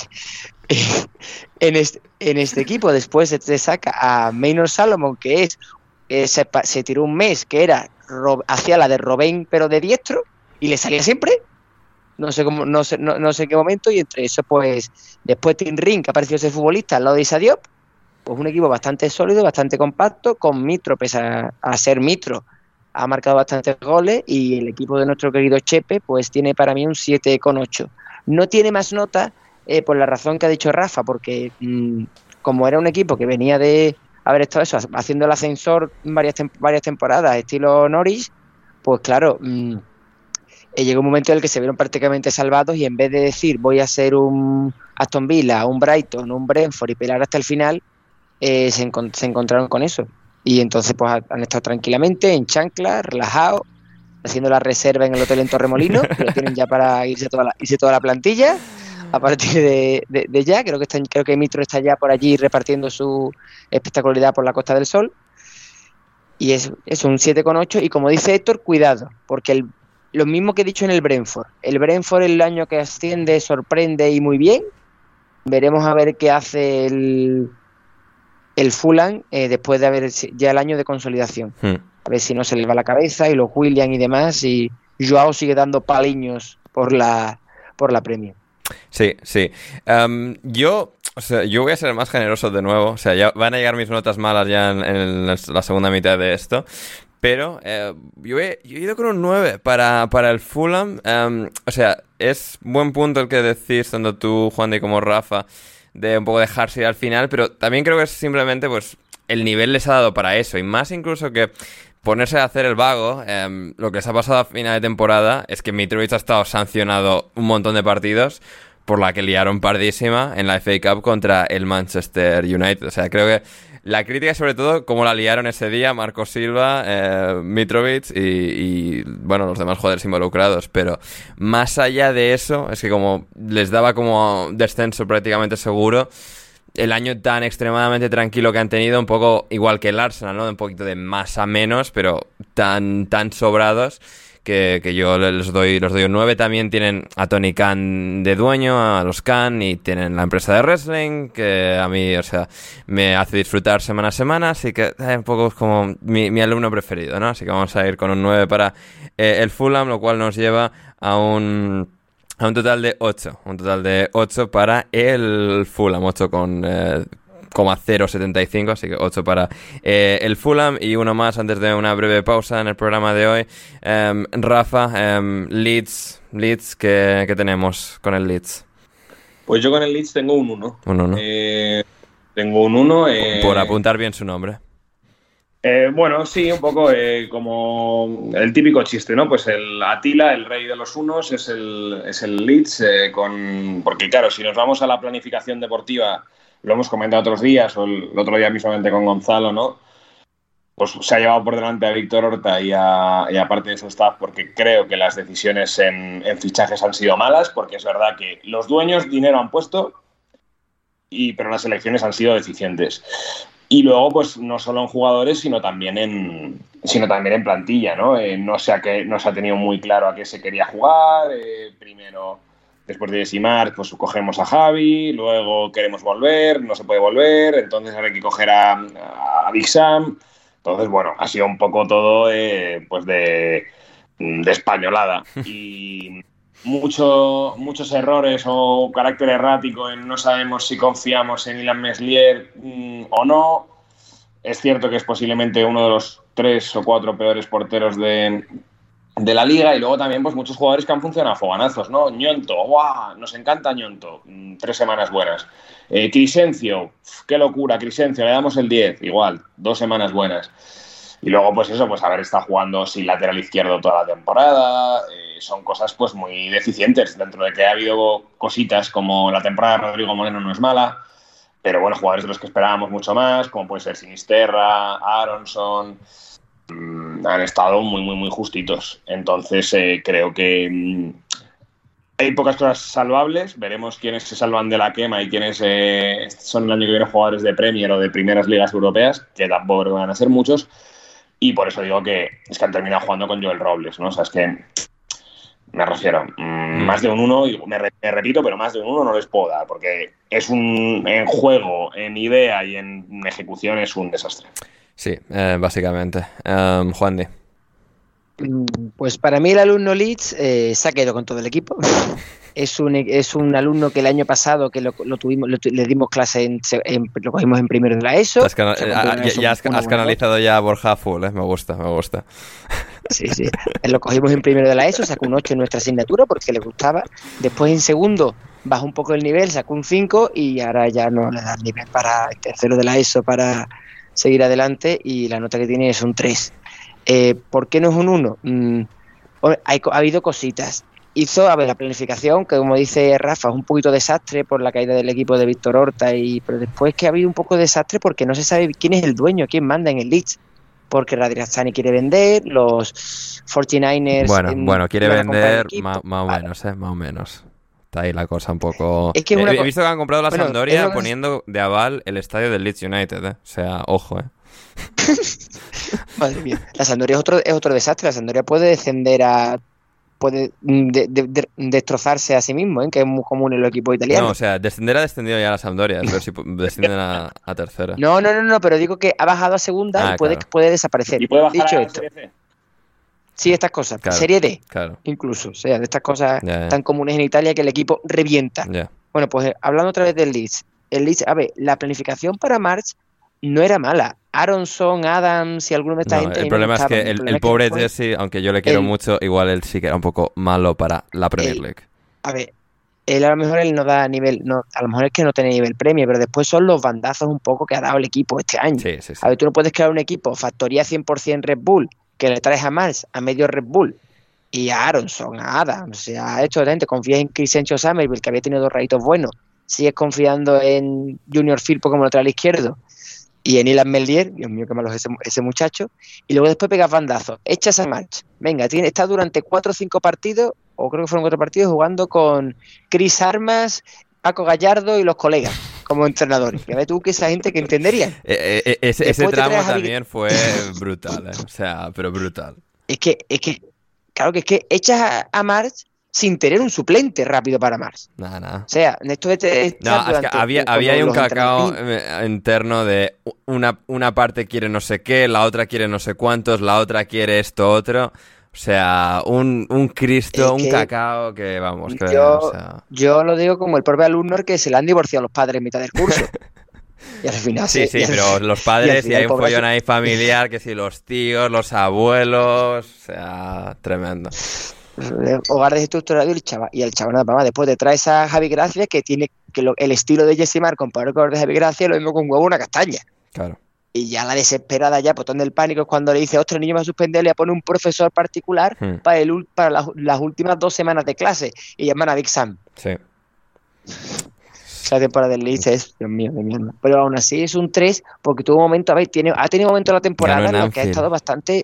en este, en este equipo. Después se te saca a Manor Solomon, que es eh, se, se tiró un mes que era hacía la de Robben, pero de diestro, y le salía siempre. No sé cómo, no sé, no, no sé qué momento, y entre eso, pues, después Tim Ring, que apareció ese futbolista al lado de Issa Diop, pues un equipo bastante sólido, bastante compacto, con Mitro, pese a, a ser Mitro, ha marcado bastantes goles y el equipo de nuestro querido Chepe pues tiene para mí un siete coma ocho. No tiene más nota eh, por la razón que ha dicho Rafa, porque mmm, como era un equipo que venía de haber estado eso, haciendo el ascensor varias, tem- varias temporadas, estilo Norwich, pues claro, mmm, eh, llegó un momento en el que se vieron prácticamente salvados y en vez de decir voy a ser un Aston Villa, un Brighton, un Brentford y pelear hasta el final, eh, se, encont- se encontraron con eso. Y entonces pues han estado tranquilamente en chancla, relajados, haciendo la reserva en el hotel en Torremolinos, que lo tienen ya para irse toda la, irse toda la plantilla a partir de, de, de ya. Creo que están, creo que Mitro está ya por allí repartiendo su espectacularidad por la Costa del Sol. Y es, es un siete coma ocho. Y como dice Héctor, cuidado, porque el, lo mismo que he dicho en el Brentford. El Brentford el año que asciende sorprende y muy bien. Veremos a ver qué hace el... el Fulham eh, después de haber ya el año de consolidación. Hmm. A ver si no se le va la cabeza y los William y demás, y Joao sigue dando paliños por la por la Premier. Sí, sí. Um, yo, o sea, yo voy a ser más generoso de nuevo. O sea, ya van a llegar mis notas malas ya en, en la segunda mitad de esto. Pero eh, yo, he, yo he ido con un nueve para, para el Fulham. Um, o sea, es buen punto el que decís, tanto tú, Juan, y como Rafa, de un poco dejarse ir al final, pero también creo que es simplemente pues el nivel les ha dado para eso, y más incluso que ponerse a hacer el vago. Eh, lo que les ha pasado a final de temporada es que Mitrovic ha estado sancionado un montón de partidos por la que liaron pardísima en la F A Cup contra el Manchester United. O sea, creo que la crítica es sobre todo cómo la liaron ese día Marco Silva, eh, Mitrovic y, y, bueno, los demás jugadores involucrados. Pero más allá de eso, es que como les daba como descenso prácticamente seguro, el año tan extremadamente tranquilo que han tenido, un poco igual que el Arsenal, ¿no? Un poquito de más a menos, pero tan, tan sobrados que, que yo les doy, los doy un nueve. También tienen a Tony Khan de dueño, a los Khan, y tienen la empresa de wrestling, que a mí, o sea, me hace disfrutar semana a semana, así que eh, un poco es como mi, mi alumno preferido, ¿no? Así que vamos a ir con un nueve para eh, el Fulham, lo cual nos lleva a un... A un total de ocho. Un total de ocho para el Fulham. ocho con eh, cero setenta y cinco. Así que ocho para eh, el Fulham. Y uno más antes de una breve pausa en el programa de hoy. Um, Rafa, um, Leeds. Leeds, ¿qué, ¿qué tenemos con el Leeds? Pues yo con el Leeds tengo un uno. Un uno. Eh, tengo un uno. Eh... Por apuntar bien su nombre. Eh, bueno, sí, un poco eh, como el típico chiste, ¿no? Pues el Atila, el rey de los unos, es el, es el Leeds, eh, con... porque claro, si nos vamos a la planificación deportiva, lo hemos comentado otros días, o el, el otro día mismamente con Gonzalo, ¿no? Pues se ha llevado por delante a Víctor Horta y a, y a parte de su staff, porque creo que las decisiones en, en fichajes han sido malas, porque es verdad que los dueños dinero han puesto, y, pero las elecciones han sido deficientes. Y luego, pues, no solo en jugadores, sino también en, sino también en plantilla, ¿no? Eh, no, se ha que, no se ha tenido muy claro a qué se quería jugar. Eh, primero, después de Desimar, pues cogemos a Javi, luego queremos volver, no se puede volver, entonces ahora hay que coger a, a Big Sam. Entonces, bueno, ha sido un poco todo, eh, pues, de, de españolada. Y... Mucho, muchos errores o carácter errático en no sabemos si confiamos en Ilan Meslier mmm, o no. Es cierto que es posiblemente uno de los tres o cuatro peores porteros de, de la liga, y luego también pues muchos jugadores que han funcionado a foganazos, ¿no? Ñonto, ¡guau! Nos encanta Ñonto, mmm, tres semanas buenas. Eh, Criscencio, qué locura, Criscencio, le damos el diez, igual, dos semanas buenas. Y luego, pues eso, pues haber estado jugando sin lateral izquierdo toda la temporada, eh, son cosas pues muy deficientes, dentro de que ha habido cositas como la temporada de Rodrigo Moreno no es mala, pero bueno, jugadores de los que esperábamos mucho más, como puede ser Sinisterra, Aronson, mmm, han estado muy, muy, muy justitos. Entonces, eh, creo que mmm, hay pocas cosas salvables, veremos quiénes se salvan de la quema y quiénes eh, son el año que viene jugadores de Premier o de primeras ligas europeas, que tampoco van a ser muchos. Y por eso digo que es que han terminado jugando con Joel Robles, ¿no? O sea, es que me refiero, mmm, más de un uno, y me, re, me repito, pero más de un uno no les puedo dar, porque es un, en juego, en idea y en ejecución es un desastre. Sí, eh, básicamente. Um, Juan Di. Pues para mí el alumno Leeds eh, se ha quedado con todo el equipo. Es un, es un alumno que el año pasado que lo, lo tuvimos, lo, le dimos clase en, en, lo cogimos en primero de la ESO. Has cana- ya, ya, ya has, has canalizado ya a Borja full, ¿eh? Me gusta, me gusta. Sí, sí. Lo cogimos en primero de la ESO, sacó un ocho en nuestra asignatura porque le gustaba. Después en segundo bajó un poco el nivel, sacó un cinco y ahora ya no le da el nivel para el tercero de la ESO para seguir adelante, y la nota que tiene es un tres. Eh, ¿Por qué no es un uno? Mm, hay, ha habido cositas. Hizo, a ver, la planificación, que como dice Rafa, es un poquito desastre por la caída del equipo de Víctor Horta, y pero después que ha habido un poco de desastre porque no se sabe quién es el dueño, quién manda en el Leeds, porque Radrizzani quiere vender, los cuarenta y nueve ers... Bueno, en, bueno, quiere vender más, más o menos, ¿eh? Más o menos. Está ahí la cosa un poco... Es que una... He visto que han comprado la bueno, Sampdoria una... poniendo de aval el estadio del Leeds United, ¿eh? O sea, ojo, ¿eh? Madre mía. La Sampdoria es otro, es otro desastre. La Sampdoria puede descender a... puede de, de, de, destrozarse a sí mismo, ¿eh? Que es muy común en los equipos italianos. No, o sea, descender ha descendido ya a la Sampdoria, a ver si descienden a, a tercera. No, no, no, no, pero digo que ha bajado a segunda ah, y puede, claro. puede desaparecer. ¿Y puede bajar Dicho a esto, Serie C? Sí, estas cosas. Claro, Serie D, claro. Incluso. O sea, de estas cosas ya, ya. tan comunes en Italia que el equipo revienta. Ya. Bueno, pues hablando otra vez del Leeds. El Leeds, a ver, la planificación para March no era mala. Aronson, Adams y alguno de esta no, gente... El problema es que el, el, el pobre fue... Jesse, aunque yo le quiero el... mucho, igual él sí que era un poco malo para la Premier el... League. A ver, él a lo mejor él no da nivel... no a lo mejor es que no tiene nivel Premier, pero después son los bandazos un poco que ha dado el equipo este año. Sí, sí, sí. A ver, tú no puedes crear un equipo factoría cien por ciento Red Bull, que le traes a March a medio Red Bull, y a Aronson, a Adams, o sea, a esto de gente, confías en Crescencio Summerville, que había tenido dos rayitos buenos, sigues confiando en Junior Firpo como lateral izquierdo, y en Ilan Meslier, Dios mío, qué malo es ese, ese muchacho, y luego después pegas bandazos, echas a March, venga, tiene, está durante cuatro o cinco partidos, o creo que fueron cuatro partidos, jugando con Chris Armas, Paco Gallardo y los colegas, como entrenadores. Que ves tú que esa gente que entendería. Eh, eh, ese, ese tramo también fue brutal, ¿eh? O sea, pero brutal. Es que, es que, claro que es que echas a, a March sin tener un suplente rápido para March. Nada, nada. O sea, en esto de... de no, es que había, había ahí un cacao interno de una, una parte quiere no sé qué, la otra quiere no sé cuántos, la otra quiere esto otro... O sea, un, un Cristo, un cacao que vamos. Que, yo, o sea... yo lo digo como el propio alumno que se le han divorciado los padres en mitad del curso. Y al final sí, sí, al, pero los padres y, y hay un follón así... ahí familiar, que si los tíos, los abuelos, o sea, tremendo. Hogar desestructurado y el chaval, y el chaval nada más. Después te traes a Javi Gracia, que tiene que lo, el estilo de Jesse Mark comparado con el de Javi Gracia, lo mismo con un huevo una castaña. Claro. Y ya la desesperada, ya botón del pánico, es cuando le dice, ostras, niño, me va a suspender, le pone un profesor particular hmm. para, el, para las, las últimas dos semanas de clase y llaman a Big Sam. Sí. Esa temporada del Leeds es, Dios mío, de mierda. Pero aún así es un tres, porque tuvo un momento, a ver, tiene, ha tenido un momento en la temporada en, en el que ha estado bastante...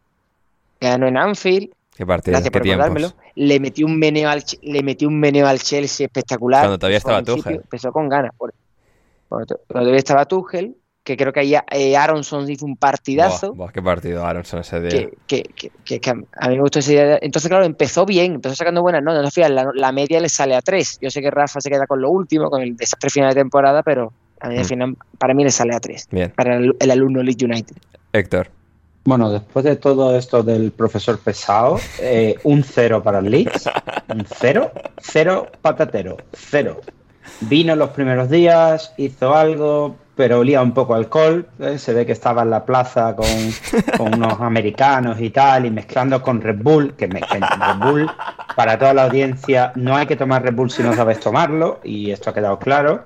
Ganó en Anfield. Qué partido, gracias qué por recordármelo. Le metió un meneo al le metió un meneo al Chelsea espectacular. Cuando todavía estaba Tuchel. Empezó con ganas. Por, cuando todavía estaba Tuchel, que creo que ahí eh, Aronson hizo un partidazo. Buah, buah, qué partido Aronson ese día. Que, que, que, que, que a mí me gustó esa idea. Entonces, claro, empezó bien, empezó sacando buenas notas. No, fíjate, la, la media le sale a tres. Yo sé que Rafa se queda con lo último, con el desastre final de temporada, pero a mí, mm. al final, para mí le sale a tres. Bien. Para el, el alumno Leeds United. Héctor. Bueno, después de todo esto del profesor pesado, eh, un cero para el Leeds. Un cero. Cero patatero. Cero. Vino los primeros días, hizo algo... pero olía un poco a alcohol, ¿eh? Se ve que estaba en la plaza con, con unos americanos y tal, y mezclando con Red Bull, que, me, que Red Bull, para toda la audiencia, no hay que tomar Red Bull si no sabes tomarlo, y esto ha quedado claro.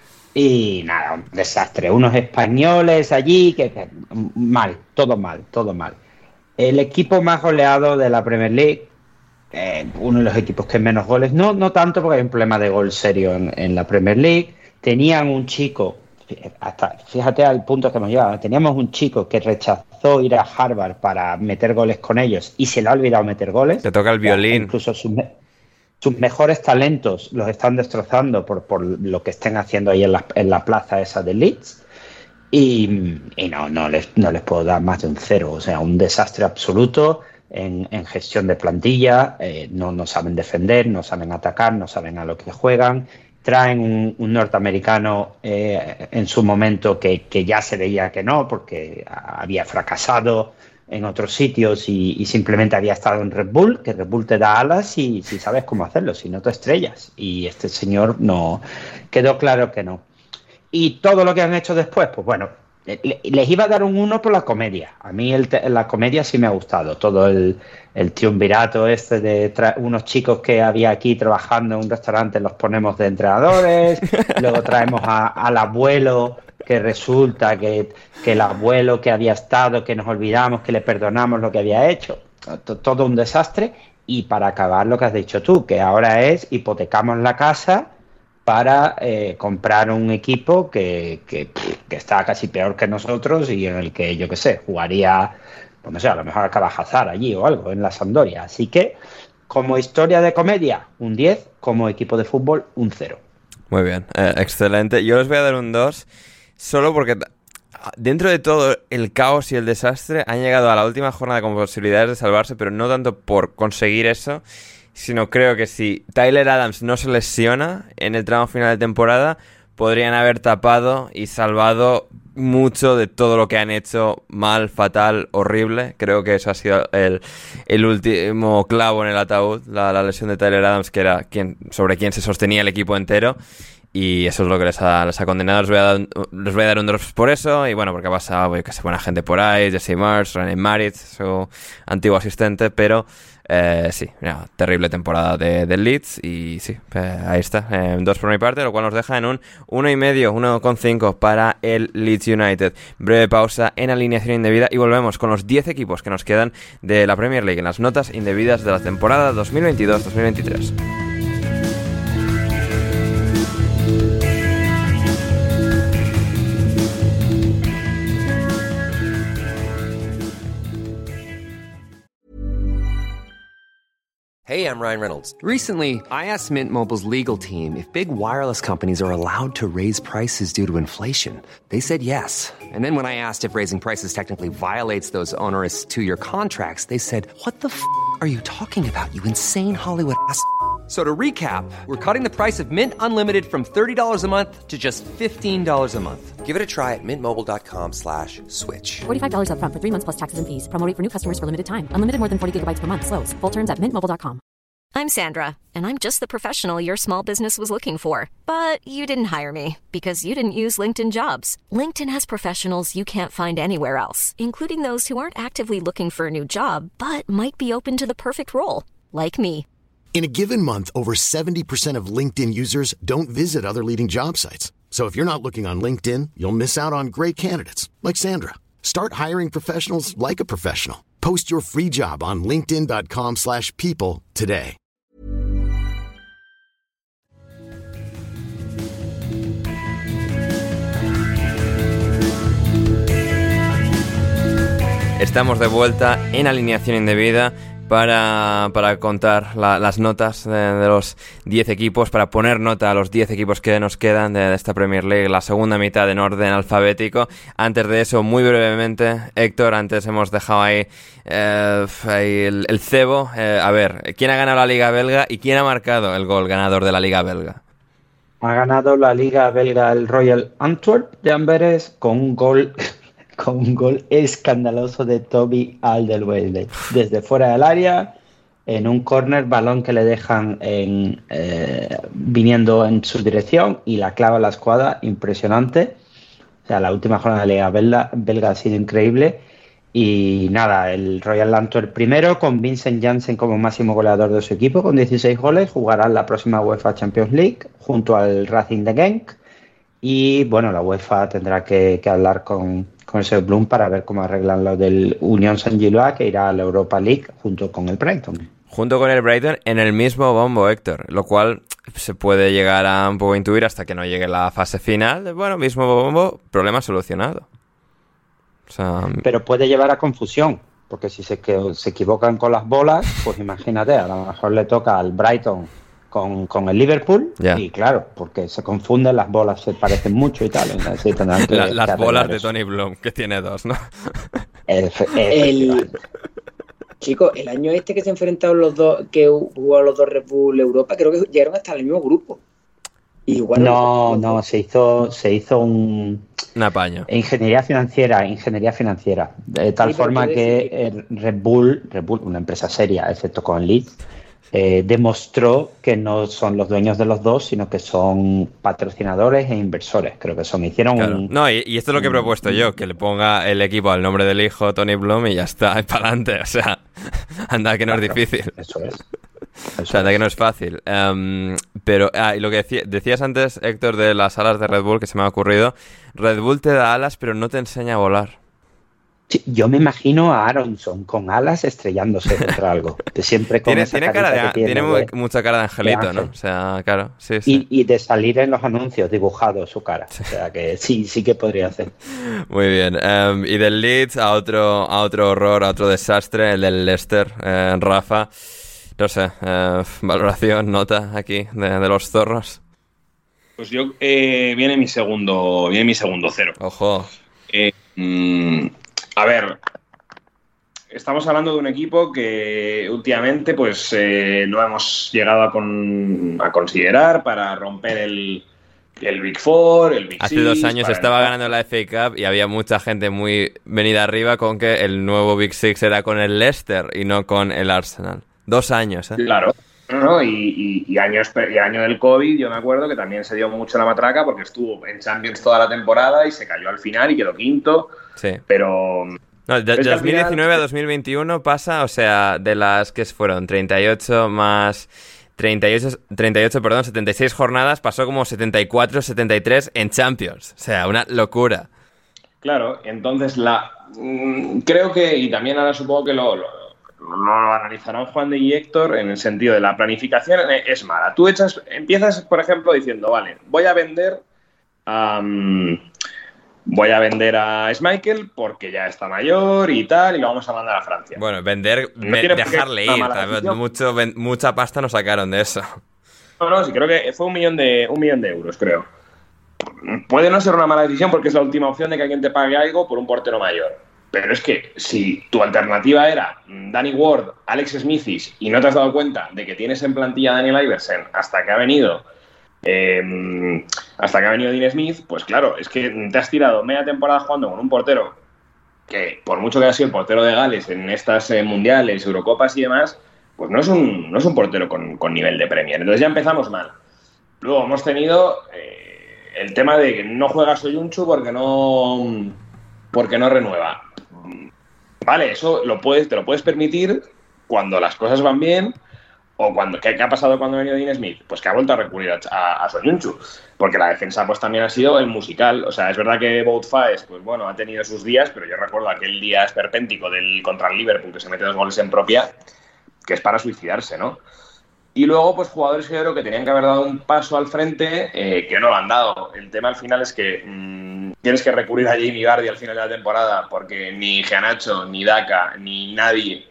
Y nada, un desastre. Unos españoles allí, que, que mal, todo mal, todo mal. El equipo más goleado de la Premier League, eh, uno de los equipos que menos goles, no, no tanto porque hay un problema de gol serio en, en la Premier League. Tenían un chico... Hasta, fíjate al punto que hemos llegado. Teníamos un chico que rechazó ir a Harvard para meter goles con ellos y se le ha olvidado meter goles. Te toca el violín. Incluso sus, me sus mejores talentos los están destrozando por, por lo que estén haciendo ahí en la, en la plaza esa de Leeds. Y, y no, no les, no les puedo dar más de un cero. O sea, un desastre absoluto en, en gestión de plantilla. Eh, no, no saben defender, no saben atacar, no saben a lo que juegan. Traen un, un norteamericano eh, en su momento que, que ya se veía que no, porque había fracasado en otros sitios y, y simplemente había estado en Red Bull, que Red Bull te da alas y si sabes cómo hacerlo, si no te estrellas. Y este señor no, quedó claro que no. Y todo lo que han hecho después, pues bueno, les iba a dar un uno por la comedia. A mí el la comedia sí me ha gustado. Todo el, el triunvirato este de unos chicos que había aquí trabajando en un restaurante, los ponemos de entrenadores. Luego traemos a, al abuelo, que resulta que, que el abuelo que había estado, que nos olvidamos, que le perdonamos lo que había hecho. Todo un desastre. Y para acabar lo que has dicho tú, que ahora es hipotecamos la casa para eh, comprar un equipo que, que, que está casi peor que nosotros y en el que, yo qué sé, jugaría, pues no sé, a lo mejor acaba Hazard allí o algo, en la Sampdoria. Así que, como historia de comedia, un diez, como equipo de fútbol, un cero. Muy bien, eh, excelente. Yo les voy a dar un dos, solo porque dentro de todo el caos y el desastre han llegado a la última jornada con posibilidades de salvarse, pero no tanto por conseguir eso, sino creo que si Tyler Adams no se lesiona en el tramo final de temporada, podrían haber tapado y salvado mucho de todo lo que han hecho mal, fatal, horrible. Creo que eso ha sido el, el último clavo en el ataúd, la, la lesión de Tyler Adams, que era quien, sobre quien se sostenía el equipo entero. Y eso es lo que les ha, les ha condenado. Les voy a dar, les voy a dar un drops por eso. Y bueno, porque ha pasado, yo que sé, buena gente por ahí, Jesse Marsh, René Maritz, su antiguo asistente, pero eh, sí, no, terrible temporada de, de Leeds. Y sí, eh, ahí está, eh, dos por mi parte, lo cual nos deja en un uno y medio, uno coma cinco para el Leeds United. Breve pausa en alineación indebida y volvemos con los diez equipos que nos quedan de la Premier League en las notas indebidas de la temporada dos mil veintidós dos mil veintitrés. Hey, I'm Ryan Reynolds. Recently, I asked Mint Mobile's legal team if big wireless companies are allowed to raise prices due to inflation. They said yes. And then when I asked if raising prices technically violates those onerous two-year contracts, they said, what the f*** are you talking about, you insane Hollywood ass f- So to recap, we're cutting the price of Mint Unlimited from thirty dollars a month to just fifteen dollars a month. Give it a try at mintmobile.com slash switch. forty-five dollars up front for three months plus taxes and fees. Promo rate for new customers for limited time. Unlimited more than forty gigabytes per month. Slows full terms at mint mobile dot com. I'm Sandra, and I'm just the professional your small business was looking for. But you didn't hire me because you didn't use LinkedIn Jobs. LinkedIn has professionals you can't find anywhere else, including those who aren't actively looking for a new job, but might be open to the perfect role, like me. In a given month, over seventy percent of LinkedIn users don't visit other leading job sites. So if you're not looking on LinkedIn, you'll miss out on great candidates like Sandra. Start hiring professionals like a professional. Post your free job on linkedin.com slash people today. Estamos de vuelta en Alineación Indebida para, para contar la, las notas de, de los diez equipos, para poner nota a los diez equipos que nos quedan de, de esta Premier League, la segunda mitad en orden alfabético. Antes de eso, muy brevemente, Héctor, antes hemos dejado ahí, eh, ahí el, el cebo. Eh, a ver, ¿quién ha ganado la Liga Belga y quién ha marcado el gol ganador de la Liga Belga? Ha ganado la Liga Belga el Royal Antwerp de Amberes con un gol... con un gol escandaloso de Toby Alderweireld desde fuera del área, en un córner, balón que le dejan en, eh, viniendo en su dirección y la clava la escuadra, impresionante. O sea, la última jornada de la Liga belga, belga ha sido increíble. Y nada, el Royal Antwerp primero, con Vincent Janssen como máximo goleador de su equipo, con dieciséis goles, jugará la próxima UEFA Champions League junto al Racing de Genk. Y bueno, la UEFA tendrá que, que hablar con, con el señor Bloom para ver cómo arreglan lo del Unión Saint-Gilloise, que irá a la Europa League junto con el Brighton. Junto con el Brighton en el mismo bombo, Héctor, lo cual se puede llegar a un poco intuir hasta que no llegue la fase final. Bueno, mismo bombo, problema solucionado. O sea, pero puede llevar a confusión, porque si se, que, se equivocan con las bolas, pues imagínate, a lo mejor le toca al Brighton con, con el Liverpool, yeah. Y claro, porque se confunden, las bolas se parecen mucho y tal. Entonces tendrán que, la, las que bolas de eso. Tony Bloom, que tiene dos, ¿no? El, el, Chicos, el año este que se enfrentaron los dos, que jugaron los dos Red Bull Europa, creo que llegaron hasta el mismo grupo. Igual no, no, no, se hizo, se hizo un... Un apaño. Ingeniería financiera, ingeniería financiera. De tal sí, forma que Red Bull, Red Bull, una empresa seria, excepto con Leeds, eh, demostró que no son los dueños de los dos, sino que son patrocinadores e inversores. Creo que son. Hicieron claro. un... No, y, y esto es lo que he propuesto yo, que le ponga el equipo al nombre del hijo, Tony Bloom, y ya está, para adelante. O sea, anda que no claro, es difícil. Eso es. Eso o sea, anda que no es fácil. Um, pero, ah, y lo que decía, decías antes, Héctor, de las alas de Red Bull, que se me ha ocurrido. Red Bull te da alas, pero no te enseña a volar. Sí, yo me imagino a Aronson con alas estrellándose contra algo. De siempre con tiene esa tiene, cara de, tiene, tiene muy, de, mucha cara de angelito, de ¿no? O sea, claro, sí, sí. Y, y de salir en los anuncios dibujado su cara. O sea, que sí, sí que podría hacer. Muy bien. Um, y del Leeds a otro, a otro horror, a otro desastre, el del Leicester, eh, Rafa. No sé, eh, valoración, nota aquí de, de los zorros. Pues yo, eh, viene mi segundo, viene mi segundo cero. Ojo. Eh, mmm, a ver, estamos hablando de un equipo que últimamente pues eh, no hemos llegado a, con, a considerar para romper el, el Big Four, el Big Hace Six. dos años estaba el... ganando la F A Cup y había mucha gente muy venida arriba con que el nuevo Big Six era con el Leicester y no con el Arsenal. Dos años, ¿eh? Claro. ¿no? Y, y, y, años, y año del COVID, yo me acuerdo que también se dio mucho la matraca porque estuvo en Champions toda la temporada y se cayó al final y quedó quinto. Sí. Pero... No, de, de dos mil diecinueve final... a dos mil veintiuno pasa, o sea, de las que fueron treinta y ocho más... treinta y ocho, treinta y ocho, perdón, setenta y seis jornadas, pasó como setenta y cuatro, setenta y tres en Champions. O sea, una locura. Claro, entonces la... Mmm, creo que, y también ahora supongo que lo... lo lo analizarán Juan de y Héctor en el sentido de la planificación es mala. Tú echas, empiezas, por ejemplo, diciendo, vale, voy a vender um, voy a vender a Schmeichel porque ya está mayor y tal, y lo vamos a mandar a Francia. Bueno, vender, No ve- tiene por qué dejarle ser ir. una mala decisión. Mucho, ven- mucha pasta nos sacaron de eso. No, no, sí, creo que fue un millón de, un millón de euros, creo. Puede no ser una mala decisión porque es la última opción de que alguien te pague algo por un portero mayor. Pero es que si tu alternativa era Danny Ward, Alex Smithis, y no te has dado cuenta de que tienes en plantilla a Daniel Iversen hasta que ha venido eh, hasta que ha venido Dean Smith, pues claro, es que te has tirado media temporada jugando con un portero que, por mucho que haya sido el portero de Gales en estas eh, mundiales, Eurocopas y demás, pues no es un, no es un portero con, con nivel de Premier. Entonces ya empezamos mal. Luego hemos tenido eh, el tema de que no juega Soyuncu porque no, porque no renueva. Vale, eso lo puedes, te lo puedes permitir cuando las cosas van bien o cuando... ¿Qué, qué ha pasado cuando ha venido Dean Smith? Pues que ha vuelto a recurrir a, a, a Soyuncu, porque la defensa pues también ha sido el musical. O sea, es verdad que Wout Faes, pues bueno, ha tenido sus días, pero yo recuerdo aquel día esperpéntico del contra el Liverpool que se mete dos goles en propia, que es para suicidarse, ¿no? Y luego, pues jugadores que yo creo que tenían que haber dado un paso al frente, eh, que no lo han dado. El tema al final es que mmm, tienes que recurrir a Jamie Vardy al final de la temporada, porque ni Gianacho, ni Daka, ni nadie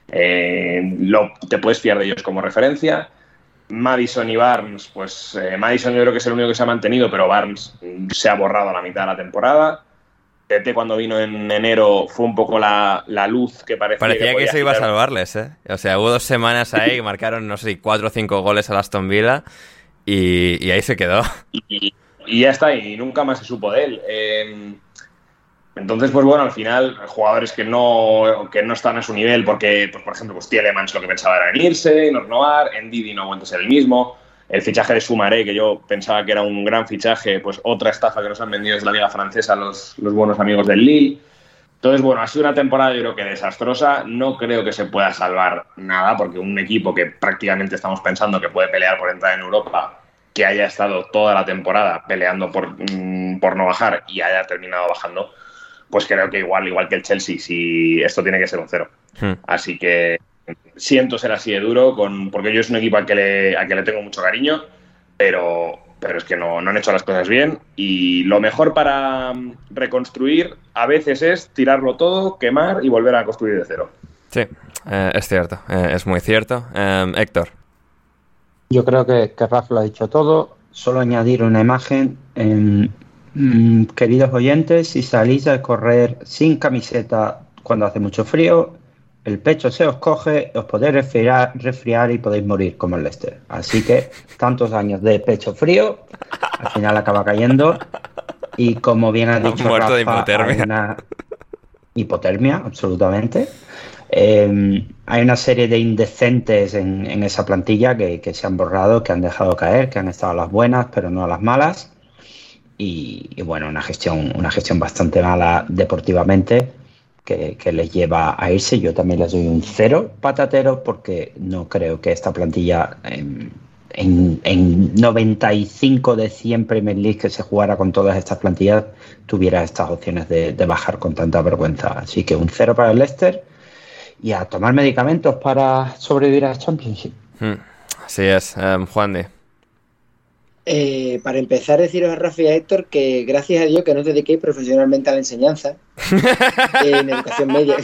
eh, lo, te puedes fiar de ellos como referencia. Madison y Barnes, pues eh, Madison yo creo que es el único que se ha mantenido, pero Barnes mm, se ha borrado a la mitad de la temporada. Tete cuando vino en enero fue un poco la, la luz que parecía, Parecía que, que eso iba a girar. salvarles, ¿eh? O sea, hubo dos semanas ahí que marcaron, no sé si cuatro o cinco goles al Aston Villa y, y ahí se quedó. Y, y ya está, y nunca más se supo de él. Eh, entonces, pues bueno, al final, jugadores que no, que no están a su nivel, porque, pues por ejemplo, pues Tielemans lo que pensaba era en irse, no renovar, Ndidi no ha vuelto a ser el mismo. El fichaje de Soumaré, que yo pensaba que era un gran fichaje, pues otra estafa que nos han vendido desde la Liga Francesa los, los buenos amigos del Lille. Entonces, bueno, ha sido una temporada yo creo que desastrosa. No creo que se pueda salvar nada, porque un equipo que prácticamente estamos pensando que puede pelear por entrar en Europa, que haya estado toda la temporada peleando por, mmm, por no bajar y haya terminado bajando, pues creo que igual, igual que el Chelsea, si esto tiene que ser un cero. Hmm. Así que siento ser así de duro, con, porque yo es un equipo al que le, al que le tengo mucho cariño, pero, pero es que no, no han hecho las cosas bien. Y lo mejor para reconstruir a veces es tirarlo todo, quemar y volver a construir de cero. Sí, eh, es cierto, eh, es muy cierto. Eh, Héctor. Yo creo que, que Rafa lo ha dicho todo. Solo añadir una imagen. Eh, mmm, queridos oyentes, si salís a correr sin camiseta cuando hace mucho frío, el pecho se os coge, os podéis resfriar, resfriar y podéis morir como el Leicester. Así que tantos años de pecho frío, al final acaba cayendo. Y como bien ha dicho muerto Rafa, de hipotermia. hay una hipotermia, absolutamente. Eh, hay una serie de indecentes en, en esa plantilla que, que se han borrado, que han dejado caer, que han estado a las buenas, pero no a las malas. Y, y bueno, una gestión, una gestión bastante mala deportivamente. Que, que les lleva a irse. Yo también les doy un cero patatero porque no creo que esta plantilla en, en, en noventa y cinco de cien Premier League que se jugara con todas estas plantillas tuviera estas opciones de, de bajar con tanta vergüenza. Así que un cero para el Leicester y a tomar medicamentos para sobrevivir a la Championship. Hmm. Así es, um, Juan de. Eh, para empezar, deciros a Rafa y a Héctor que gracias a Dios que no os dediquéis profesionalmente a la enseñanza en educación media.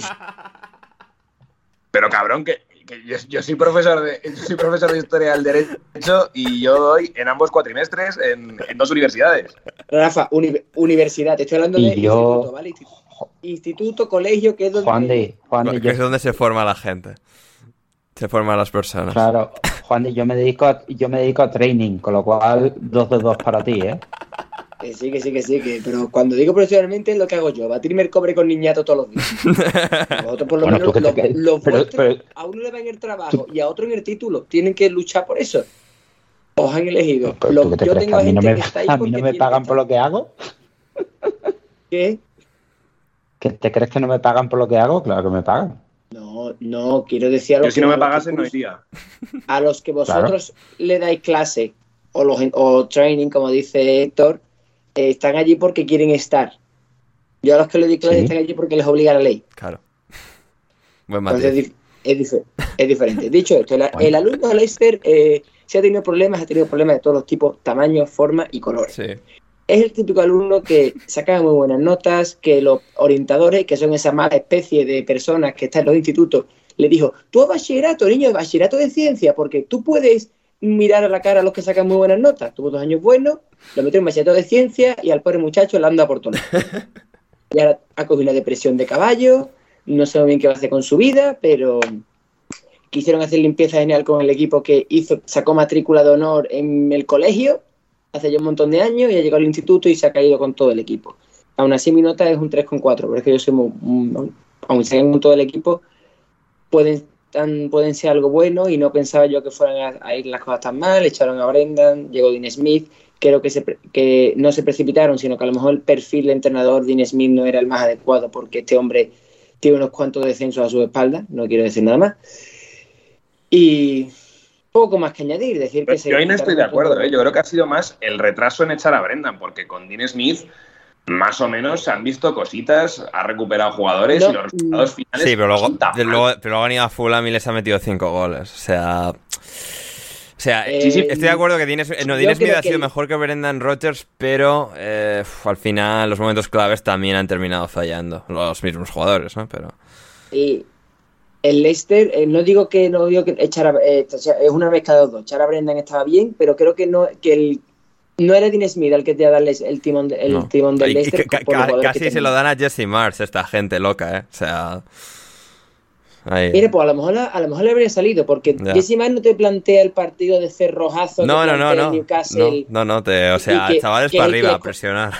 Pero cabrón, que, que yo, yo soy profesor de yo soy profesor de historia del derecho y yo doy en ambos cuatrimestres en, en dos universidades. Rafa, uni, universidad, te estoy hablando y de yo... instituto, ¿vale? Instituto, instituto, colegio, que es donde... Juan de, Juan de, que es donde se forma la gente. Se forman las personas. Claro, Juan de, yo me dedico a, yo me dedico a training, con lo cual dos de dos para ti, ¿eh? Que sí, que sí, que sí, que, pero cuando digo profesionalmente es lo que hago yo, batirme el cobre con niñato todos los días. Vosotros por lo bueno, menos, los, te... los pero, vuestros, pero... a uno le va en el trabajo y a otro en el título, tienen que luchar por eso. Os han elegido. Pero, Lo, te yo crees tengo que a mí gente no me, que está ahí a mí no me pagan por lo que hago. ¿Qué? ¿Que te crees que no me pagan por lo que hago? Claro que me pagan. No, no, quiero decir a los Yo si que no me pagasen no cursos, iría. a los que vosotros claro. le dais clase o, los, o training, como dice Héctor, eh, están allí porque quieren estar. Yo a los que le doy clase ¿Sí? están allí porque les obliga la ley. Claro. Buen matiz. Entonces es, es, dif- es diferente. Dicho esto, el, el alumno de Leicester, eh, si ha tenido problemas, ha tenido problemas de todos los tipos, tamaños, formas y colores. Sí. es el típico alumno que saca muy buenas notas, que los orientadores, que son esa mala especie de personas que están en los institutos, le dijo, tú a bachillerato, niño, bachillerato de ciencia, porque tú puedes mirar a la cara a los que sacan muy buenas notas. Tuvo dos años buenos, lo metió en bachillerato de ciencia y al pobre muchacho le anda por todo. Y ahora ha cogido una depresión de caballo, no sé muy bien qué va a hacer con su vida, pero quisieron hacer limpieza general con el equipo que hizo, sacó matrícula de honor en el colegio hace ya un montón de años y ha llegado al instituto y se ha caído con todo el equipo. Aún así mi nota es un tres coma cuatro, pero es que yo soy muy, muy, aún se con todo el equipo, pueden, tan, pueden ser algo bueno y no pensaba yo que fueran a, a ir las cosas tan mal. Echaron a Brendan, llegó Dean Smith, creo que, se, que no se precipitaron, sino que a lo mejor el perfil de entrenador Dean Smith no era el más adecuado porque este hombre tiene unos cuantos descensos a su espalda, no quiero decir nada más. Y poco más que añadir, decir que... Yo se ahí no estoy de acuerdo, ¿eh? Yo creo que ha sido más el retraso en echar a Brendan, porque con Dean Smith más o menos se han visto cositas, ha recuperado jugadores no, y los resultados finales... Sí, pero luego, luego, pero luego han ido a Fulham y les ha metido cinco goles, o sea... O sea, eh, sí, sí, estoy de acuerdo que Dean, no, Dean Smith ha sido que... mejor que Brendan Rodgers, pero eh, uf, al final los momentos claves también han terminado fallando los mismos jugadores, ¿no? Pero... Y... El Leicester, eh, no digo que no digo que echar a, eh, es una mezcla de los dos. Echar a Brendan estaba bien, pero creo que no que el no era Dean Smith el que te iba a darles el timón, de, el no. timón del Leicester. Ca- ca- casi se lo dan a Jesse Marsh, esta gente loca, ¿eh? O sea... Ahí. Mire, pues a lo mejor a lo mejor le habría salido, porque ya. Jesse Marsh no te plantea el partido de cerrojazo no, que no, no, no. Newcastle. No, no, no, te, o sea, que, chavales para arriba, a presionar.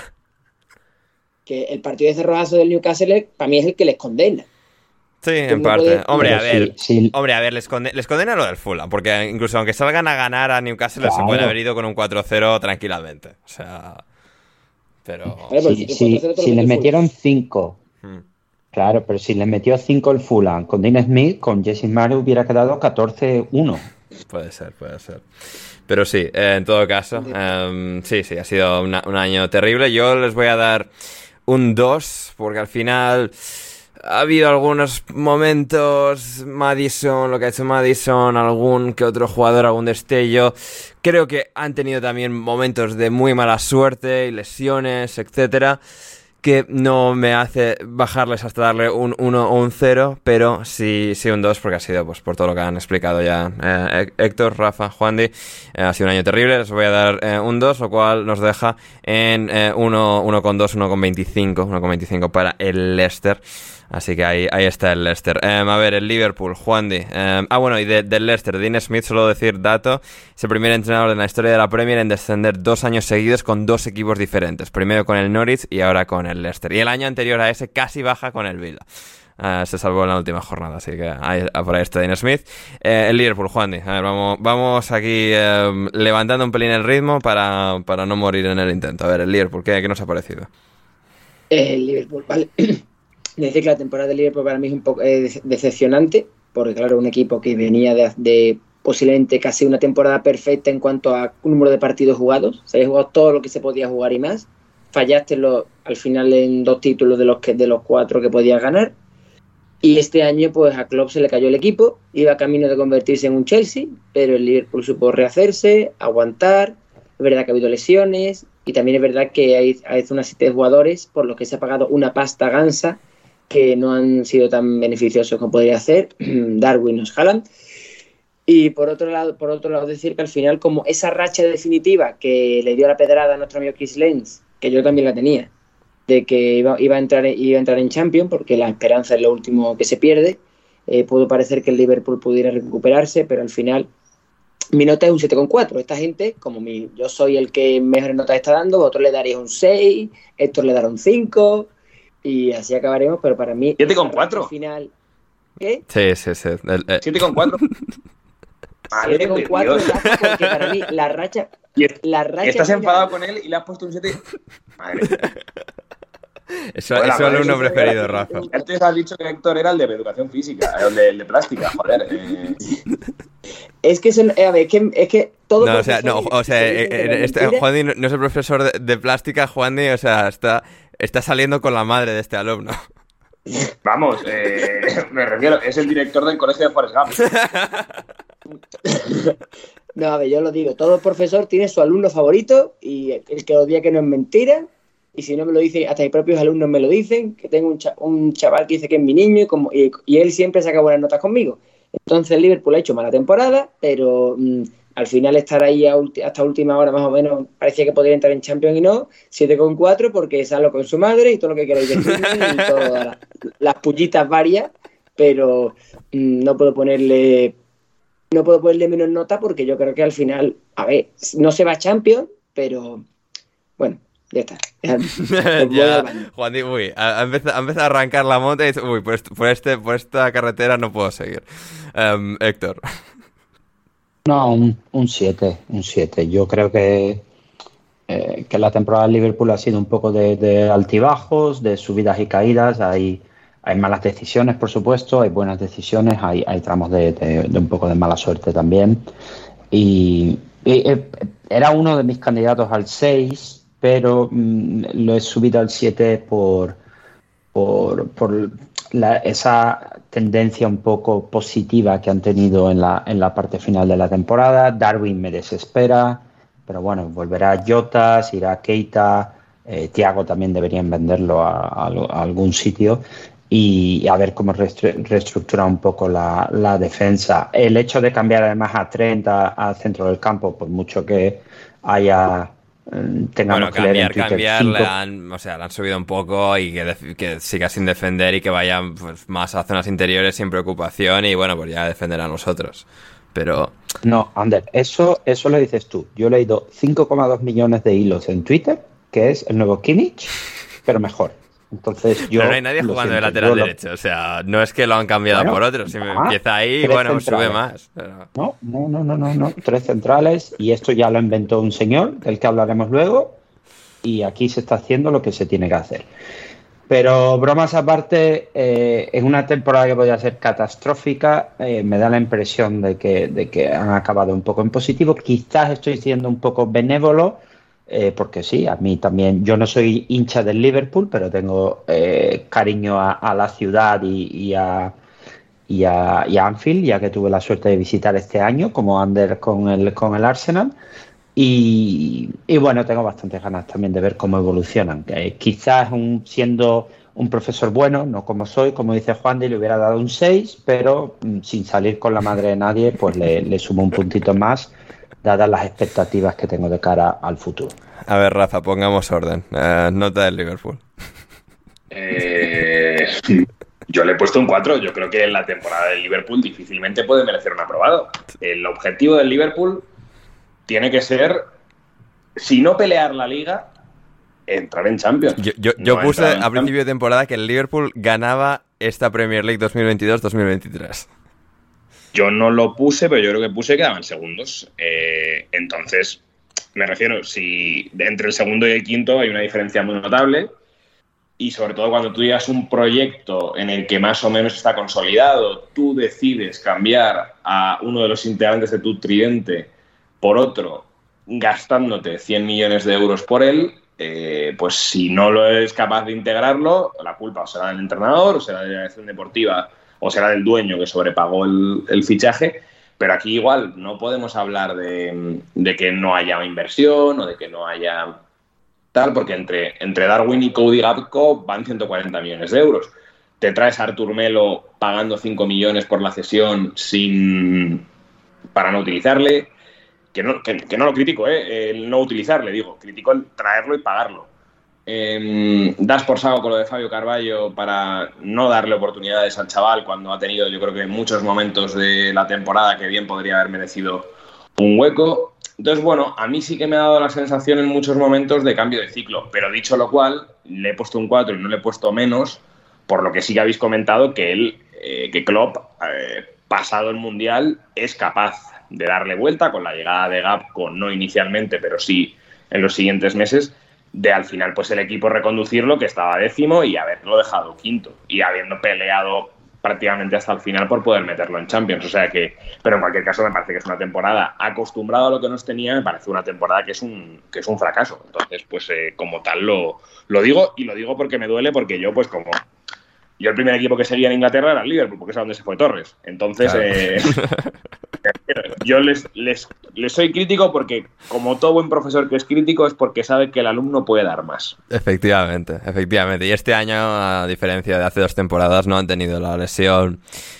Que el partido de cerrojazo del Newcastle para mí es el que les condena. Sí, en no parte. Puede... Hombre, a ver, sí, sí. hombre, a ver, les, conde- les condena lo del Fulham, porque incluso aunque salgan a ganar a Newcastle, claro. se pueden haber ido con un cuatro cero tranquilamente. O sea, pero... Sí, sí, si les metieron cinco, hmm. claro, pero si les metió cinco el Fulham con Dean Smith, con Jesse Marsh hubiera quedado catorce uno. Puede ser, puede ser. Pero sí, eh, en todo caso, um, sí, sí, ha sido una, un año terrible. Yo les voy a dar un dos, porque al final... Ha habido algunos momentos, Maddison, lo que ha hecho Maddison, algún que otro jugador, algún destello. Creo que han tenido también momentos de muy mala suerte y lesiones, etcétera, que no me hace bajarles hasta darle un uno o un cero, pero sí, sí un dos, porque ha sido pues por todo lo que han explicado ya eh, Héctor, Rafa, Juandi. Eh, ha sido un año terrible, les voy a dar eh, un dos, lo cual nos deja en eh, uno coma dos, uno coma veinticinco, uno coma veinticinco para el Leicester. Así que ahí, ahí está el Leicester. Eh, a ver, el Liverpool, Juandi. Eh, ah, bueno, y de, del Leicester, Dean Smith, solo decir dato, es el primer entrenador en la historia de la Premier en descender dos años seguidos con dos equipos diferentes. Primero con el Norwich y ahora con el Leicester. Y el año anterior a ese casi baja con el Villa. Uh, se salvó en la última jornada, así que ahí, por ahí está Dean Smith. Eh, el Liverpool, Juandi. A ver, vamos, vamos aquí eh, levantando un pelín el ritmo para, para no morir en el intento. A ver, el Liverpool, ¿qué, qué nos ha parecido? El Liverpool, vale. Decir que la temporada del Liverpool para mí es un poco eh, decepcionante, porque claro, un equipo que venía de, de posiblemente casi una temporada perfecta en cuanto a número de partidos jugados, se había jugado todo lo que se podía jugar y más, fallaste lo, al final en dos títulos de los que de los cuatro que podías ganar, y este año pues a Klopp se le cayó el equipo, iba camino de convertirse en un Chelsea, pero el Liverpool supo rehacerse, aguantar. Es verdad que ha habido lesiones, y también es verdad que hay, hay una serie de jugadores por los que se ha pagado una pasta gansa que no han sido tan beneficiosos como podría ser Darwin o Haaland. Y por otro lado, por otro lado decir que al final, como esa racha definitiva que le dio la pedrada a nuestro amigo Chris Lenz, que yo también la tenía, de que iba, iba, a, entrar, iba a entrar en Champions, porque la esperanza es lo último que se pierde, eh, pudo parecer que el Liverpool pudiera recuperarse, pero al final mi nota es un siete coma cuatro. Esta gente, como mi, yo soy el que mejores notas está dando, vosotros le daréis un seis, Héctor le dará un cinco... Y así acabaremos, pero para mí... siete coma cuatro. Final... ¿Qué? Sí, sí, sí. El, el... siete coma cuatro. siete coma cuatro, porque para mí la racha... La racha ¿Estás enfadado con él y le has puesto un siete? Madre mía. Eso, bueno, eso es un nombre preferido, Rafa. Antes has dicho que Héctor era el de educación física, el de, el de plástica, joder. Eh... Es que, son, a ver, es que, es que todo... No, o sea, no, o sea eh, este, Juandi no es el profesor de, de plástica, Juandi, o sea, está... Está saliendo con la madre de este alumno. Vamos, eh, me refiero, es el director del colegio de Forrest Gump. No, a ver, yo lo digo, todo profesor tiene su alumno favorito y el que os diga que no es mentira, y si no me lo dicen, hasta mis propios alumnos me lo dicen, que tengo un, cha- un chaval que dice que es mi niño y, como, y, y él siempre saca buenas notas conmigo. Entonces el Liverpool ha hecho mala temporada, pero mmm, al final estar ahí a ulti- hasta última hora más o menos parecía que podría entrar en Champions y no, siete coma cuatro porque salo con su madre y todo lo que queráis decirme y todas la- las pullitas varias, pero mmm, no puedo ponerle no puedo ponerle menos nota porque yo creo que al final, a ver, no se va a Champions, pero bueno, ya está. Os voy Ya, al baño. Juan Di, uy, ha, ha empezado, ha empezado a arrancar la moto y dice, uy, por, est- por, este, por esta carretera no puedo seguir. Em, Héctor. No, un un siete, un siete. Yo creo que, eh, que la temporada del Liverpool ha sido un poco de, de altibajos, de subidas y caídas. Hay, hay malas decisiones, por supuesto, hay buenas decisiones, hay, hay tramos de, de- de un poco de mala suerte también. Y, y, eh, era uno de mis candidatos al seis, pero mm, lo he subido al siete por, por, por la- esa tendencia un poco positiva que han tenido en la, en la parte final de la temporada. Darwin me desespera, pero bueno, volverá Jota, se irá Keita, eh, Thiago también deberían venderlo a, a- a algún sitio y a ver cómo restru- reestructura un poco la, la defensa. El hecho de cambiar además a Trent a- al centro del campo, por mucho que haya eh, tengamos Bueno, que leer en cambiar, Twitter cambiar, le cinco. han, o sea, le han subido un poco y que, def- que siga sin defender y que vaya pues, más a zonas interiores sin preocupación y bueno, pues ya defenderá a nosotros. Pero... No, Ander, eso, eso lo dices tú. Yo he leído cinco coma dos millones de hilos en Twitter, que es el nuevo Kimmich, pero mejor. Entonces yo... Pero no hay nadie lo jugando de siento, lateral yo lo- derecho, o sea, no es que lo han cambiado Bueno, por otro, si me ah, empieza ahí, tres bueno, sube centrales. más. Pero... No, no, no, no, no, no. Tres centrales y esto ya lo inventó un señor, del que hablaremos luego, y aquí se está haciendo lo que se tiene que hacer. Pero bromas aparte, eh, es una temporada que podría ser catastrófica. Eh, me da la impresión de que, de que han acabado un poco en positivo. Quizás estoy siendo un poco benévolo, eh, porque sí, a mí también, yo no soy hincha del Liverpool, pero tengo eh, cariño a, a la ciudad y, y a, y, a, y a Anfield, ya que tuve la suerte de visitar este año como under con el, con el Arsenal. Y, y bueno, tengo bastantes ganas también de ver cómo evolucionan. Que quizás un, siendo un profesor bueno, no como soy, como dice Juan, le hubiera dado un seis, pero mm, sin salir con la madre de nadie, pues le, le sumo un puntito más, dadas las expectativas que tengo de cara al futuro. A ver, Rafa, pongamos orden. Eh, nota del Liverpool. Eh, yo le he puesto un cuatro. Yo creo que en la temporada del Liverpool difícilmente puede merecer un aprobado. El objetivo del Liverpool tiene que ser, si no pelear la Liga, entrar en Champions. Yo, yo, yo No puse entrar en a principio de temporada que el Liverpool ganaba esta Premier League dos mil veintidós dos mil veintitrés. Yo no lo puse, pero yo creo que puse que quedaban segundos. Eh, entonces, me refiero, si entre el segundo y el quinto hay una diferencia muy notable, y sobre todo cuando tú llevas un proyecto en el que más o menos está consolidado, tú decides cambiar a uno de los integrantes de tu tridente por otro, gastándote cien millones de euros por él, eh, pues si no lo eres capaz de integrarlo, la culpa o será del entrenador, o será de la dirección deportiva, o será del dueño que sobrepagó el, el fichaje. Pero aquí igual no podemos hablar de, de que no haya inversión o de que no haya tal, porque entre, entre Darwin y Cody Gakpo van ciento cuarenta millones de euros. Te traes a Artur Melo pagando cinco millones por la cesión sin para no utilizarle. Que no, que, que no lo critico, ¿eh? El no utilizarle, digo. Critico el traerlo y pagarlo. Eh, das por saco con lo de Fabio Carvalho para no darle oportunidades al chaval cuando ha tenido, yo creo que en muchos momentos de la temporada que bien podría haber merecido un hueco. Entonces, bueno, a mí sí que me ha dado la sensación en muchos momentos de cambio de ciclo. Pero dicho lo cual, le he puesto un cuatro y no le he puesto menos, por lo que sí que habéis comentado que él, eh, que Klopp, eh, pasado el Mundial, es capaz de darle vuelta con la llegada de Gakpo, no inicialmente, pero sí en los siguientes meses, de al final pues el equipo reconducirlo, que estaba décimo, y haberlo dejado quinto, y habiendo peleado prácticamente hasta el final por poder meterlo en Champions. O sea que, pero en cualquier caso me parece que es una temporada, acostumbrado a lo que nos tenía, me parece una temporada que es un, que es un fracaso. Entonces, pues eh, como tal lo, lo digo, y lo digo porque me duele, porque yo pues como... yo el primer equipo que seguía en Inglaterra era el Liverpool, porque es a donde se fue Torres. Entonces, claro. eh, yo les, les, les soy crítico porque, como todo buen profesor que es crítico, es porque sabe que el alumno puede dar más. Efectivamente, efectivamente. Y este año, a diferencia de hace dos temporadas, no han tenido la lesión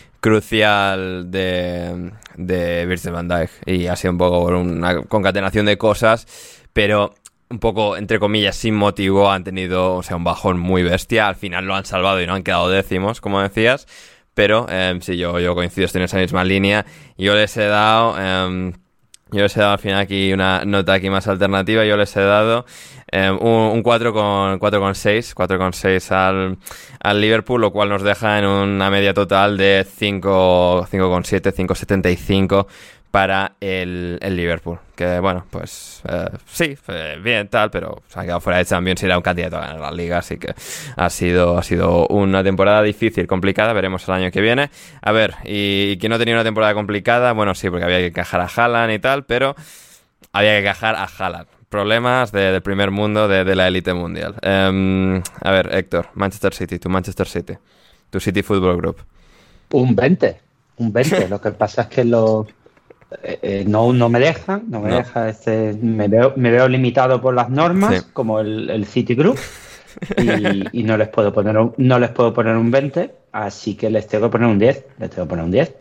crucial de, de Virgil van Dijk. Y ha sido un poco una concatenación de cosas, pero un poco, entre comillas, sin motivo. Han tenido, o sea, un bajón muy bestia. Al final lo han salvado y no han quedado décimos, como decías. Pero eh, sí, yo, yo coincido, estoy en esa misma línea. Yo les he dado... Eh, yo les he dado al final aquí una nota aquí más alternativa. Yo les he dado eh, un, un cuatro coma seis al, al Liverpool, lo cual nos deja en una media total de cinco coma siete, cinco coma setenta y cinco para el, el Liverpool. Que bueno, pues eh, sí, eh, bien, tal, pero se ha quedado fuera de Champions y era un candidato a ganar la Liga, así que ha sido, ha sido una temporada difícil, complicada, veremos el año que viene. A ver, y, y quien no tenía una temporada complicada, bueno, sí, porque había que encajar a Haaland y tal, pero había que encajar a Haaland. Problemas de, del primer mundo, de, de la élite mundial. Um, a ver, Héctor, Manchester City, tu Manchester City, tu City Football Group. Un veinte, un veinte, lo que pasa es que lo... Eh, eh, no, no me deja, no me no. deja este, me veo, me veo limitado por las normas, sí. como el, el Citigroup, y, y no les puedo poner un, no les puedo poner un veinte, así que les tengo que poner un diez, les tengo que poner un diez.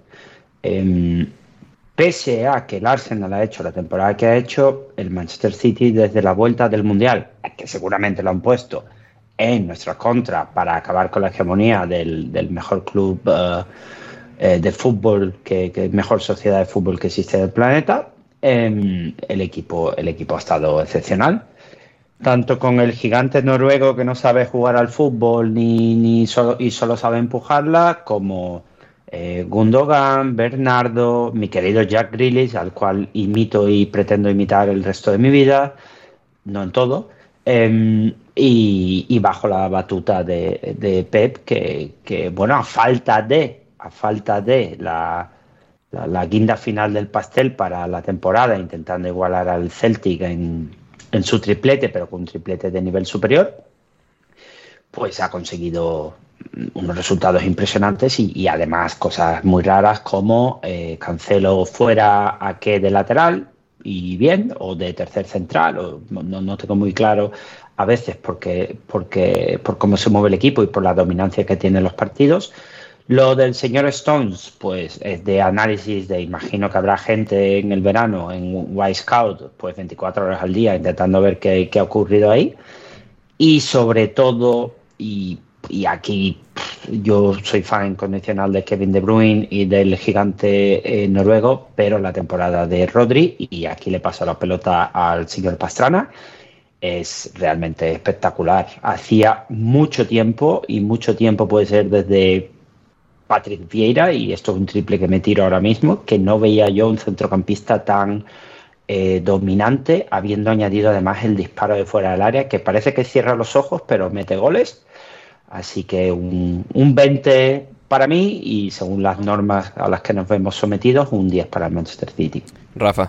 Eh, pese a que el Arsenal ha hecho la temporada que ha hecho, el Manchester City desde la vuelta del Mundial, que seguramente lo han puesto en nuestra contra para acabar con la hegemonía del, del mejor club uh, Eh, de fútbol, que, que mejor sociedad de fútbol que existe en el planeta, eh, el equipo el equipo ha estado excepcional, tanto con el gigante noruego que no sabe jugar al fútbol ni, ni solo, y solo sabe empujarla, como eh, Gundogan, Bernardo, mi querido Jack Grealish, al cual imito y pretendo imitar el resto de mi vida, no en todo, eh, y, y bajo la batuta de, de Pep, que, que bueno, a falta de a falta de la, la, la guinda final del pastel para la temporada, intentando igualar al Celtic en, en su triplete, pero con un triplete de nivel superior, pues ha conseguido unos resultados impresionantes y, y además cosas muy raras como eh, Cancelo fuera a qué de lateral y bien, o de tercer central, o no, no tengo muy claro a veces porque, porque, por cómo se mueve el equipo y por la dominancia que tienen los partidos. Lo del señor Stones, pues es de análisis, de imagino que habrá gente en el verano en Wisecout, pues veinticuatro horas al día intentando ver qué, qué ha ocurrido ahí. Y sobre todo, y, y aquí yo soy fan incondicional de Kevin De Bruyne y del gigante eh, noruego, pero la temporada de Rodri, y aquí le paso la pelota al señor Pastrana, es realmente espectacular. Hacía mucho tiempo, y mucho tiempo puede ser desde Patrick Vieira, y esto es un triple que me tiro ahora mismo, que no veía yo un centrocampista tan eh, dominante, habiendo añadido además el disparo de fuera del área, que parece que cierra los ojos, pero mete goles. Así que un, un veinte para mí, y según las normas a las que nos vemos sometidos, un diez para el Manchester City. Rafa.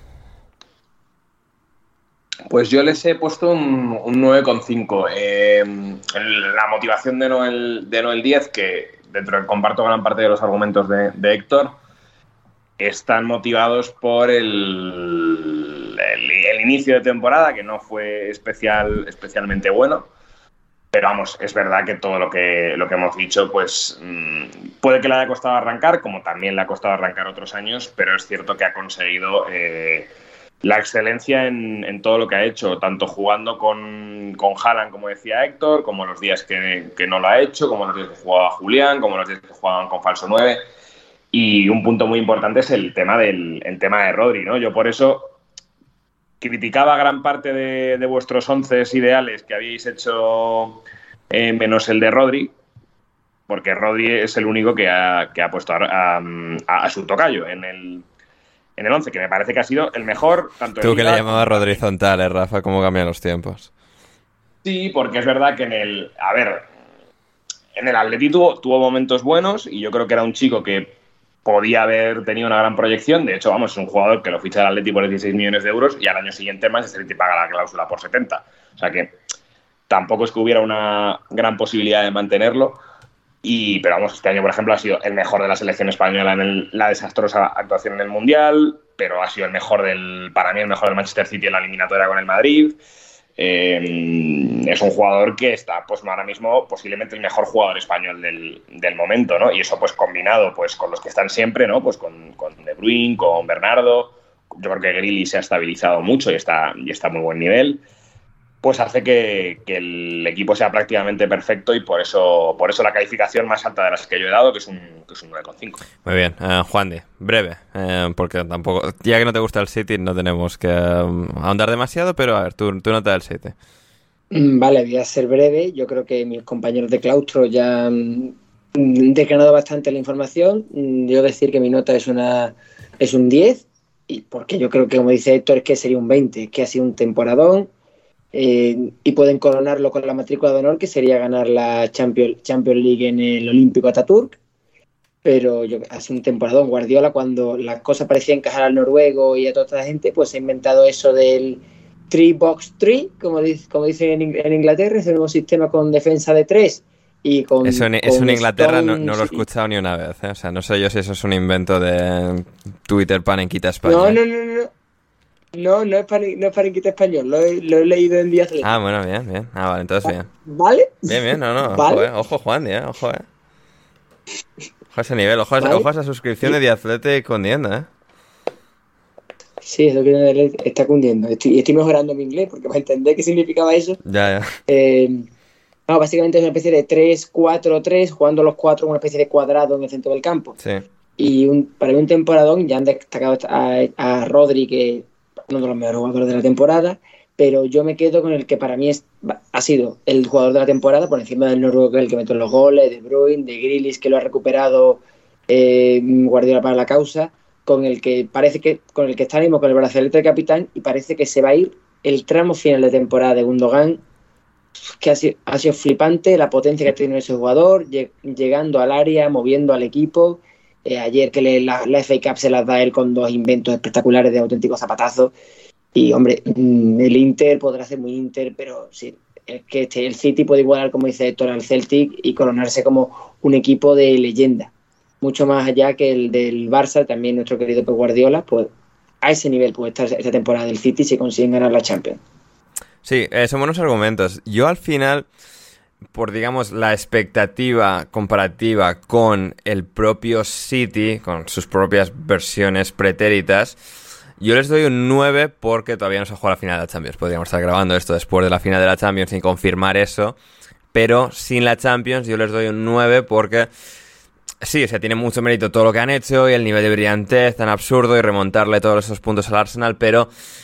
Pues yo les he puesto un, un nueve coma cinco. Eh, la motivación de no el, de no el diez, que dentro del comparto gran parte de los argumentos de, de Héctor, están motivados por el, el, el inicio de temporada, que no fue especial, especialmente bueno. Pero vamos, es verdad que todo lo que, lo que hemos dicho, pues mmm, puede que le haya costado arrancar, como también le ha costado arrancar otros años, pero es cierto que ha conseguido eh, la excelencia en, en todo lo que ha hecho, tanto jugando con, con Haaland, como decía Héctor, como los días que, que no lo ha hecho, como los días que jugaba Julián, como los días que jugaban con falso nueve. Y un punto muy importante es el tema del el tema de Rodri, ¿no? Yo por eso criticaba gran parte de, de vuestros once ideales que habíais hecho, eh, menos el de Rodri, porque Rodri es el único que ha, que ha puesto a, a, a su tocayo en el en el once, que me parece que ha sido el mejor. Tanto Tú que le llamabas Rodri horizontal, ¿eh, Rafa? ¿Cómo cambian los tiempos? Sí, porque es verdad que en el... A ver, en el Atleti tuvo, tuvo momentos buenos, y yo creo que era un chico que podía haber tenido una gran proyección. De hecho, vamos, es un jugador que lo ficha el Atleti por dieciséis millones de euros y al año siguiente el Manchester City paga la cláusula por setenta. O sea que tampoco es que hubiera una gran posibilidad de mantenerlo. Y, pero vamos, este año, por ejemplo, ha sido el mejor de la selección española en el, la desastrosa actuación en el Mundial, pero ha sido el mejor del, para mí, el mejor del Manchester City en la eliminatoria con el Madrid. Eh, es un jugador que está, pues ahora mismo, posiblemente el mejor jugador español del, del momento, ¿no? Y eso, pues combinado, pues con los que están siempre, ¿no? Pues con, con De Bruyne, con Bernardo. Yo creo que Grealish se ha estabilizado mucho y está, y está a muy buen nivel. Pues hace que, que el equipo sea prácticamente perfecto y por eso por eso la calificación más alta de las que yo he dado, que es un, que es un nueve coma cinco. Muy bien, uh, Juan Di, breve, eh, porque tampoco, ya que no te gusta el City, no tenemos que um, ahondar demasiado, pero a ver, tu, tu nota del City. Vale, voy a ser breve. Yo creo que mis compañeros de claustro ya han declinado bastante la información. Yo decir que mi nota es una es un diez, y porque yo creo que, como dice Héctor, es que sería un veinte, que ha sido un temporadón. Eh, y pueden coronarlo con la matrícula de honor, que sería ganar la Champions, Champions League en el Olímpico Ataturk. Pero yo, hace un temporadón Guardiola, cuando las cosas parecían encajar al noruego y a toda esta gente, pues ha inventado eso del three box three, como, dice, como dicen en, en Inglaterra, ese nuevo sistema con defensa de tres y con... Eso en, con eso en Inglaterra Stones, no, no lo he escuchado ni una vez, ¿eh? O sea, no sé yo si eso es un invento de Twitter Panenquita España. No, no, no, no. No, no es para, no es para Inquita Español, lo he, lo he leído en Díaz. Ah, bueno, bien, bien. Ah, vale, entonces bien. ¿Vale? Bien, bien, no, no. ¿Vale? Ojo, eh. Ojo, Juan, eh. Ojo, eh. Ojo a ese nivel, ojo a, ¿vale? Ojo a esa suscripción de Diazlete cundiendo, eh. Sí, eso que está cundiendo. Estoy, estoy mejorando mi inglés porque para entender qué significaba eso. Ya, ya. Eh, no, básicamente es una especie de tres cuatro tres, jugando los cuatro en una especie de cuadrado en el centro del campo. Sí. Y un, para mí un temporadón, ya han destacado a, a Rodri, que uno de los mejores jugadores de la temporada, pero yo me quedo con el que para mí es, ha sido el jugador de la temporada, por encima del noruego, el que metió los goles, de Bruyne, de Grealish, que lo ha recuperado eh, Guardiola para la causa, con el que parece que con el que está mismo con el brazalete de capitán, y parece que se va a ir el tramo final de temporada de Gundogan, que ha sido, ha sido flipante la potencia que ha tenido ese jugador, lleg, llegando al área, moviendo al equipo. Eh, ayer que le, la, la F A Cup se las da él con dos inventos espectaculares de auténticos zapatazos. Y hombre, el Inter podrá ser muy Inter, pero sí, es que este, el City puede igualar, como dice Héctor, al Celtic y coronarse como un equipo de leyenda, mucho más allá que el del Barça. También nuestro querido Pep Guardiola, pues a ese nivel puede estar esta temporada del City si consiguen ganar la Champions. Sí, eh, son buenos argumentos. Yo al final, por digamos la expectativa comparativa con el propio City, con sus propias versiones pretéritas, yo les doy un nueve porque todavía no se ha jugado la final de la Champions. Podríamos estar grabando esto después de la final de la Champions sin confirmar eso, pero sin la Champions yo les doy un nueve porque sí, o sea, tiene mucho mérito todo lo que han hecho y el nivel de brillantez tan absurdo y remontarle todos esos puntos al Arsenal, pero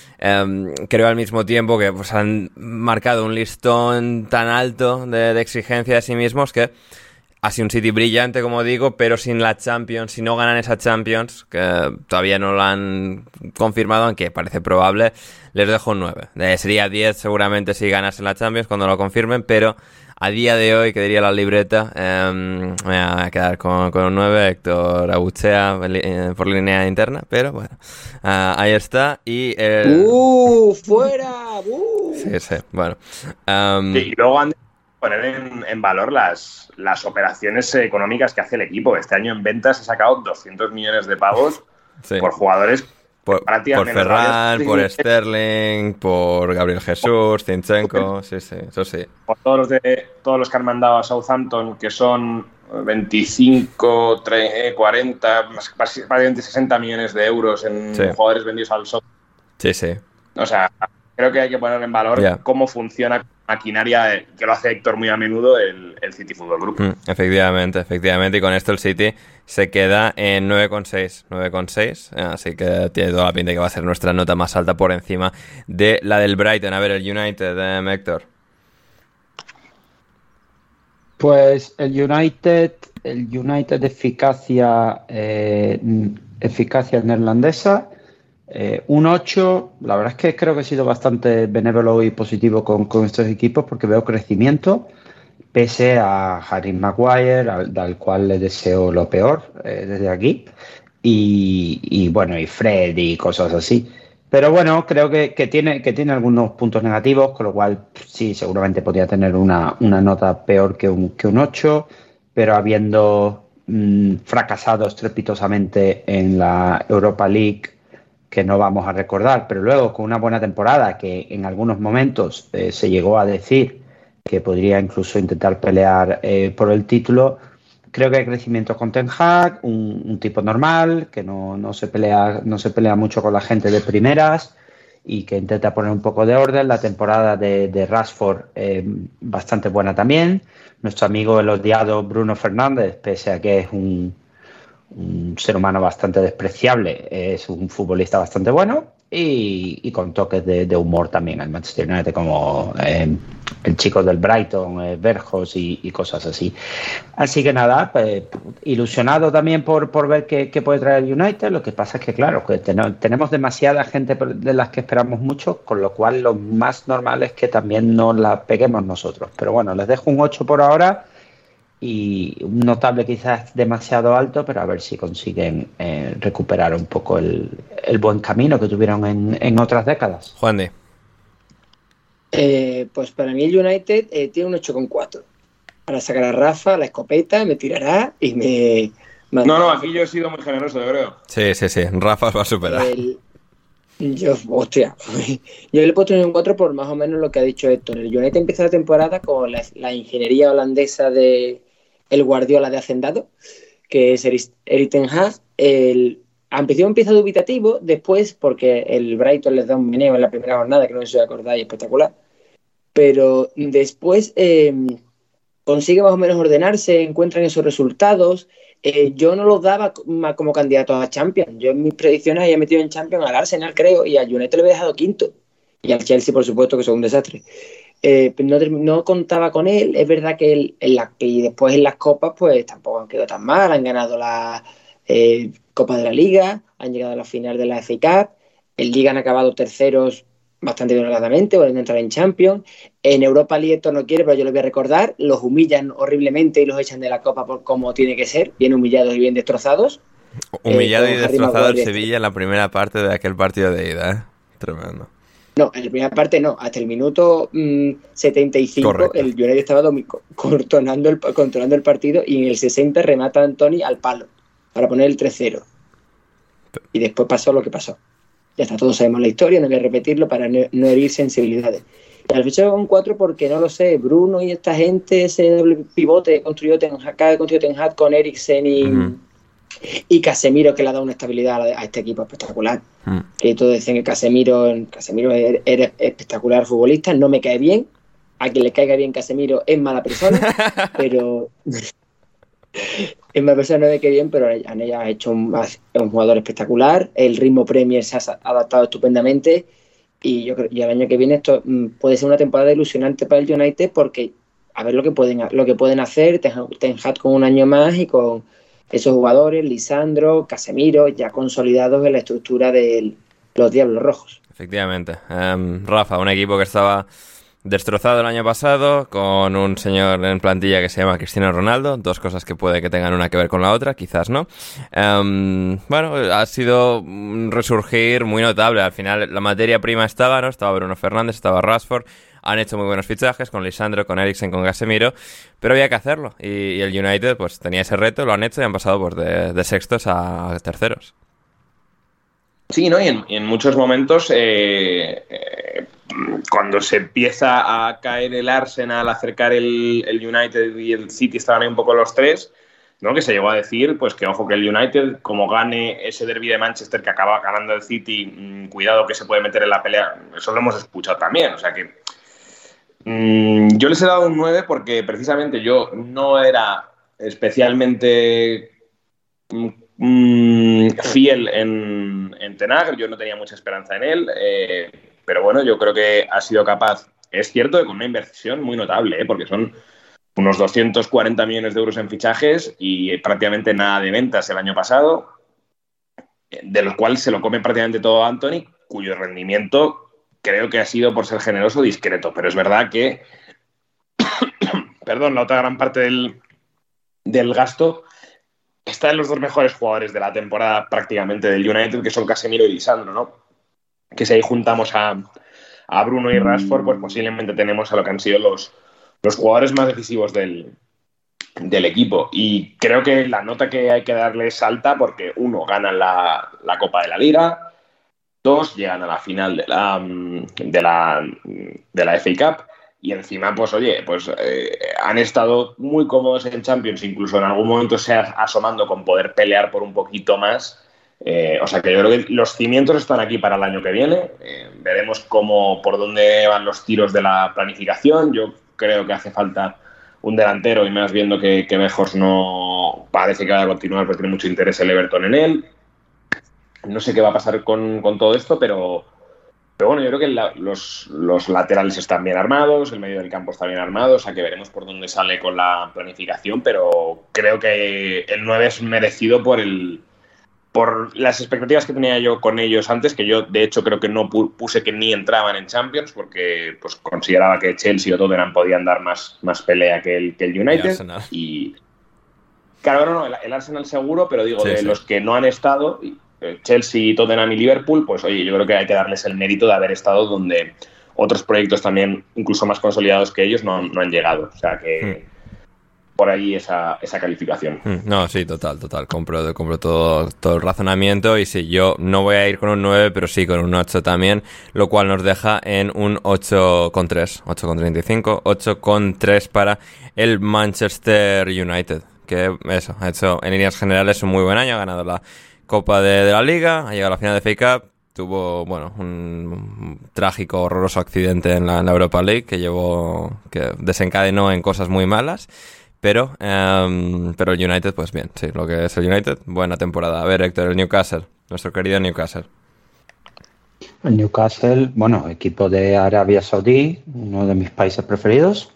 Um, creo al mismo tiempo que pues, han marcado un listón tan alto de, de exigencia de sí mismos que ha sido un City brillante, como digo, pero sin la Champions, si no ganan esa Champions, que todavía no lo han confirmado, aunque parece probable, les dejo un nueve. Eh, sería diez seguramente si ganasen la Champions cuando lo confirmen, pero a día de hoy, que diría la libreta, eh, me voy a quedar con, con un nueve. Héctor abuchea eh, por línea interna, pero bueno, uh, ahí está. Y el... ¡Uh! ¡Fuera! ¡Uh! Sí, sí, bueno. Um... Sí, y luego han de poner en, en valor las, las operaciones económicas que hace el equipo. Este año en ventas ha sacado doscientos millones de pavos sí. por jugadores. Por, por Ferran, por Sterling, por Gabriel Jesús, Zinchenko, sí, sí, eso sí. Por todos los, de, todos los que han mandado a Southampton, que son veinticinco, treinta, cuarenta, prácticamente sesenta millones de euros en sí. jugadores vendidos al Southampton. Sí, sí. O sea, creo que hay que poner en valor yeah. cómo funciona la maquinaria, que lo hace Héctor muy a menudo, el, el City Football Group. Mm, efectivamente, efectivamente, y con esto el City se queda en nueve coma seis, nueve coma seis, así que tiene toda la pinta que va a ser nuestra nota más alta por encima de la del Brighton. A ver, el United, eh, Héctor. Pues el United, el United de eficacia, eh, eficacia neerlandesa, eh, un ocho. La verdad es que creo que he sido bastante benévolo y positivo con, con estos equipos porque veo crecimiento, pese a Harry Maguire, al, al cual le deseo lo peor eh, desde aquí, y, y bueno, y Fred y cosas así. Pero bueno, creo que, que, tiene, que tiene algunos puntos negativos, con lo cual sí, seguramente podría tener una, una nota peor que un, que un ocho. pero habiendo mmm, fracasado estrepitosamente en la Europa League, que no vamos a recordar, pero luego con una buena temporada que en algunos momentos eh, se llegó a decir que podría incluso intentar pelear eh, por el título. Creo que hay crecimiento con Ten Hag, un, un tipo normal, que no, no, se pelea, no se pelea mucho con la gente de primeras y que intenta poner un poco de orden. La temporada de, de Rashford eh, bastante buena también. Nuestro amigo el odiado Bruno Fernández, pese a que es un, un ser humano bastante despreciable, es un futbolista bastante bueno y, y con toques de, de humor también al Manchester United, como eh, el chico del Brighton, eh, Berjos y, y cosas así. Así que nada, pues, ilusionado también por, por ver qué, qué puede traer el United. Lo que pasa es que claro, que ten, tenemos demasiada gente de las que esperamos mucho, con lo cual lo más normal es que también nos la peguemos nosotros. Pero bueno, les dejo un ocho por ahora y un notable quizás demasiado alto, pero a ver si consiguen eh, recuperar un poco el, el buen camino que tuvieron en, en otras décadas. Juan de. Eh, pues para mí el United eh, tiene un ocho coma cuatro. Para sacar a Rafa, la escopeta, me tirará y me... No, no, aquí yo he sido muy generoso, yo creo. Sí, sí, sí, Rafa os va a superar. El, yo, hostia, yo le he puesto un cuatro por más o menos lo que ha dicho Héctor. El United empieza la temporada con la, la ingeniería holandesa de el Guardiola de Hacendado, que es Erik ten Hag. El, a principio empieza dubitativo, después porque el Brighton les da un meneo en la primera jornada, que no sé si os acordáis, espectacular. Pero después eh, consigue más o menos ordenarse, encuentran esos resultados. Eh, yo no los daba como candidatos a Champions. Yo en mis predicciones había metido en Champions al Arsenal, creo, y al United le había dejado quinto. Y al Chelsea, por supuesto, que son un desastre. Eh, no, no contaba con él. Es verdad que, él, en la, y después en las copas pues tampoco han quedado tan mal. Han ganado la eh, Copa de la Liga, han llegado a la final de la F A Cup. En Liga han acabado terceros bastante bien holgadamente, volviendo a entrar en Champions. En Europa League esto no quiere, pero yo lo voy a recordar. Los humillan horriblemente y los echan de la Copa por como tiene que ser, bien humillados y bien destrozados. Humillado eh, y destrozado el Sevilla en la primera parte de aquel partido de ida, ¿eh? Tremendo. No, en la primera parte no, hasta el minuto mmm, setenta y cinco. Correcto. El United estaba domingo, controlando, el, controlando el partido y en el sesenta remata a Antony al palo para poner el tres cero. Y después pasó lo que pasó. Ya está, todos sabemos la historia, no voy a repetirlo para no, no herir sensibilidades. Y al fichado con cuatro porque, no lo sé, Bruno y esta gente, ese doble pivote construyó Ten Hag, construyó Ten Hag con Eriksen y, uh-huh. y Casemiro, que le ha dado una estabilidad a, a este equipo espectacular. Uh-huh. Que todos decían que Casemiro, Casemiro es, es espectacular futbolista, no me cae bien. A quien le caiga bien Casemiro es mala persona, pero... Es una persona no me cae bien, pero ella ha hecho un, un jugador espectacular. El ritmo Premier se ha adaptado estupendamente y yo creo y el año que viene esto puede ser una temporada ilusionante para el United porque a ver lo que pueden lo que pueden hacer. Ten Hag con un año más y con esos jugadores, Lisandro, Casemiro, ya consolidados en la estructura de los Diablos Rojos. Efectivamente. Um, Rafa, un equipo que estaba destrozado el año pasado, con un señor en plantilla que se llama Cristiano Ronaldo, dos cosas que puede que tengan una que ver con la otra, quizás no. Um, bueno, ha sido un resurgir muy notable. Al final la materia prima estaba, ¿no? Estaba Bruno Fernández, estaba Rashford, han hecho muy buenos fichajes con Lisandro, con Eriksen, con Casemiro, pero había que hacerlo. Y, y el United pues tenía ese reto, lo han hecho y han pasado pues, de, de sextos a terceros. Sí, ¿no? Y en, y en muchos momentos, eh, eh, cuando se empieza a caer el Arsenal, a acercar el, el United y el City, estaban ahí un poco los tres, ¿no? Que se llegó a decir, pues que ojo que el United, como gane ese derbi de Manchester que acaba ganando el City, mmm, cuidado que se puede meter en la pelea. Eso lo hemos escuchado también, o sea que mmm, yo les he dado un nueve porque precisamente yo no era especialmente Mmm, Mm, fiel en, en Ten Hag, yo no tenía mucha esperanza en él, eh, pero bueno, yo creo que ha sido capaz, es cierto, que con una inversión muy notable, eh, porque son unos doscientos cuarenta millones de euros en fichajes y prácticamente nada de ventas el año pasado, de los cuales se lo come prácticamente todo Antony, cuyo rendimiento creo que ha sido, por ser generoso, discreto, pero es verdad que perdón, la otra gran parte del, del gasto está en los dos mejores jugadores de la temporada prácticamente del United, que son Casemiro y Lisandro, ¿no? Que si ahí juntamos a, a Bruno y Rashford, pues posiblemente tenemos a lo que han sido los, los jugadores más decisivos del, del equipo. Y creo que la nota que hay que darle es alta porque, uno, ganan la, la Copa de la Liga, dos, llegan a la final de la, de la, de la F A Cup y encima, pues oye, pues eh, han estado muy cómodos en Champions, incluso en algún momento se ha asomando con poder pelear por un poquito más. Eh, o sea que yo creo que los cimientos están aquí para el año que viene. Eh, veremos cómo, por dónde van los tiros de la planificación. Yo creo que hace falta un delantero y más viendo que, que Weghorst no parece que va a continuar, porque tiene mucho interés el Everton en él. No sé qué va a pasar con, con todo esto, pero, pero bueno, yo creo que la, los, los laterales están bien armados, el medio del campo está bien armado, o sea que veremos por dónde sale con la planificación, pero creo que el nueve es merecido por el por las expectativas que tenía yo con ellos antes, que yo de hecho creo que no puse que ni entraban en Champions, porque pues consideraba que Chelsea o Tottenham podían dar más, más pelea que el, que el United. Y, y claro, no, no, el, el Arsenal seguro, pero digo, sí, de sí. los que no han estado, Chelsea, Tottenham y Liverpool, pues oye, yo creo que hay que darles el mérito de haber estado donde otros proyectos también, incluso más consolidados que ellos, no, no han llegado. O sea que... Hmm. por ahí esa, esa calificación. No, sí, total, total. Compro, compro todo, todo el razonamiento y sí, yo no voy a ir con un nueve, pero sí con un ocho también, lo cual nos deja en un ocho coma tres, ocho coma treinta y cinco, ocho coma tres para el Manchester United, que eso, ha hecho en líneas generales un muy buen año, ha ganado la Copa de, de la Liga, ha llegado a la final de F A Cup, tuvo, bueno, un trágico, horroroso accidente en la, en la Europa League que llevó, que desencadenó en cosas muy malas. Pero, um, pero el United, pues bien, sí, lo que es el United, buena temporada. A ver, Héctor, el Newcastle, nuestro querido Newcastle. El Newcastle, bueno, equipo de Arabia Saudí, uno de mis países preferidos,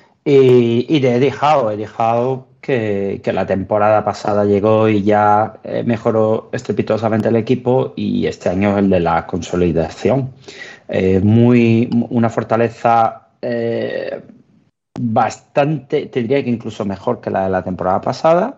y, y de Eddie Howe, Eddie Howe que, que la temporada pasada llegó y ya eh, mejoró estrepitosamente el equipo, y este año es el de la consolidación. Eh, muy, una fortaleza... Eh, bastante, te diría que incluso mejor que la de la temporada pasada,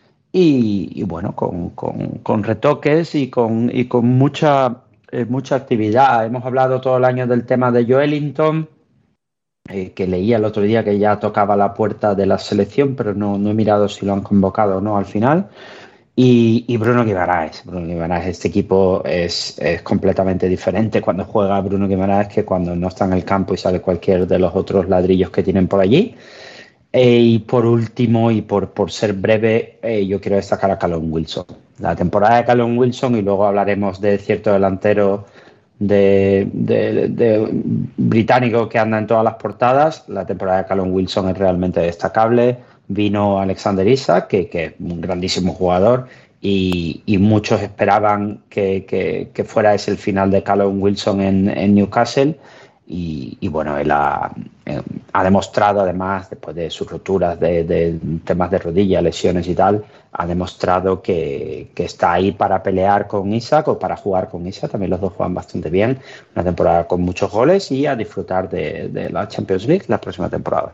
y, y bueno, con, con, con retoques y con, y con mucha, eh, mucha actividad. Hemos hablado todo el año del tema de Joelinton, eh, que leía el otro día que ya tocaba la puerta de la selección, pero no, no he mirado si lo han convocado o no al final. Y, y Bruno Guimaraes, Bruno Guimaraes, este equipo es, es completamente diferente cuando juega Bruno Guimaraes que cuando no está en el campo y sale cualquier de los otros ladrillos que tienen por allí. Eh, y por último, y por, por ser breve, eh, yo quiero destacar a Callum Wilson. La temporada de Callum Wilson, y luego hablaremos de cierto delantero de, de, de británico que anda en todas las portadas. La temporada de Callum Wilson es realmente destacable. Vino Alexander Isak, que, que es un grandísimo jugador, y, y muchos esperaban que, que, que fuera ese el final de Callum Wilson en, en Newcastle, y, y bueno, él ha, eh, ha demostrado, además, después de sus roturas de, de temas de rodilla, lesiones y tal, ha demostrado que, que está ahí para pelear con Isak o para jugar con Isak. También los dos juegan bastante bien, una temporada con muchos goles, y a disfrutar de, de la Champions League la próxima temporada.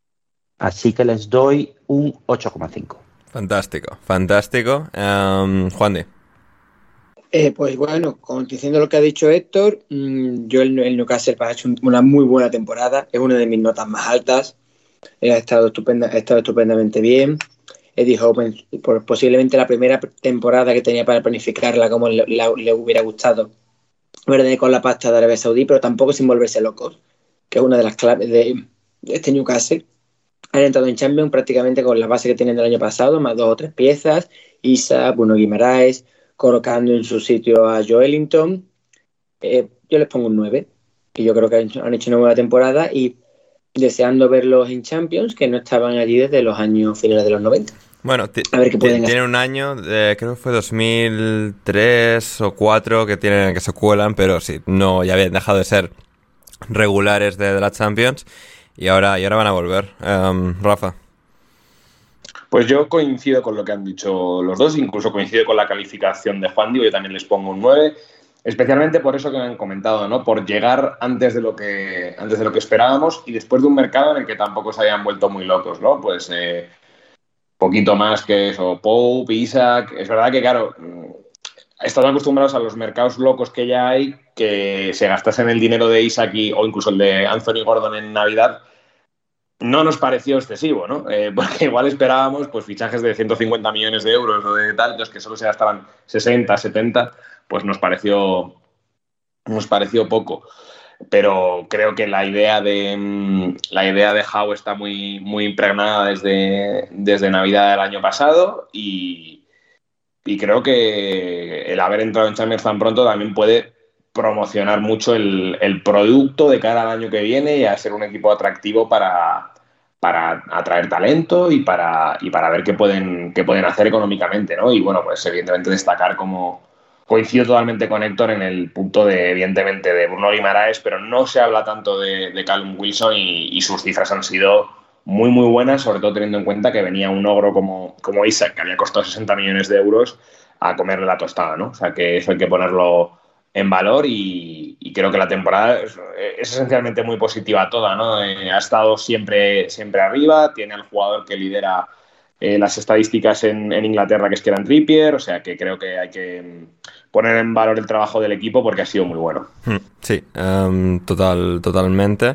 Así que les doy un ocho coma cinco. Fantástico, fantástico. Um, Juan de. Eh, pues bueno, diciendo lo que ha dicho Héctor, mmm, yo el, el Newcastle ha hecho una muy buena temporada, es una de mis notas más altas, ha estado, estupenda, ha estado estupendamente bien. Eddie Howe, por posiblemente la primera temporada que tenía para planificarla como le, la, le hubiera gustado, verde con la pasta de Arabia Saudí, pero tampoco sin volverse locos, que es una de las claves de, de este Newcastle. Han entrado en Champions prácticamente con la base que tenían del año pasado, más dos o tres piezas, Isak, Bruno Guimaraes, colocando en su sitio a Joelinton. Eh, yo les pongo un nueve, y yo creo que han hecho, han hecho una buena temporada, y deseando verlos en Champions, que no estaban allí desde los años finales de los noventa. Bueno, t- a ver qué pueden t- tienen un año, de, creo que fue dos mil tres o cuatro que tienen que se cuelan, pero sí, no, ya habían dejado de ser regulares de, de la Champions. Y ahora, y ahora van a volver. Um, Rafa. Pues yo coincido con lo que han dicho los dos, incluso coincido con la calificación de Juan Di, yo también les pongo un nueve, especialmente por eso que me han comentado, ¿no? Por llegar antes de lo que antes de lo que esperábamos, y después de un mercado en el que tampoco se habían vuelto muy locos, ¿no? Pues eh, poquito más que eso, Pope, Isak. Es verdad que, claro, estamos acostumbrados a los mercados locos que ya hay, que se gastasen el dinero de Isak y, o incluso el de Anthony Gordon en Navidad, no nos pareció excesivo, ¿no? Eh, porque igual esperábamos pues fichajes de ciento cincuenta millones de euros o de tal, entonces que solo se gastaban sesenta, setenta, pues nos pareció, nos pareció poco. Pero creo que la idea de la idea de Howe está muy, muy impregnada desde, desde Navidad del año pasado y, y creo que el haber entrado en Champions tan pronto también puede promocionar mucho el, el producto de cara al año que viene y a ser un equipo atractivo para, para atraer talento y para, y para ver qué pueden, qué pueden hacer económicamente, ¿no? Y bueno, pues evidentemente destacar como coincido totalmente con Héctor en el punto de, evidentemente, de Bruno Guimaraes, pero no se habla tanto de, de Callum Wilson y, y sus cifras han sido muy, muy buenas, sobre todo teniendo en cuenta que venía un ogro como, como Isak, que había costado sesenta millones de euros, a comerle la tostada, ¿no? O sea que eso hay que ponerlo en valor y, y creo que la temporada es, es esencialmente muy positiva toda, ¿no? Eh, ha estado siempre, siempre arriba, tiene al jugador que lidera eh, las estadísticas en, en Inglaterra, que es Kieran Trippier, o sea que creo que hay que poner en valor el trabajo del equipo porque ha sido muy bueno. Sí, um, total, totalmente.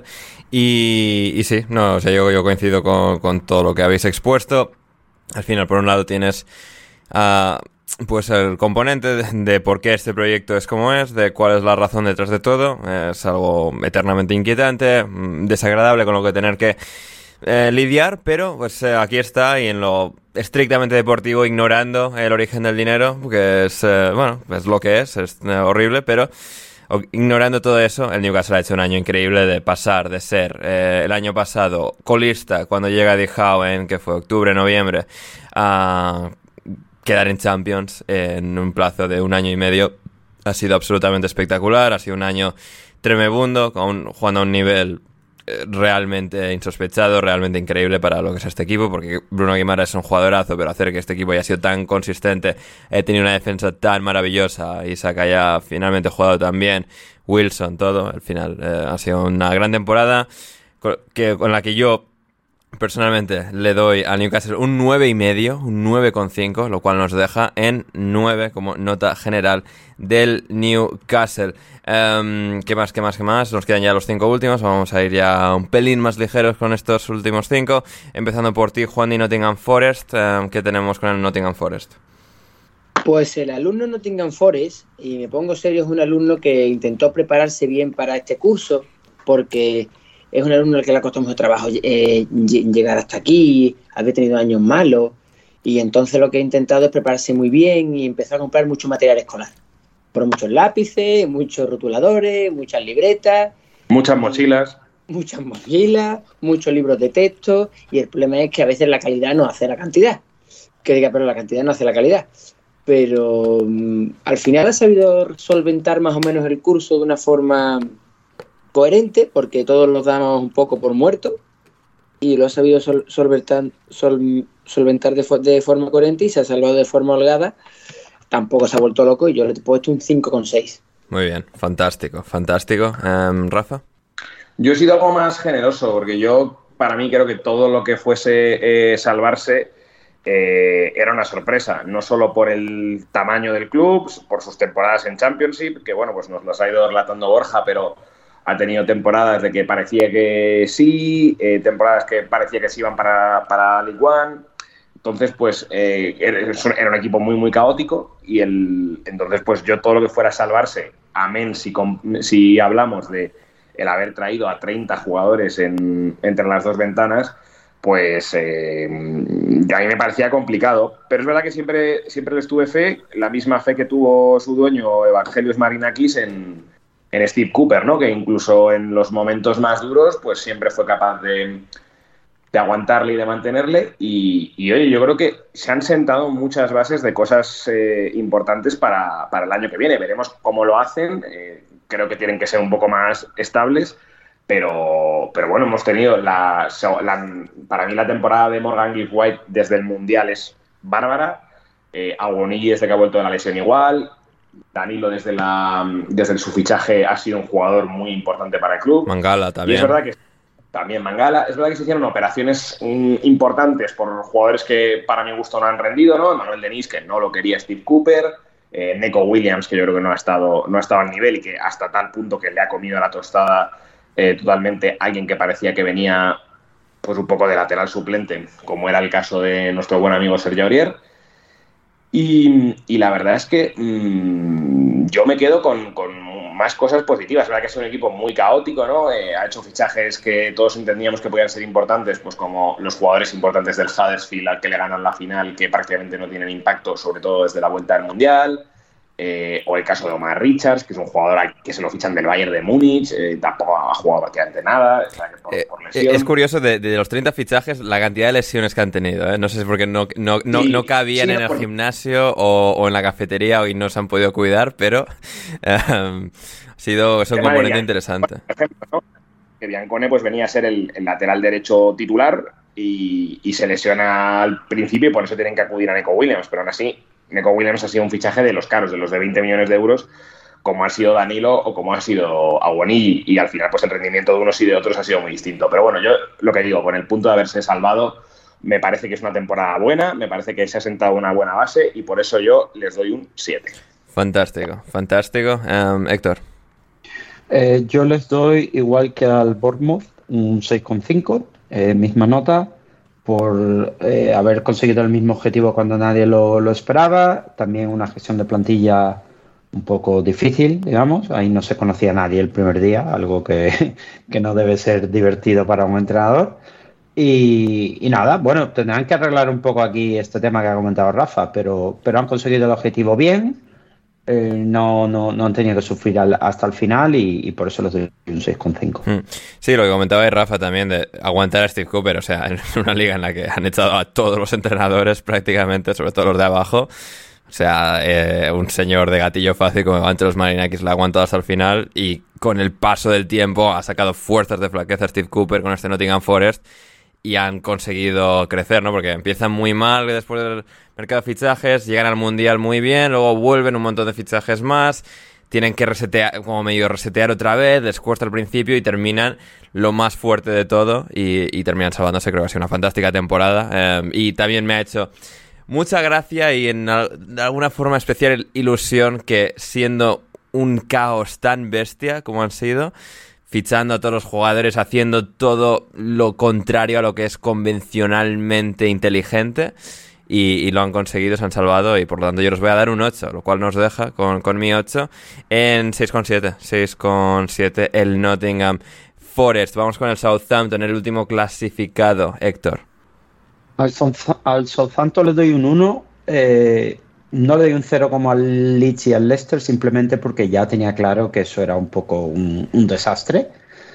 Y, y sí, no, o sea, yo, yo coincido con, con todo lo que habéis expuesto. Al final, por un lado, tienes uh, pues el componente de, de por qué este proyecto es como es, de cuál es la razón detrás de todo. Es algo eternamente inquietante, desagradable con lo que tener que eh, lidiar, pero pues eh, aquí está, y en lo estrictamente deportivo, ignorando el origen del dinero, que es, eh, bueno, es lo que es, es eh, horrible, pero ignorando todo eso, el Newcastle ha hecho un año increíble de pasar de ser eh, el año pasado colista cuando llega Eddie Howe en, que fue octubre, noviembre, a quedar en Champions en un plazo de un año y medio. Ha sido absolutamente espectacular, ha sido un año tremebundo, con, jugando a un nivel realmente insospechado, realmente increíble para lo que es este equipo, porque Bruno Guimaraes es un jugadorazo, pero hacer que este equipo haya sido tan consistente, he tenido una defensa tan maravillosa, Isak haya finalmente jugado tan bien, Wilson, todo, al final eh, ha sido una gran temporada con, que, con la que yo personalmente le doy al Newcastle un nueve y medio, un nueve coma cinco, lo cual nos deja en nueve como nota general del Newcastle. Um, ¿Qué más, qué más, qué más? Nos quedan ya los cinco últimos. Vamos a ir ya un pelín más ligeros con estos últimos cinco. Empezando por ti, Juan, de Nottingham Forest. Um, ¿Qué tenemos con el Nottingham Forest? Pues el alumno Nottingham Forest, y me pongo serio, es un alumno que intentó prepararse bien para este curso, porque es un alumno al que le ha costado mucho trabajo eh, llegar hasta aquí, había tenido años malos, y entonces lo que he intentado es prepararse muy bien y empezar a comprar mucho material escolar. Por muchos lápices, muchos rotuladores, muchas libretas. Muchas mochilas. Muchas mochilas, muchos libros de texto, y el problema es que a veces la calidad no hace la cantidad. Que diga, pero la cantidad no hace la calidad. Pero um, al final ha sabido solventar más o menos el curso de una forma coherente, porque todos los damos un poco por muerto, y lo ha sabido sol, solventar, sol, solventar de, fo- de forma coherente y se ha salvado de forma holgada. Tampoco se ha vuelto loco y yo le he puesto un cinco coma seis. Muy bien, fantástico, fantástico. Um, ¿Rafa? Yo he sido algo más generoso, porque yo, para mí, creo que todo lo que fuese eh, salvarse eh, era una sorpresa, no solo por el tamaño del club, por sus temporadas en Championship, que bueno, pues nos las ha ido relatando Borja, pero ha tenido temporadas de que parecía que sí, eh, temporadas que parecía que sí iban para, para League One. Entonces, pues, eh, era un equipo muy, muy caótico y el, entonces, pues, yo todo lo que fuera a salvarse, amén, si, si hablamos de el haber traído a treinta jugadores en, entre las dos ventanas, pues eh, a mí me parecía complicado. Pero es verdad que siempre, siempre les tuve fe, la misma fe que tuvo su dueño Evangelios Marinakis en, en Steve Cooper, ¿no? Que incluso en los momentos más duros, pues siempre fue capaz de... de aguantarle y de mantenerle y, y oye, yo creo que se han sentado muchas bases de cosas eh, importantes para, para el año que viene. Veremos cómo lo hacen, eh, creo que tienen que ser un poco más estables, pero, pero bueno, hemos tenido la, la, para mí la temporada de Morgan Gibbs White desde el Mundial es bárbara, eh, Agonilli desde que ha vuelto de la lesión igual, Danilo desde, la, desde su fichaje ha sido un jugador muy importante para el club. Mangala también. Y es verdad que También Mangala. Es verdad que se hicieron operaciones mm, importantes por jugadores que para mi gusto no han rendido, ¿no? Emmanuel Dennis, que no lo quería Steve Cooper, eh, Neco Williams, que yo creo que no ha estado no ha estado al nivel y que hasta tal punto que le ha comido la tostada eh, totalmente alguien que parecía que venía pues un poco de lateral suplente, como era el caso de nuestro buen amigo Sergi Aurier. Y, y la verdad es que mmm, yo me quedo con, con más cosas positivas. Es verdad que es un equipo muy caótico, ¿no? Eh, ha hecho fichajes que todos entendíamos que podían ser importantes, pues como los jugadores importantes del Huddersfield al que le ganan la final, que prácticamente no tienen impacto, sobre todo desde la vuelta del Mundial. Eh, o el caso de Omar Richards, que es un jugador que se lo fichan del Bayern de Múnich, eh, tampoco ha jugado prácticamente nada, o sea, que por, eh, por lesión. Es curioso, de, de los treinta fichajes, la cantidad de lesiones que han tenido, ¿eh? No sé si es porque no, no, no, sí, no cabían sí, en el por... gimnasio o, o en la cafetería y no se han podido cuidar, pero eh, ha sido es un componente interesante. Por ejemplo, ¿no? Que Biancone pues, venía a ser el, el lateral derecho titular y, y se lesiona al principio y por eso tienen que acudir a Neco Williams, pero aún así Neco Williams ha sido un fichaje de los caros, de los de veinte millones de euros, como ha sido Danilo o como ha sido Awoniyi, y al final pues el rendimiento de unos y de otros ha sido muy distinto. Pero bueno, yo lo que digo, con el punto de haberse salvado, me parece que es una temporada buena, me parece que se ha sentado una buena base y por eso yo les doy un siete. Fantástico, fantástico. Um, Héctor. Eh, yo les doy, igual que al Bournemouth, un seis coma cinco, eh, misma nota, por eh, haber conseguido el mismo objetivo cuando nadie lo, lo esperaba. También una gestión de plantilla un poco difícil, digamos. Ahí no se conocía a nadie el primer día, algo que, que no debe ser divertido para un entrenador. Y, y nada, bueno, tendrán que arreglar un poco aquí este tema que ha comentado Rafa, pero, pero han conseguido el objetivo bien. Eh, no, no, no han tenido que sufrir al, hasta el final y, y por eso les doy un seis coma cinco. Sí, lo que comentaba Rafa también de aguantar a Steve Cooper, o sea, en una liga en la que han echado a todos los entrenadores prácticamente, sobre todo los de abajo, o sea, eh, un señor de gatillo fácil como ante los Marinakis la ha aguantado hasta el final y con el paso del tiempo ha sacado fuerzas de flaqueza a Steve Cooper con este Nottingham Forest y han conseguido crecer, ¿no? Porque empiezan muy mal después del mercado de fichajes, llegan al Mundial muy bien, luego vuelven un montón de fichajes más, tienen que resetear, como medio resetear otra vez, les cuesta al principio y terminan lo más fuerte de todo y, y terminan salvándose. Creo que ha sido una fantástica temporada eh, y también me ha hecho mucha gracia y en de alguna forma especial ilusión que siendo un caos tan bestia como han sido, fichando a todos los jugadores, haciendo todo lo contrario a lo que es convencionalmente inteligente y, y lo han conseguido, se han salvado y por lo tanto yo les voy a dar un ocho, lo cual nos deja con, con mi ocho en seis coma siete, seis coma siete el Nottingham Forest. Vamos con el Southampton, el último clasificado. Héctor. Al, al Southampton le doy un uno, eh, no le doy un cero como al Leeds y al Leicester, simplemente porque ya tenía claro que eso era un poco un, un desastre.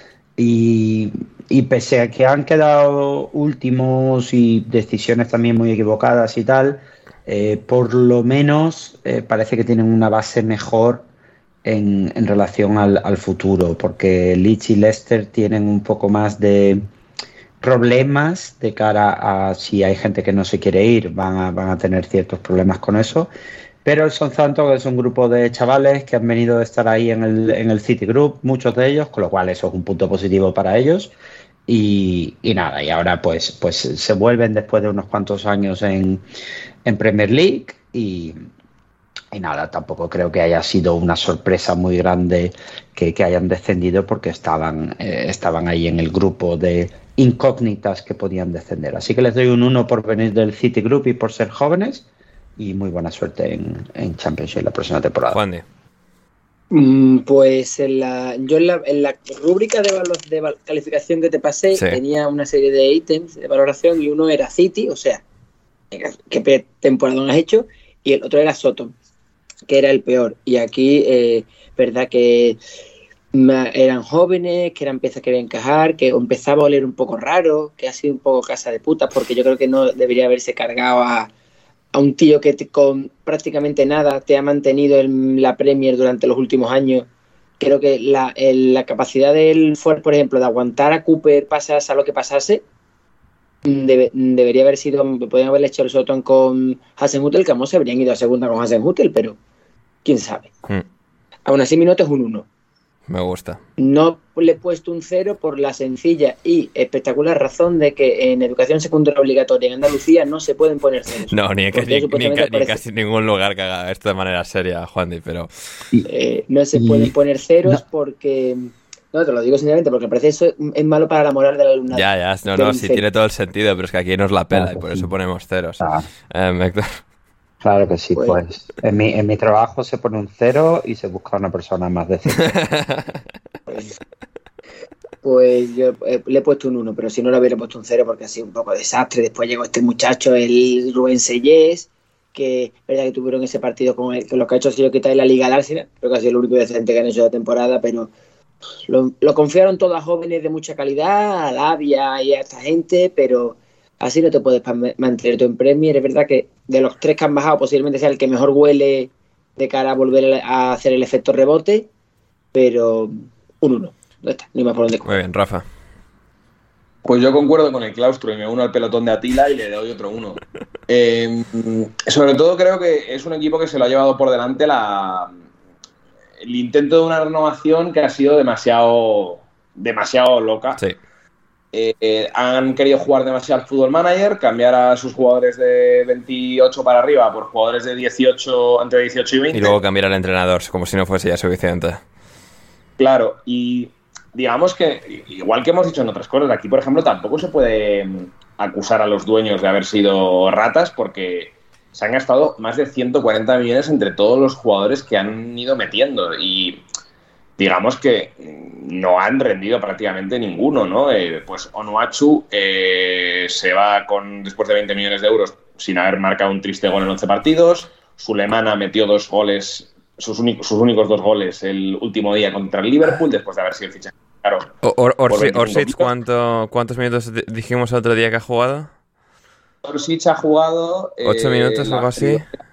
Y, y pese a que han quedado últimos y decisiones también muy equivocadas y tal, eh, por lo menos eh, parece que tienen una base mejor en, en relación al, al futuro, porque Leeds y Leicester tienen un poco más de problemas de cara a si hay gente que no se quiere ir, van a, van a tener ciertos problemas con eso. Pero el Southampton es un grupo de chavales que han venido a estar ahí en el, en el City Group, muchos de ellos, con lo cual eso es un punto positivo para ellos. Y, y nada, y ahora pues, pues se vuelven después de unos cuantos años en, en Premier League y, y nada, tampoco creo que haya sido una sorpresa muy grande que, que hayan descendido porque estaban, eh, estaban ahí en el grupo de incógnitas que podían descender. Así que les doy un uno por venir del City Group y por ser jóvenes. Y muy buena suerte en, en Championship la próxima temporada. Juan de. Mm, pues en la, yo en la, en la rúbrica de, valo, de val, calificación que te pasé, sí, tenía una serie de ítems de valoración y uno era City, o sea, qué temporada has hecho, y el otro era Soton, que era el peor. Y aquí, eh, verdad que eran jóvenes, que eran piezas que iban a encajar, que empezaba a oler un poco raro, que ha sido un poco casa de putas, porque yo creo que no debería haberse cargado a a un tío que te, con prácticamente nada te ha mantenido en la Premier durante los últimos años. Creo que la, el, la capacidad del Ford, por ejemplo, de aguantar a Cooper pasase a lo que pasase, debe, debería haber sido, podrían haberle hecho el Soton con Hasenhüttl, que se habrían ido a segunda con Hasenhüttl, pero quién sabe. Hmm. Aún así mi nota es un uno. Me gusta. No le he puesto un cero por la sencilla y espectacular razón de que en educación secundaria obligatoria en Andalucía no se pueden poner ceros. No, ni, que, ni, ni, ni casi ningún lugar que haga esto de manera seria, Juandi, pero... Eh, no se pueden poner ceros no. porque No, te lo digo sinceramente, porque parece eso es malo para la moral del alumnado. Ya, ya, no, no, sí tiene todo el sentido, pero es que aquí nos la pela, claro, y por eso ponemos ceros. Ah. Um, Héctor. Claro que sí, pues, pues en, mi, en mi trabajo se pone un cero y se busca una persona más decente. Pues, pues yo eh, le he puesto un uno, pero si no le hubiera puesto un cero porque ha sido un poco desastre. Después llegó este muchacho, el Rubén Sellés, que es verdad que tuvieron ese partido con, el, con los que ha hecho ha sido quitar la Liga al Arsenal, creo que ha sido el único decente que han hecho de temporada, pero lo, lo confiaron todos a jóvenes de mucha calidad, a Lavia y a esta gente, pero así no te puedes mantener tú en Premier. Es verdad que de los tres que han bajado posiblemente sea el que mejor huele de cara a volver a hacer el efecto rebote, pero un uno, no está, ni más por donde. Muy bien, Rafa. Pues yo concuerdo con el claustro y me uno al pelotón de Atila y le doy otro uno. Eh, sobre todo creo que es un equipo que se lo ha llevado por delante la, el intento de una renovación que ha sido demasiado, demasiado loca. Sí. Eh, eh, han querido jugar demasiado al Football Manager, cambiar a sus jugadores de veintiocho para arriba por jugadores de dieciocho, entre dieciocho y veinte. Y luego cambiar al entrenador, como si no fuese ya suficiente. Claro, y digamos que, igual que hemos dicho en otras cosas, aquí, por ejemplo, tampoco se puede acusar a los dueños de haber sido ratas porque se han gastado más de ciento cuarenta millones entre todos los jugadores que han ido metiendo y digamos que no han rendido prácticamente ninguno, ¿no? Eh, pues Onuachu eh, se va con después de veinte millones de euros sin haber marcado un triste gol en once partidos. Sulemana metió dos goles, sus, únicos, sus únicos dos goles el último día contra el Liverpool después de haber sido fichado. Claro, Or, Or, Orsic, ¿cuánto, ¿cuántos minutos dijimos el otro día que ha jugado? Orsic ha jugado... ¿Ocho eh, minutos o algo así?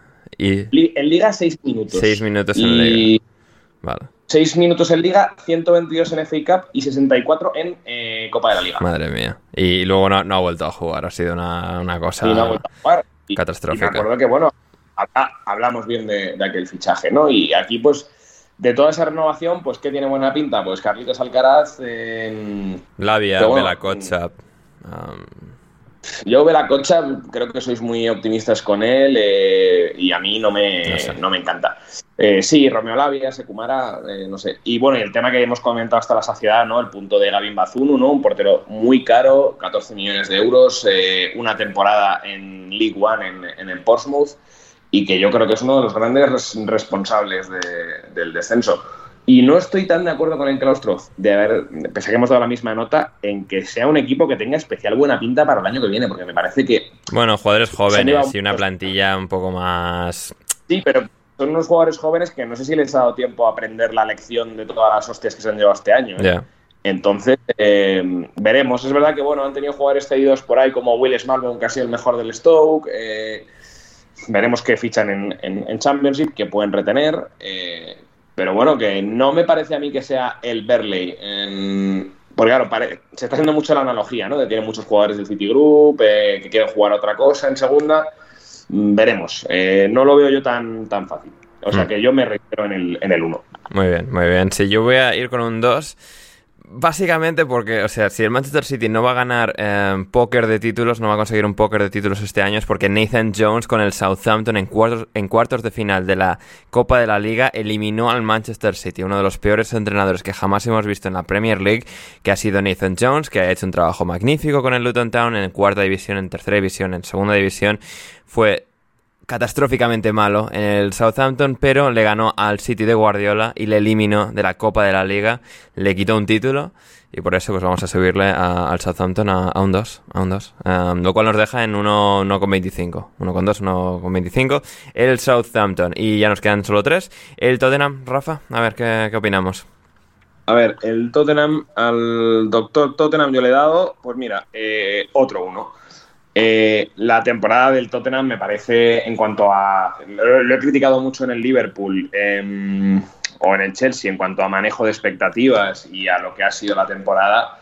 Y... En Liga, seis minutos. Seis minutos en y... Liga. Vale. seis minutos en Liga, ciento veintidós en F A Cup y sesenta y cuatro en eh, Copa de la Liga. Madre mía. Y luego no, no ha vuelto a jugar. Ha sido una, una cosa y no ha vuelto a jugar. Y, catastrófica. Y me acuerdo que, bueno, habla, hablamos bien de, de aquel fichaje, ¿no? Y aquí, pues, de toda esa renovación, pues, ¿qué tiene buena pinta? Pues Carlitos Alcaraz... Eh, Lavia, bueno, Belakocha... Um... Yo, Belakocha, creo que sois muy optimistas con él eh, y a mí no me, no sé. no me encanta. Eh, sí, Romeo Lavia, Sekumara, eh, no sé. Y bueno, el tema que hemos comentado hasta la saciedad, ¿no? El punto de Gavin Bazunu, ¿no? Un portero muy caro, catorce millones de euros, eh, una temporada en League One en, en el Portsmouth y que yo creo que es uno de los grandes res- responsables de, del descenso. Y no estoy tan de acuerdo con el claustro de haber, pese a que hemos dado la misma nota, en que sea un equipo que tenga especial buena pinta para el año que viene, porque me parece que... Bueno, jugadores jóvenes y una plantilla un poco más... Sí, pero son unos jugadores jóvenes que no sé si les ha dado tiempo a aprender la lección de todas las hostias que se han llevado este año. ¿eh? Yeah. Entonces, eh, veremos. Es verdad que, bueno, han tenido jugadores cedidos por ahí como Will Smallbone, que ha sido el mejor del Stoke. Eh, veremos qué fichan en, en, en Championship, que pueden retener... Eh, Pero bueno, que no me parece a mí que sea el Burnley. En... Porque claro, pare... se está haciendo mucho la analogía, ¿no? De que tienen muchos jugadores del Citigroup, eh, que quieren jugar otra cosa en segunda. Mm, veremos. Eh, no lo veo yo tan, tan fácil. O sea mm. que yo me reitero en el, en el uno. Muy bien, muy bien. Sí, yo voy a ir con un dos. Básicamente porque, o sea, si el Manchester City no va a ganar eh, póker de títulos, no va a conseguir un póker de títulos este año, es porque Nathan Jones con el Southampton en cuartos, en cuartos de final de la Copa de la Liga eliminó al Manchester City, uno de los peores entrenadores que jamás hemos visto en la Premier League, que ha sido Nathan Jones, que ha hecho un trabajo magnífico con el Luton Town en cuarta división, en tercera división, en segunda división. Fue catastróficamente malo en el Southampton, pero le ganó al City de Guardiola y le eliminó de la Copa de la Liga, le quitó un título y por eso pues vamos a subirle a, al Southampton a, a un dos, a un dos, um, lo cual nos deja en uno coma veinticinco, uno coma dos, uno coma veinticinco el Southampton, y ya nos quedan solo tres. El Tottenham, Rafa, a ver qué, qué opinamos. A ver, el Tottenham, al doctor Tottenham yo le he dado, pues mira, eh, otro uno. Eh, la temporada del Tottenham me parece, en cuanto a... Lo, lo he criticado mucho en el Liverpool eh, o en el Chelsea en cuanto a manejo de expectativas y a lo que ha sido la temporada.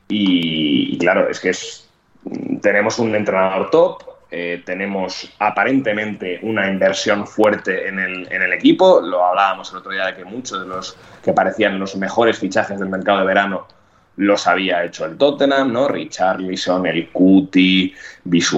Y, y claro, es que es, tenemos un entrenador top, eh, tenemos aparentemente una inversión fuerte en el, en el equipo. Lo hablábamos el otro día de que muchos de los que parecían los mejores fichajes del mercado de verano los había hecho el Tottenham, ¿no? Richarlison, el Cuti,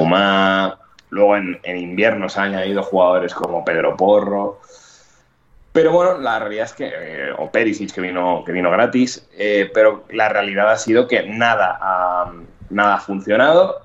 Bissouma. Luego en, en invierno se han añadido jugadores como Pedro Porro. Pero bueno, la realidad es que, eh, o Perisic que vino, que vino gratis, eh, pero la realidad ha sido que nada ha, nada ha funcionado.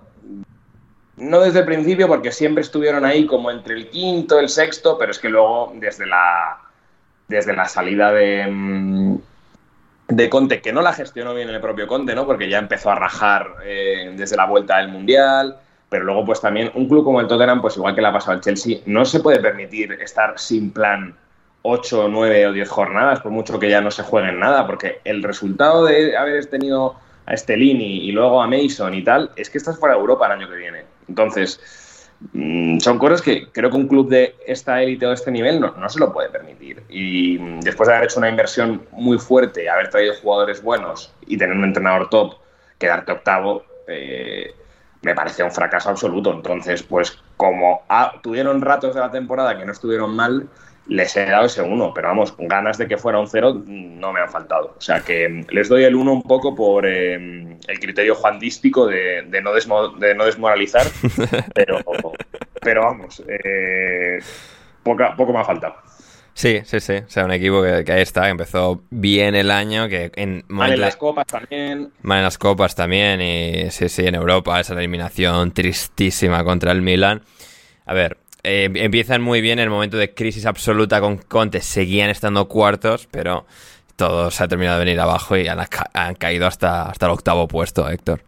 No desde el principio, porque siempre estuvieron ahí como entre el quinto, el sexto, pero es que luego desde la, desde la salida de, de Conte, que no la gestionó bien el propio Conte, ¿no? Porque ya empezó a rajar eh, desde la vuelta del Mundial, pero luego pues también un club como el Tottenham, pues igual que le ha pasado al Chelsea, no se puede permitir estar sin plan ocho, nueve o diez jornadas, por mucho que ya no se juegue en nada, porque el resultado de haber tenido a Stellini y luego a Mason y tal, es que estás fuera de Europa el año que viene. Entonces, mmm, son cosas que creo que un club de esta élite o de este nivel no, no se lo puede permitir. Y mmm, después de haber hecho una inversión muy fuerte, haber traído jugadores buenos y tener un entrenador top, quedarte octavo, eh, me parece un fracaso absoluto. Entonces, pues como ah, tuvieron ratos de la temporada que no estuvieron mal, les he dado ese uno, pero vamos, ganas de que fuera un cero no me han faltado. O sea que les doy el uno un poco por eh, el criterio juandístico de, de, no, desmo, de no desmoralizar, pero, pero vamos, eh, poca, poco me ha faltado. Sí, sí, sí. O sea, un equipo que, que ahí está, que empezó bien el año, que en, mal en las copas también. Mal en las copas también, y sí, sí, en Europa, esa eliminación tristísima contra el Milan. A ver, eh, empiezan muy bien en el momento de crisis absoluta con Conte, seguían estando cuartos, pero todo se ha terminado de venir abajo y han, han caído hasta, hasta el octavo puesto, Héctor.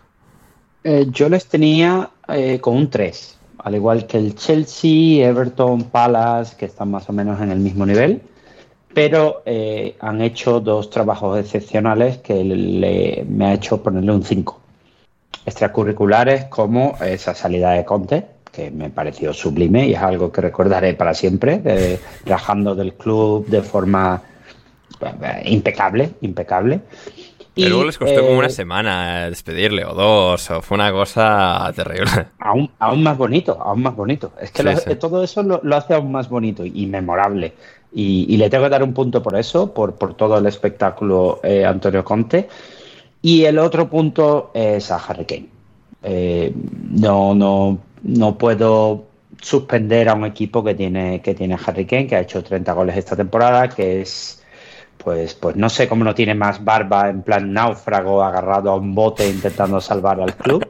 Eh, yo les tenía eh, con un tres. Al igual que el Chelsea, Everton, Palace, que están más o menos en el mismo nivel, pero eh, han hecho dos trabajos excepcionales que le, me ha hecho ponerle un cinco. Extracurriculares como esa salida de Conte, que me pareció sublime y es algo que recordaré para siempre, eh, rajando del club de forma eh, impecable, impecable. Y luego les costó eh, como una semana despedirle, o dos, o fue una cosa terrible. Aún, aún más bonito, aún más bonito. Es que sí, lo, sí. todo eso lo, lo hace aún más bonito y, y memorable. Y, y le tengo que dar un punto por eso, por, por todo el espectáculo eh, Antonio Conte. Y el otro punto es a Harry Kane. Eh, no, no, no puedo suspender a un equipo que tiene, que tiene a Harry Kane, que ha hecho treinta goles esta temporada, que es... Pues, pues no sé cómo no tiene más barba en plan náufrago agarrado a un bote intentando salvar al club.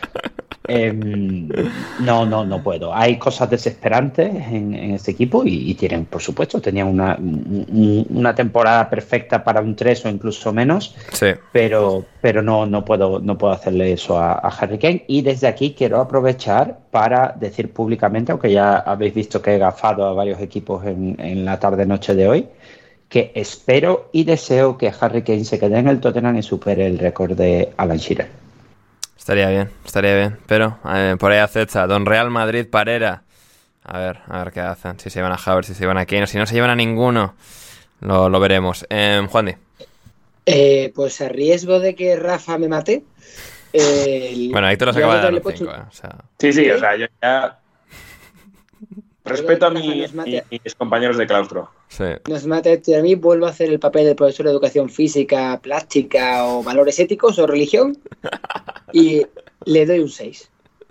Eh, no, no, no puedo. Hay cosas desesperantes en, en este equipo y, y tienen, por supuesto, tenían una, un, una temporada perfecta para un tres o incluso menos. Sí. Pero, pero no, no puedo, no puedo hacerle eso a, a Harry Kane. Y desde aquí quiero aprovechar para decir públicamente, aunque ya habéis visto que he gafado a varios equipos en, en la tarde-noche de hoy, que espero y deseo que Harry Kane se quede en el Tottenham y supere el récord de Alan Shearer. Estaría bien, estaría bien. Pero eh, por ahí acecha Don Real Madrid Parera. A ver, a ver qué hacen. Si se llevan a Havertz, si se llevan a Kane, o si no se llevan a ninguno. Lo, lo veremos. Eh, Juandi. Eh, pues a riesgo de que Rafa me mate. Eh, bueno, Héctor los acaba de dar un cinco. Eh, o sea... Sí, sí, o sea, yo ya... Respeto a mi, mi, mis compañeros de claustro. Sí. Nos mata esto y a mí vuelvo a hacer el papel del profesor de educación física, plástica o valores éticos o religión y le doy un seis.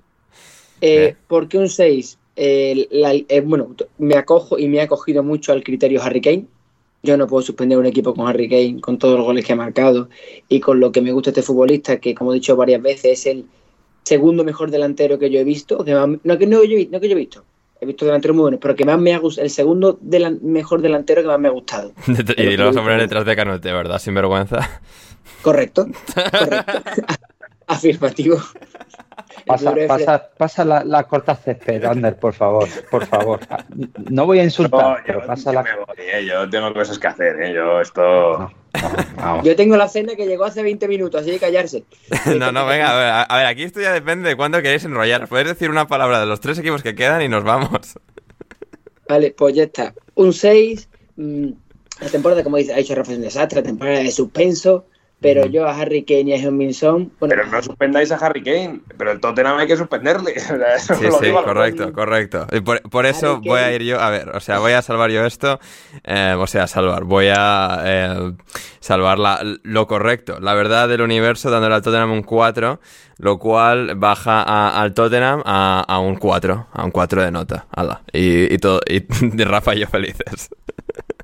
Eh, ¿Por qué un seis? Eh, la, eh, bueno, me acojo y me ha acogido mucho al criterio Harry Kane. Yo no puedo suspender un equipo con Harry Kane, con todos los goles que ha marcado y con lo que me gusta este futbolista, que como he dicho varias veces es el segundo mejor delantero que yo he visto. Que más, no, que no, yo, no que yo he visto. He visto delanteros muy buenos, pero que más me ha gustado, el segundo delan- mejor delantero que más me ha gustado. Y lo vas a poner detrás de Canute, ¿verdad? Sin vergüenza. Correcto, correcto. Afirmativo. Pasa, pasa, pasa la, la corta césped, Ander, por favor, por favor. No voy a insultar, no, yo, pero pasa yo la... Me voy, eh, yo tengo cosas que hacer, ¿eh? Yo esto... No, no, yo tengo la cena que llegó hace veinte minutos, así que callarse. No, no, venga, a ver, a ver, aquí esto ya depende de cuándo queréis enrollar. Podéis decir una palabra de los tres equipos que quedan y nos vamos. Vale, pues ya está. Un seis. Mmm, la temporada, como dice, ha hecho Rafa, es un desastre, la temporada de suspenso. Pero yo a Harry Kane y a Heung-min-Son... Bueno, pero no suspendáis a Harry Kane, pero el Tottenham hay que suspenderle. Eso sí, sí, correcto, correcto. Y por, por eso voy a ir yo, a ver, o sea, voy a salvar yo esto, eh, o sea, salvar, voy a eh, salvar la, lo correcto, la verdad del universo, dándole al Tottenham un cuatro, lo cual baja a, al Tottenham a, a un cuatro, a un cuatro de nota, ala, y, y todo, y de Rafa y yo felices.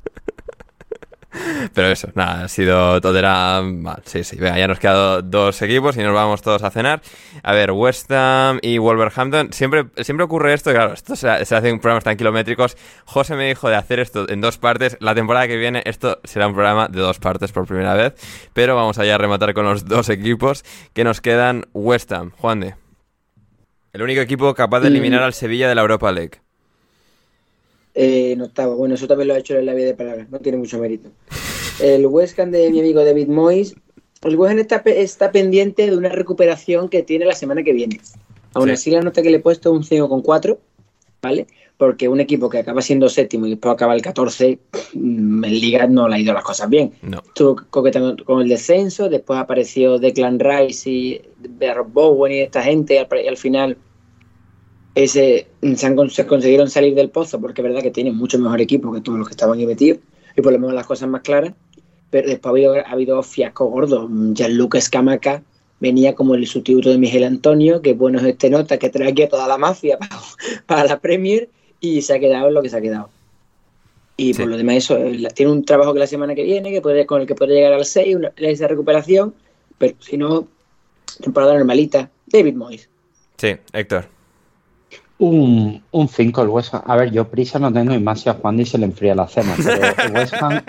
Pero eso, nada, ha sido Tottenham. Vale, sí, sí, venga, ya nos quedan dos equipos y nos vamos todos a cenar. A ver, West Ham y Wolverhampton. Siempre, siempre ocurre esto, claro, esto se, se hacen programas tan kilométricos. José me dijo de hacer esto en dos partes. La temporada que viene esto será un programa de dos partes por primera vez. Pero vamos allá a rematar con los dos equipos que nos quedan. West Ham, Juan de. El único equipo capaz de eliminar al Sevilla de la Europa League. Eh, no estaba. Bueno, eso también lo ha hecho en la vida de palabras. No tiene mucho mérito. El West Ham de mi amigo David Moyes. El West Ham está, está pendiente de una recuperación que tiene la semana que viene. Aún sí. Así la nota que le he puesto es un cinco coma cuatro, ¿vale? Porque un equipo que acaba siendo séptimo y después acaba el catorce, en Liga no le ha ido las cosas bien. No. Estuvo coquetando con el descenso, después apareció Declan Rice y Rob Bowen y esta gente, y al, y al final ese, se, han, se consiguieron salir del pozo, porque es verdad que tienen mucho mejor equipo que todos los que estaban ahí metidos, y por lo menos las cosas más claras, pero después ha habido, ha habido fiasco gordo. Gianluca Scamacca venía como el sustituto de Miguel Antonio, que bueno es este nota, que trae aquí a toda la mafia para, para la Premier, y se ha quedado en lo que se ha quedado. Y sí. Por lo demás eso, tiene un trabajo que la semana que viene, que puede, con el que puede llegar al seis, una, esa recuperación, pero si no, temporada normalita. David Moyes. Sí, Héctor. Un, un cinco el West Ham. A ver, yo prisa no tengo, y más si a Juan Di se le enfría la cena, pero el West Ham,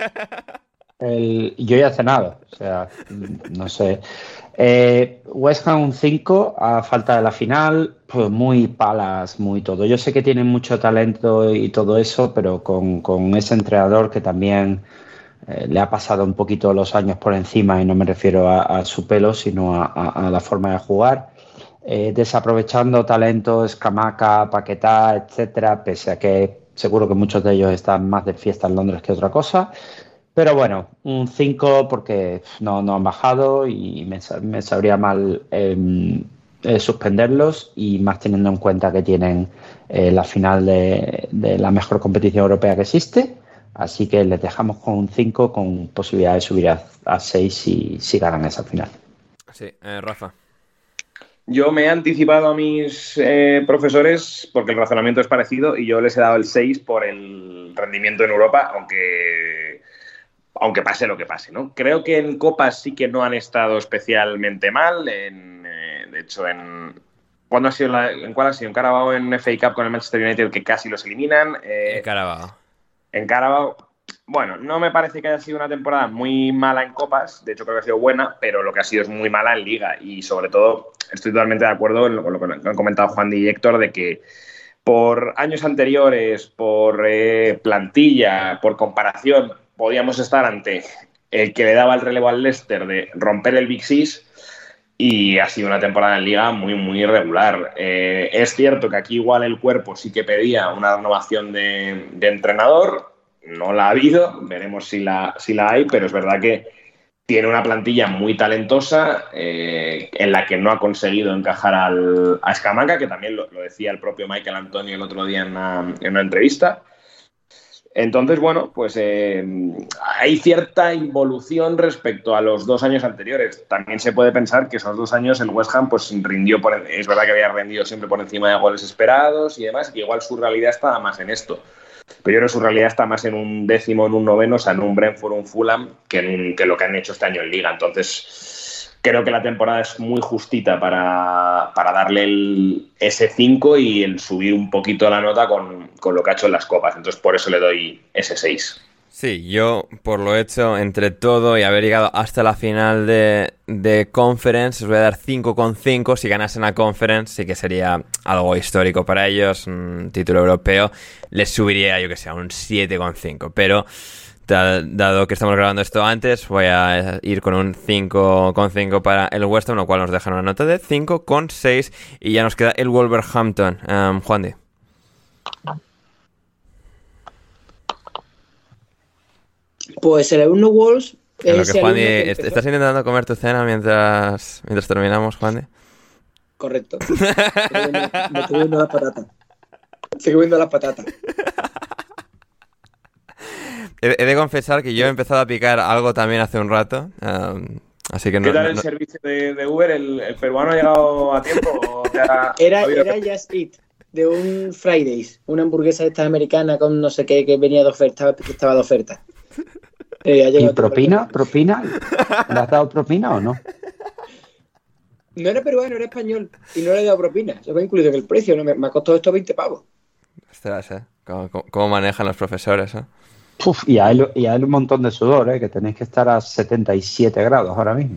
el, yo ya he cenado, o sea, no sé. Eh, West Ham un cinco a falta de la final, pues muy palas, muy todo. Yo sé que tienen mucho talento y todo eso, pero con, con ese entrenador que también eh, le ha pasado un poquito los años por encima, y no me refiero a, a su pelo, sino a, a, a la forma de jugar. Eh, desaprovechando talentos, Scamacca, Paquetá, etcétera, pese a que seguro que muchos de ellos están más de fiesta en Londres que otra cosa. Pero bueno, un cinco porque no, no han bajado y me, me sabría mal eh, eh, suspenderlos, y más teniendo en cuenta que tienen eh, la final de, de la mejor competición europea que existe. Así que les dejamos con un cinco con posibilidad de subir a, a seis si, si ganan esa final. Sí, eh, Rafa. Yo me he anticipado a mis eh, profesores porque el razonamiento es parecido, y yo les he dado el seis por el rendimiento en Europa, aunque, aunque pase lo que pase, ¿no? Creo que en Copas sí que no han estado especialmente mal. En, eh, de hecho, en ¿cuándo ha sido la, ¿en cuál ha sido? En Carabao, en F A Cup con el Manchester United, que casi los eliminan. Eh, en Carabao. En Carabao. Bueno, no me parece que haya sido una temporada muy mala en Copas, de hecho creo que ha sido buena, pero lo que ha sido es muy mala en Liga, y sobre todo estoy totalmente de acuerdo con lo que han comentado Juan y Héctor, de que por años anteriores, por eh, plantilla, por comparación, podíamos estar ante el que le daba el relevo al Leicester de romper el Big Six, y ha sido una temporada en Liga muy, muy irregular. Eh, es cierto que aquí igual el cuerpo sí que pedía una renovación de, de entrenador. No la ha habido, veremos si la, si la hay, pero es verdad que tiene una plantilla muy talentosa eh, en la que no ha conseguido encajar al, a Scamacca, que también lo, lo decía el propio Michael Antonio el otro día en una, en una entrevista. Entonces, bueno, pues eh, hay cierta involución respecto a los dos años anteriores. También se puede pensar que esos dos años el West Ham pues rindió, por, es verdad que había rendido siempre por encima de goles esperados y demás, y igual su realidad estaba más en esto. Pero yo creo que su realidad está más en un décimo, en un noveno, o sea, en un Brentford, un Fulham, que, en, que lo que han hecho este año en Liga. Entonces, creo que la temporada es muy justita para, para darle el, ese cinco y el subir un poquito la nota con, con lo que ha hecho en las Copas. Entonces, por eso le doy ese seis. Sí, yo, por lo hecho, entre todo y haber llegado hasta la final de, de Conference, os voy a dar cinco coma cinco. Si ganasen la Conference, sí que sería algo histórico para ellos, un título europeo. Les subiría, yo que sé, a un siete coma cinco. Pero, dado que estamos grabando esto antes, voy a ir con un cinco coma cinco para el West Ham, lo cual nos deja una nota de cinco coma seis. Y ya nos queda el Wolverhampton. Um, Juan de. Pues el alumno Wolves. En lo que, Juan, que empezó... ¿estás intentando comer tu cena mientras, mientras terminamos, Juan? De? Correcto. Me estoy comiendo las patatas. Estoy comiendo las patatas. He, he de confesar que yo he empezado a picar algo también hace un rato. Um, así que no, ¿Qué tal no, el no... servicio de, de Uber? ¿El, ¿El peruano ha llegado a tiempo? ¿O ya era era Just Eat, de un Fridays, una hamburguesa esta americana con no sé qué que venía de oferta, que estaba de oferta. Eh, ¿Y propina? ¿Propina? ¿Le has dado propina o no? No era peruano, era español. Y no le he dado propina. Se va incluido en el precio. ¿no? Me, me ha costado esto veinte pavos. Ostras, ¿eh? ¿Cómo, cómo, cómo manejan los profesores, eh? Uf, y hay, y hay un montón de sudor, ¿eh? Que tenéis que estar a setenta y siete grados ahora mismo.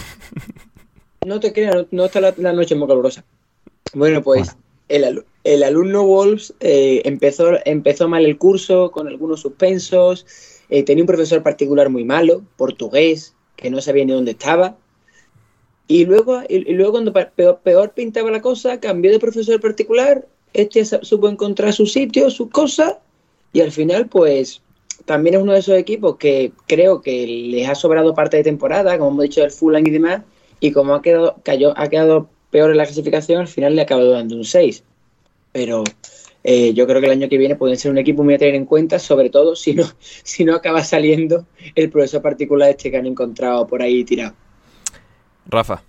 No te creas, no, no está la, la noche muy calurosa. Bueno, pues bueno. El, el alumno Wolves eh, empezó, empezó mal el curso, con algunos suspensos. Eh, tenía un profesor particular muy malo, portugués, que no sabía ni dónde estaba. Y luego, y, y luego cuando peor, peor pintaba la cosa, cambió de profesor particular. Este supo encontrar su sitio, sus cosas. Y al final, pues, también es uno de esos equipos que creo que les ha sobrado parte de temporada, como hemos dicho, el Fulham y demás. Y como ha quedado, cayó, ha quedado peor en la clasificación, al final le ha acabado dando un seis. Pero eh, yo creo que el año que viene pueden ser un equipo muy a tener en cuenta, sobre todo si no, si no acaba saliendo el profesor particular este que han encontrado por ahí tirado. Rafa.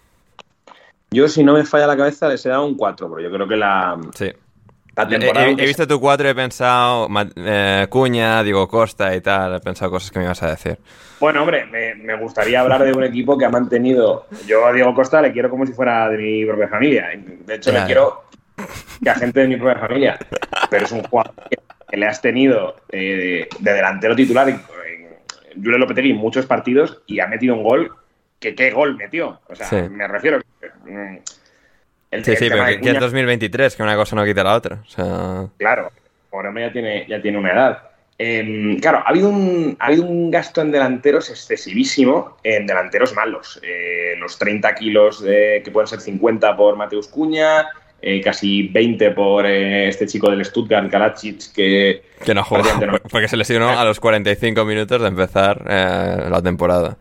Yo, si no me falla la cabeza, les he dado un cuatro, pero yo creo que la, sí. la temporada... He, he, he visto tu cuatro y he pensado eh, Cuña, Diego Costa y tal, he pensado cosas que me ibas a decir. Bueno, hombre, me, me gustaría hablar de un equipo que ha mantenido... Yo a Diego Costa le quiero como si fuera de mi propia familia. De hecho, yeah. le quiero que a gente de mi propia familia. Pero es un jugador que le has tenido eh, de, de delantero titular en, en Julen Lopetegui en muchos partidos y ha metido un gol... que ¿Qué gol metió? O sea, sí. me refiero... Mm, el, sí, el sí, pero que, que es dos mil veintitrés, que una cosa no quita la otra. O sea... Claro, por hombre ya tiene, ya tiene una edad. Eh, claro, ha habido, un, ha habido un gasto en delanteros excesivísimo en delanteros malos. Eh, los treinta kilos de, que pueden ser cincuenta por Mateus Cuña, eh, casi veinte por eh, este chico del Stuttgart, Kalacic, que... Que no jugó, no... porque se lesionó a los cuarenta y cinco minutos de empezar eh, la temporada.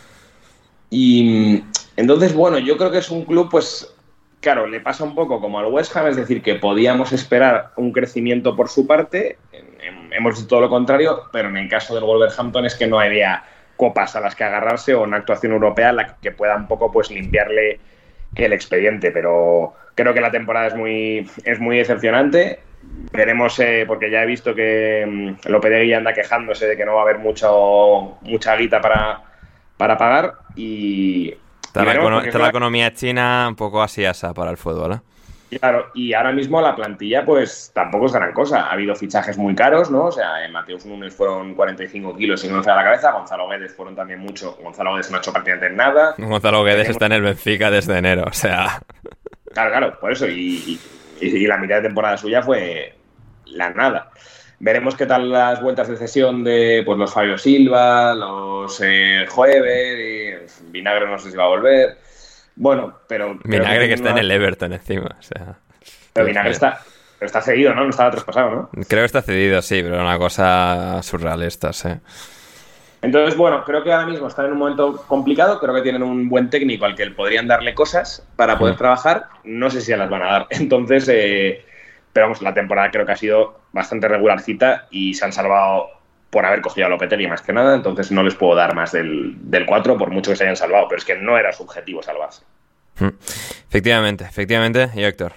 Y entonces, bueno, yo creo que es un club, pues... Claro, le pasa un poco como al West Ham, es decir, que podíamos esperar un crecimiento por su parte, hemos dicho todo lo contrario, pero en el caso del Wolverhampton es que no había copas a las que agarrarse o una actuación europea en la que pueda un poco pues limpiarle el expediente, pero creo que la temporada es muy, es muy decepcionante. Veremos, eh, porque ya he visto que um, Lopetegui anda quejándose de que no va a haber mucho, mucha guita para, para pagar y... Está, la, econo- está la economía china un poco asiasa para el fútbol, ¿eh? Claro, y ahora mismo la plantilla pues tampoco es gran cosa. Ha habido fichajes muy caros, ¿no? O sea, en Mateus Nunes fueron cuarenta y cinco kilos y no me falla la cabeza. Gonzalo Guedes fueron también mucho. Gonzalo Guedes no ha hecho prácticamente nada. Gonzalo Guedes Tenemos... está en el Benfica desde enero, o sea... Claro, claro, por eso. Y, y, y la mitad de temporada suya fue la nada. Veremos qué tal las vueltas de cesión de pues los Fabio Silva, los eh, Joeber, y Vinagre no sé si va a volver. Bueno, pero... Vinagre que, que está una... en el Everton encima, o sea... Pero Vinagre está, pero está cedido, ¿no? No estaba traspasado, ¿no? Creo que está cedido, sí, pero una cosa surrealista, sí. Entonces, bueno, creo que ahora mismo están en un momento complicado, creo que tienen un buen técnico al que podrían darle cosas para poder sí. trabajar, no sé si se las van a dar. Entonces... Eh, Pero vamos, la temporada creo que ha sido bastante regularcita y se han salvado por haber cogido a Lopetegui más que nada, entonces no les puedo dar más del, del cuatro por mucho que se hayan salvado, pero es que no era su objetivo salvarse. Efectivamente, efectivamente. ¿Y Héctor?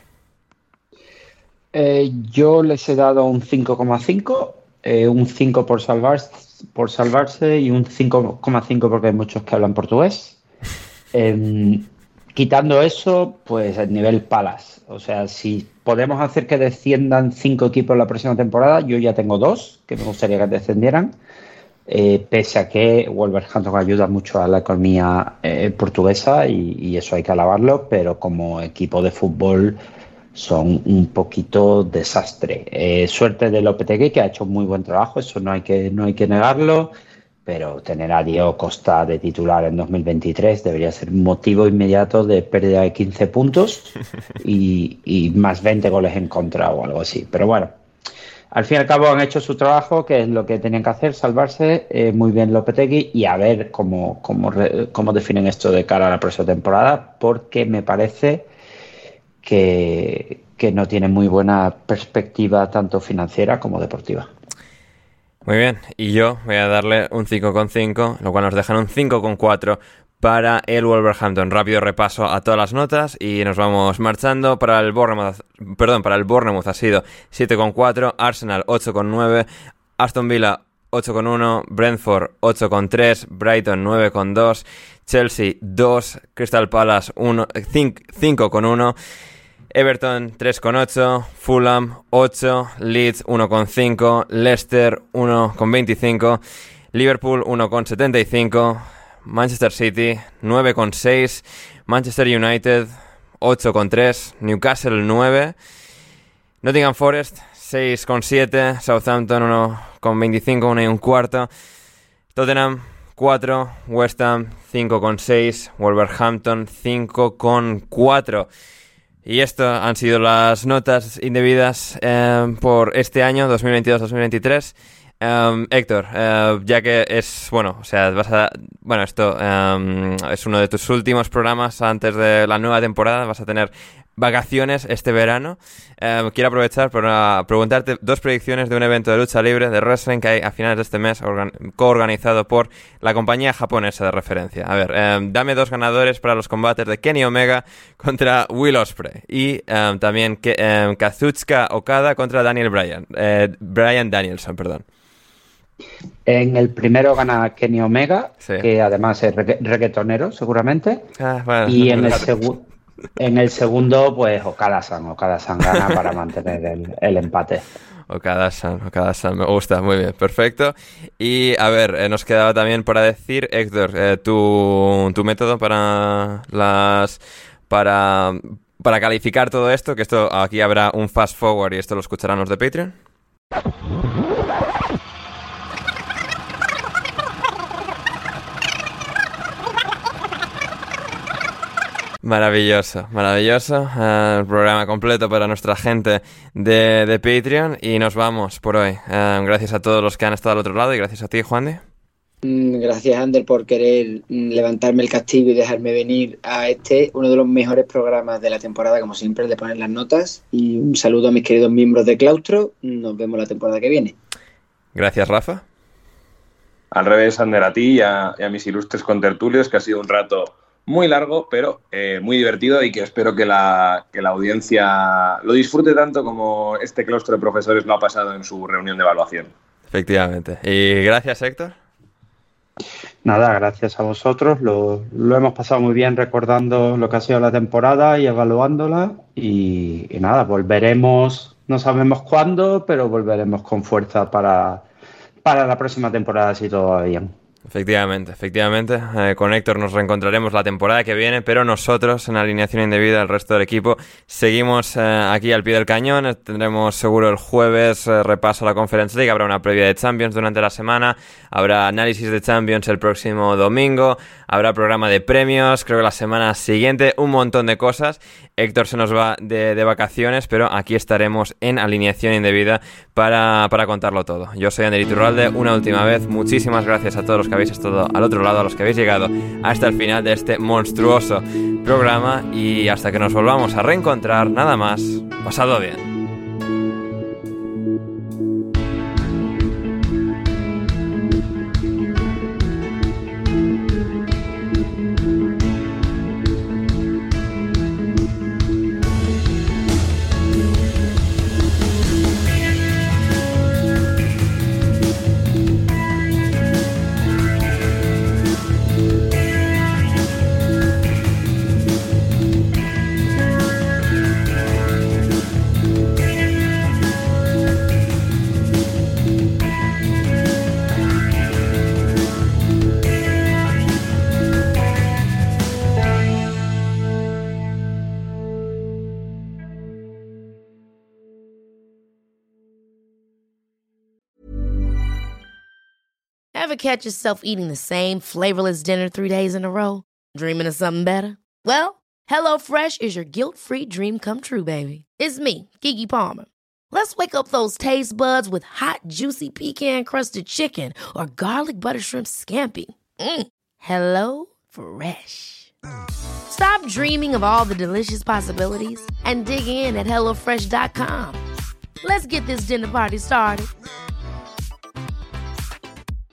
Eh, yo les he dado un cinco coma cinco, eh, un cinco por salvarse, por salvarse y un cinco coma cinco porque hay muchos que hablan portugués. Eh, quitando eso, pues el nivel Palace. O sea, si podemos hacer que desciendan cinco equipos la próxima temporada, yo ya tengo dos que me gustaría que descendieran, eh, pese a que Wolverhampton ayuda mucho a la economía eh, portuguesa y, y eso hay que alabarlo, pero como equipo de fútbol son un poquito desastre. Eh, suerte de Lopetegui, que ha hecho muy buen trabajo, eso no hay que, no hay que negarlo, pero tener a Diego Costa de titular en dos mil veintitrés debería ser motivo inmediato de pérdida de quince puntos y, y más veinte goles en contra o algo así. Pero bueno, al fin y al cabo han hecho su trabajo, que es lo que tenían que hacer, salvarse. Eh, muy bien Lopetegui, y a ver cómo, cómo, cómo definen esto de cara a la próxima temporada, porque me parece que, que no tiene muy buena perspectiva tanto financiera como deportiva. Muy bien, y yo voy a darle un cinco coma cinco, lo cual nos dejan un cinco coma cuatro para el Wolverhampton. Rápido repaso a todas las notas y nos vamos marchando. Para el Bournemouth, perdón, para el Bournemouth ha sido siete coma cuatro, Arsenal ocho coma nueve, Aston Villa ocho coma uno, Brentford ocho coma tres, Brighton nueve coma dos, Chelsea dos, Crystal Palace cinco coma uno, Everton tres coma ocho, Fulham ocho, Leeds uno coma cinco, Leicester uno coma veinticinco, Liverpool uno coma setenta y cinco, Manchester City nueve coma seis, Manchester United ocho coma tres, Newcastle nueve, Nottingham Forest seis coma siete, Southampton uno coma veinticinco, uno y un cuarto, Tottenham cuatro, West Ham cinco coma seis, Wolverhampton cinco coma cuatro. Y esto han sido las notas indebidas eh, por este año dos mil veintidós dos mil veintitrés. Um, Héctor, uh, ya que es, bueno, o sea, vas a, bueno, esto um, es uno de tus últimos programas antes de la nueva temporada, vas a tener vacaciones este verano. Um, quiero aprovechar para preguntarte dos predicciones de un evento de lucha libre, de wrestling, que hay a finales de este mes, organ- coorganizado por la compañía japonesa de referencia. A ver, um, dame dos ganadores para los combates de Kenny Omega contra Will Ospreay y um, también que, um, Kazuchika Okada contra Daniel Bryan, eh, Bryan Danielson, perdón. En el primero gana Kenny Omega, sí, que además es regga- reggaetonero seguramente. Ah, bueno, y en el, segu- en el segundo, pues Okada-san. Okada-san gana para mantener el, el empate. Okada-san, Okada-san, me gusta, muy bien, perfecto. Y a ver, eh, nos quedaba también para decir, Héctor, eh, tu, tu método para las para, para calificar todo esto, que esto aquí habrá un fast forward y esto lo escucharán los de Patreon. Maravilloso, maravilloso. Uh, programa completo para nuestra gente de, de Patreon y nos vamos por hoy. Uh, gracias a todos los que han estado al otro lado y gracias a ti, Juandi. Gracias, Ander, por querer levantarme el castigo y dejarme venir a este, uno de los mejores programas de la temporada, como siempre, el de poner las notas. Y un saludo a mis queridos miembros de Claustro. Nos vemos la temporada que viene. Gracias, Rafa. Al revés, Ander, a ti y a, y a mis ilustres contertulios, que ha sido un rato muy largo, pero eh, muy divertido y que espero que la, que la audiencia lo disfrute tanto como este claustro de profesores lo ha pasado en su reunión de evaluación. Efectivamente. Y gracias, Héctor. Nada, gracias a vosotros. Lo, lo hemos pasado muy bien recordando lo que ha sido la temporada y evaluándola. Y, y nada, volveremos, no sabemos cuándo, pero volveremos con fuerza para, para la próxima temporada si todo va bien. Efectivamente, efectivamente. Eh, con Héctor nos reencontraremos la temporada que viene, pero nosotros, en alineación indebida, el resto del equipo, seguimos eh, aquí al pie del cañón. Tendremos seguro el jueves eh, repaso a la Conference League, habrá una previa de Champions durante la semana, habrá análisis de Champions el próximo domingo, habrá programa de premios, creo que la semana siguiente, un montón de cosas. Héctor se nos va de, de vacaciones, pero aquí estaremos en alineación indebida para, para contarlo todo. Yo soy Ander Iturralde, una última vez, muchísimas gracias a todos los que habéis estado al otro lado, a los que habéis llegado hasta el final de este monstruoso programa y hasta que nos volvamos a reencontrar, nada más, pasadlo bien. Ever catch yourself eating the same flavorless dinner three days in a row? Dreaming of something better? Well, HelloFresh is your guilt-free dream come true, baby. It's me, Keke Palmer. Let's wake up those taste buds with hot, juicy pecan-crusted chicken or garlic butter shrimp scampi. Mm. Hello Fresh. Stop dreaming of all the delicious possibilities and dig in at hello fresh dot com. Let's get this dinner party started.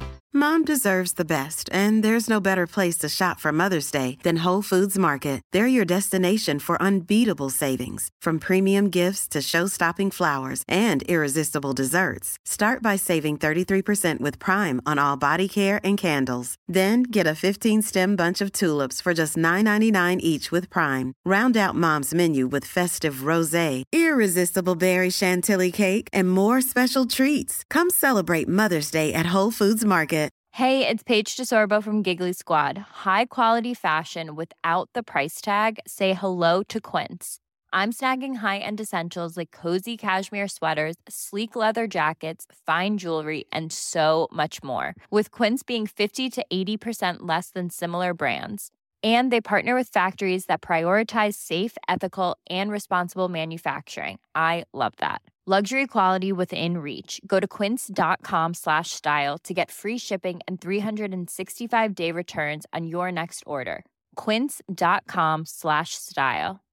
Mom deserves the best, and there's no better place to shop for Mother's Day than Whole Foods Market. They're your destination for unbeatable savings, from premium gifts to show-stopping flowers and irresistible desserts. Start by saving thirty-three percent with Prime on all body care and candles. Then get a fifteen-stem bunch of tulips for just nine ninety-nine each with Prime. Round out Mom's menu with festive rosé, irresistible berry chantilly cake, and more special treats. Come celebrate Mother's Day at Whole Foods Market. Hey, it's Paige DeSorbo from Giggly Squad. High quality fashion without the price tag. Say hello to Quince. I'm snagging high-end essentials like cozy cashmere sweaters, sleek leather jackets, fine jewelry, and so much more. With Quince being fifty to eighty percent less than similar brands. And they partner with factories that prioritize safe, ethical, and responsible manufacturing. I love that. Luxury quality within reach. Go to quince.com slash style to get free shipping and three sixty-five day returns on your next order. Quince.com slash style.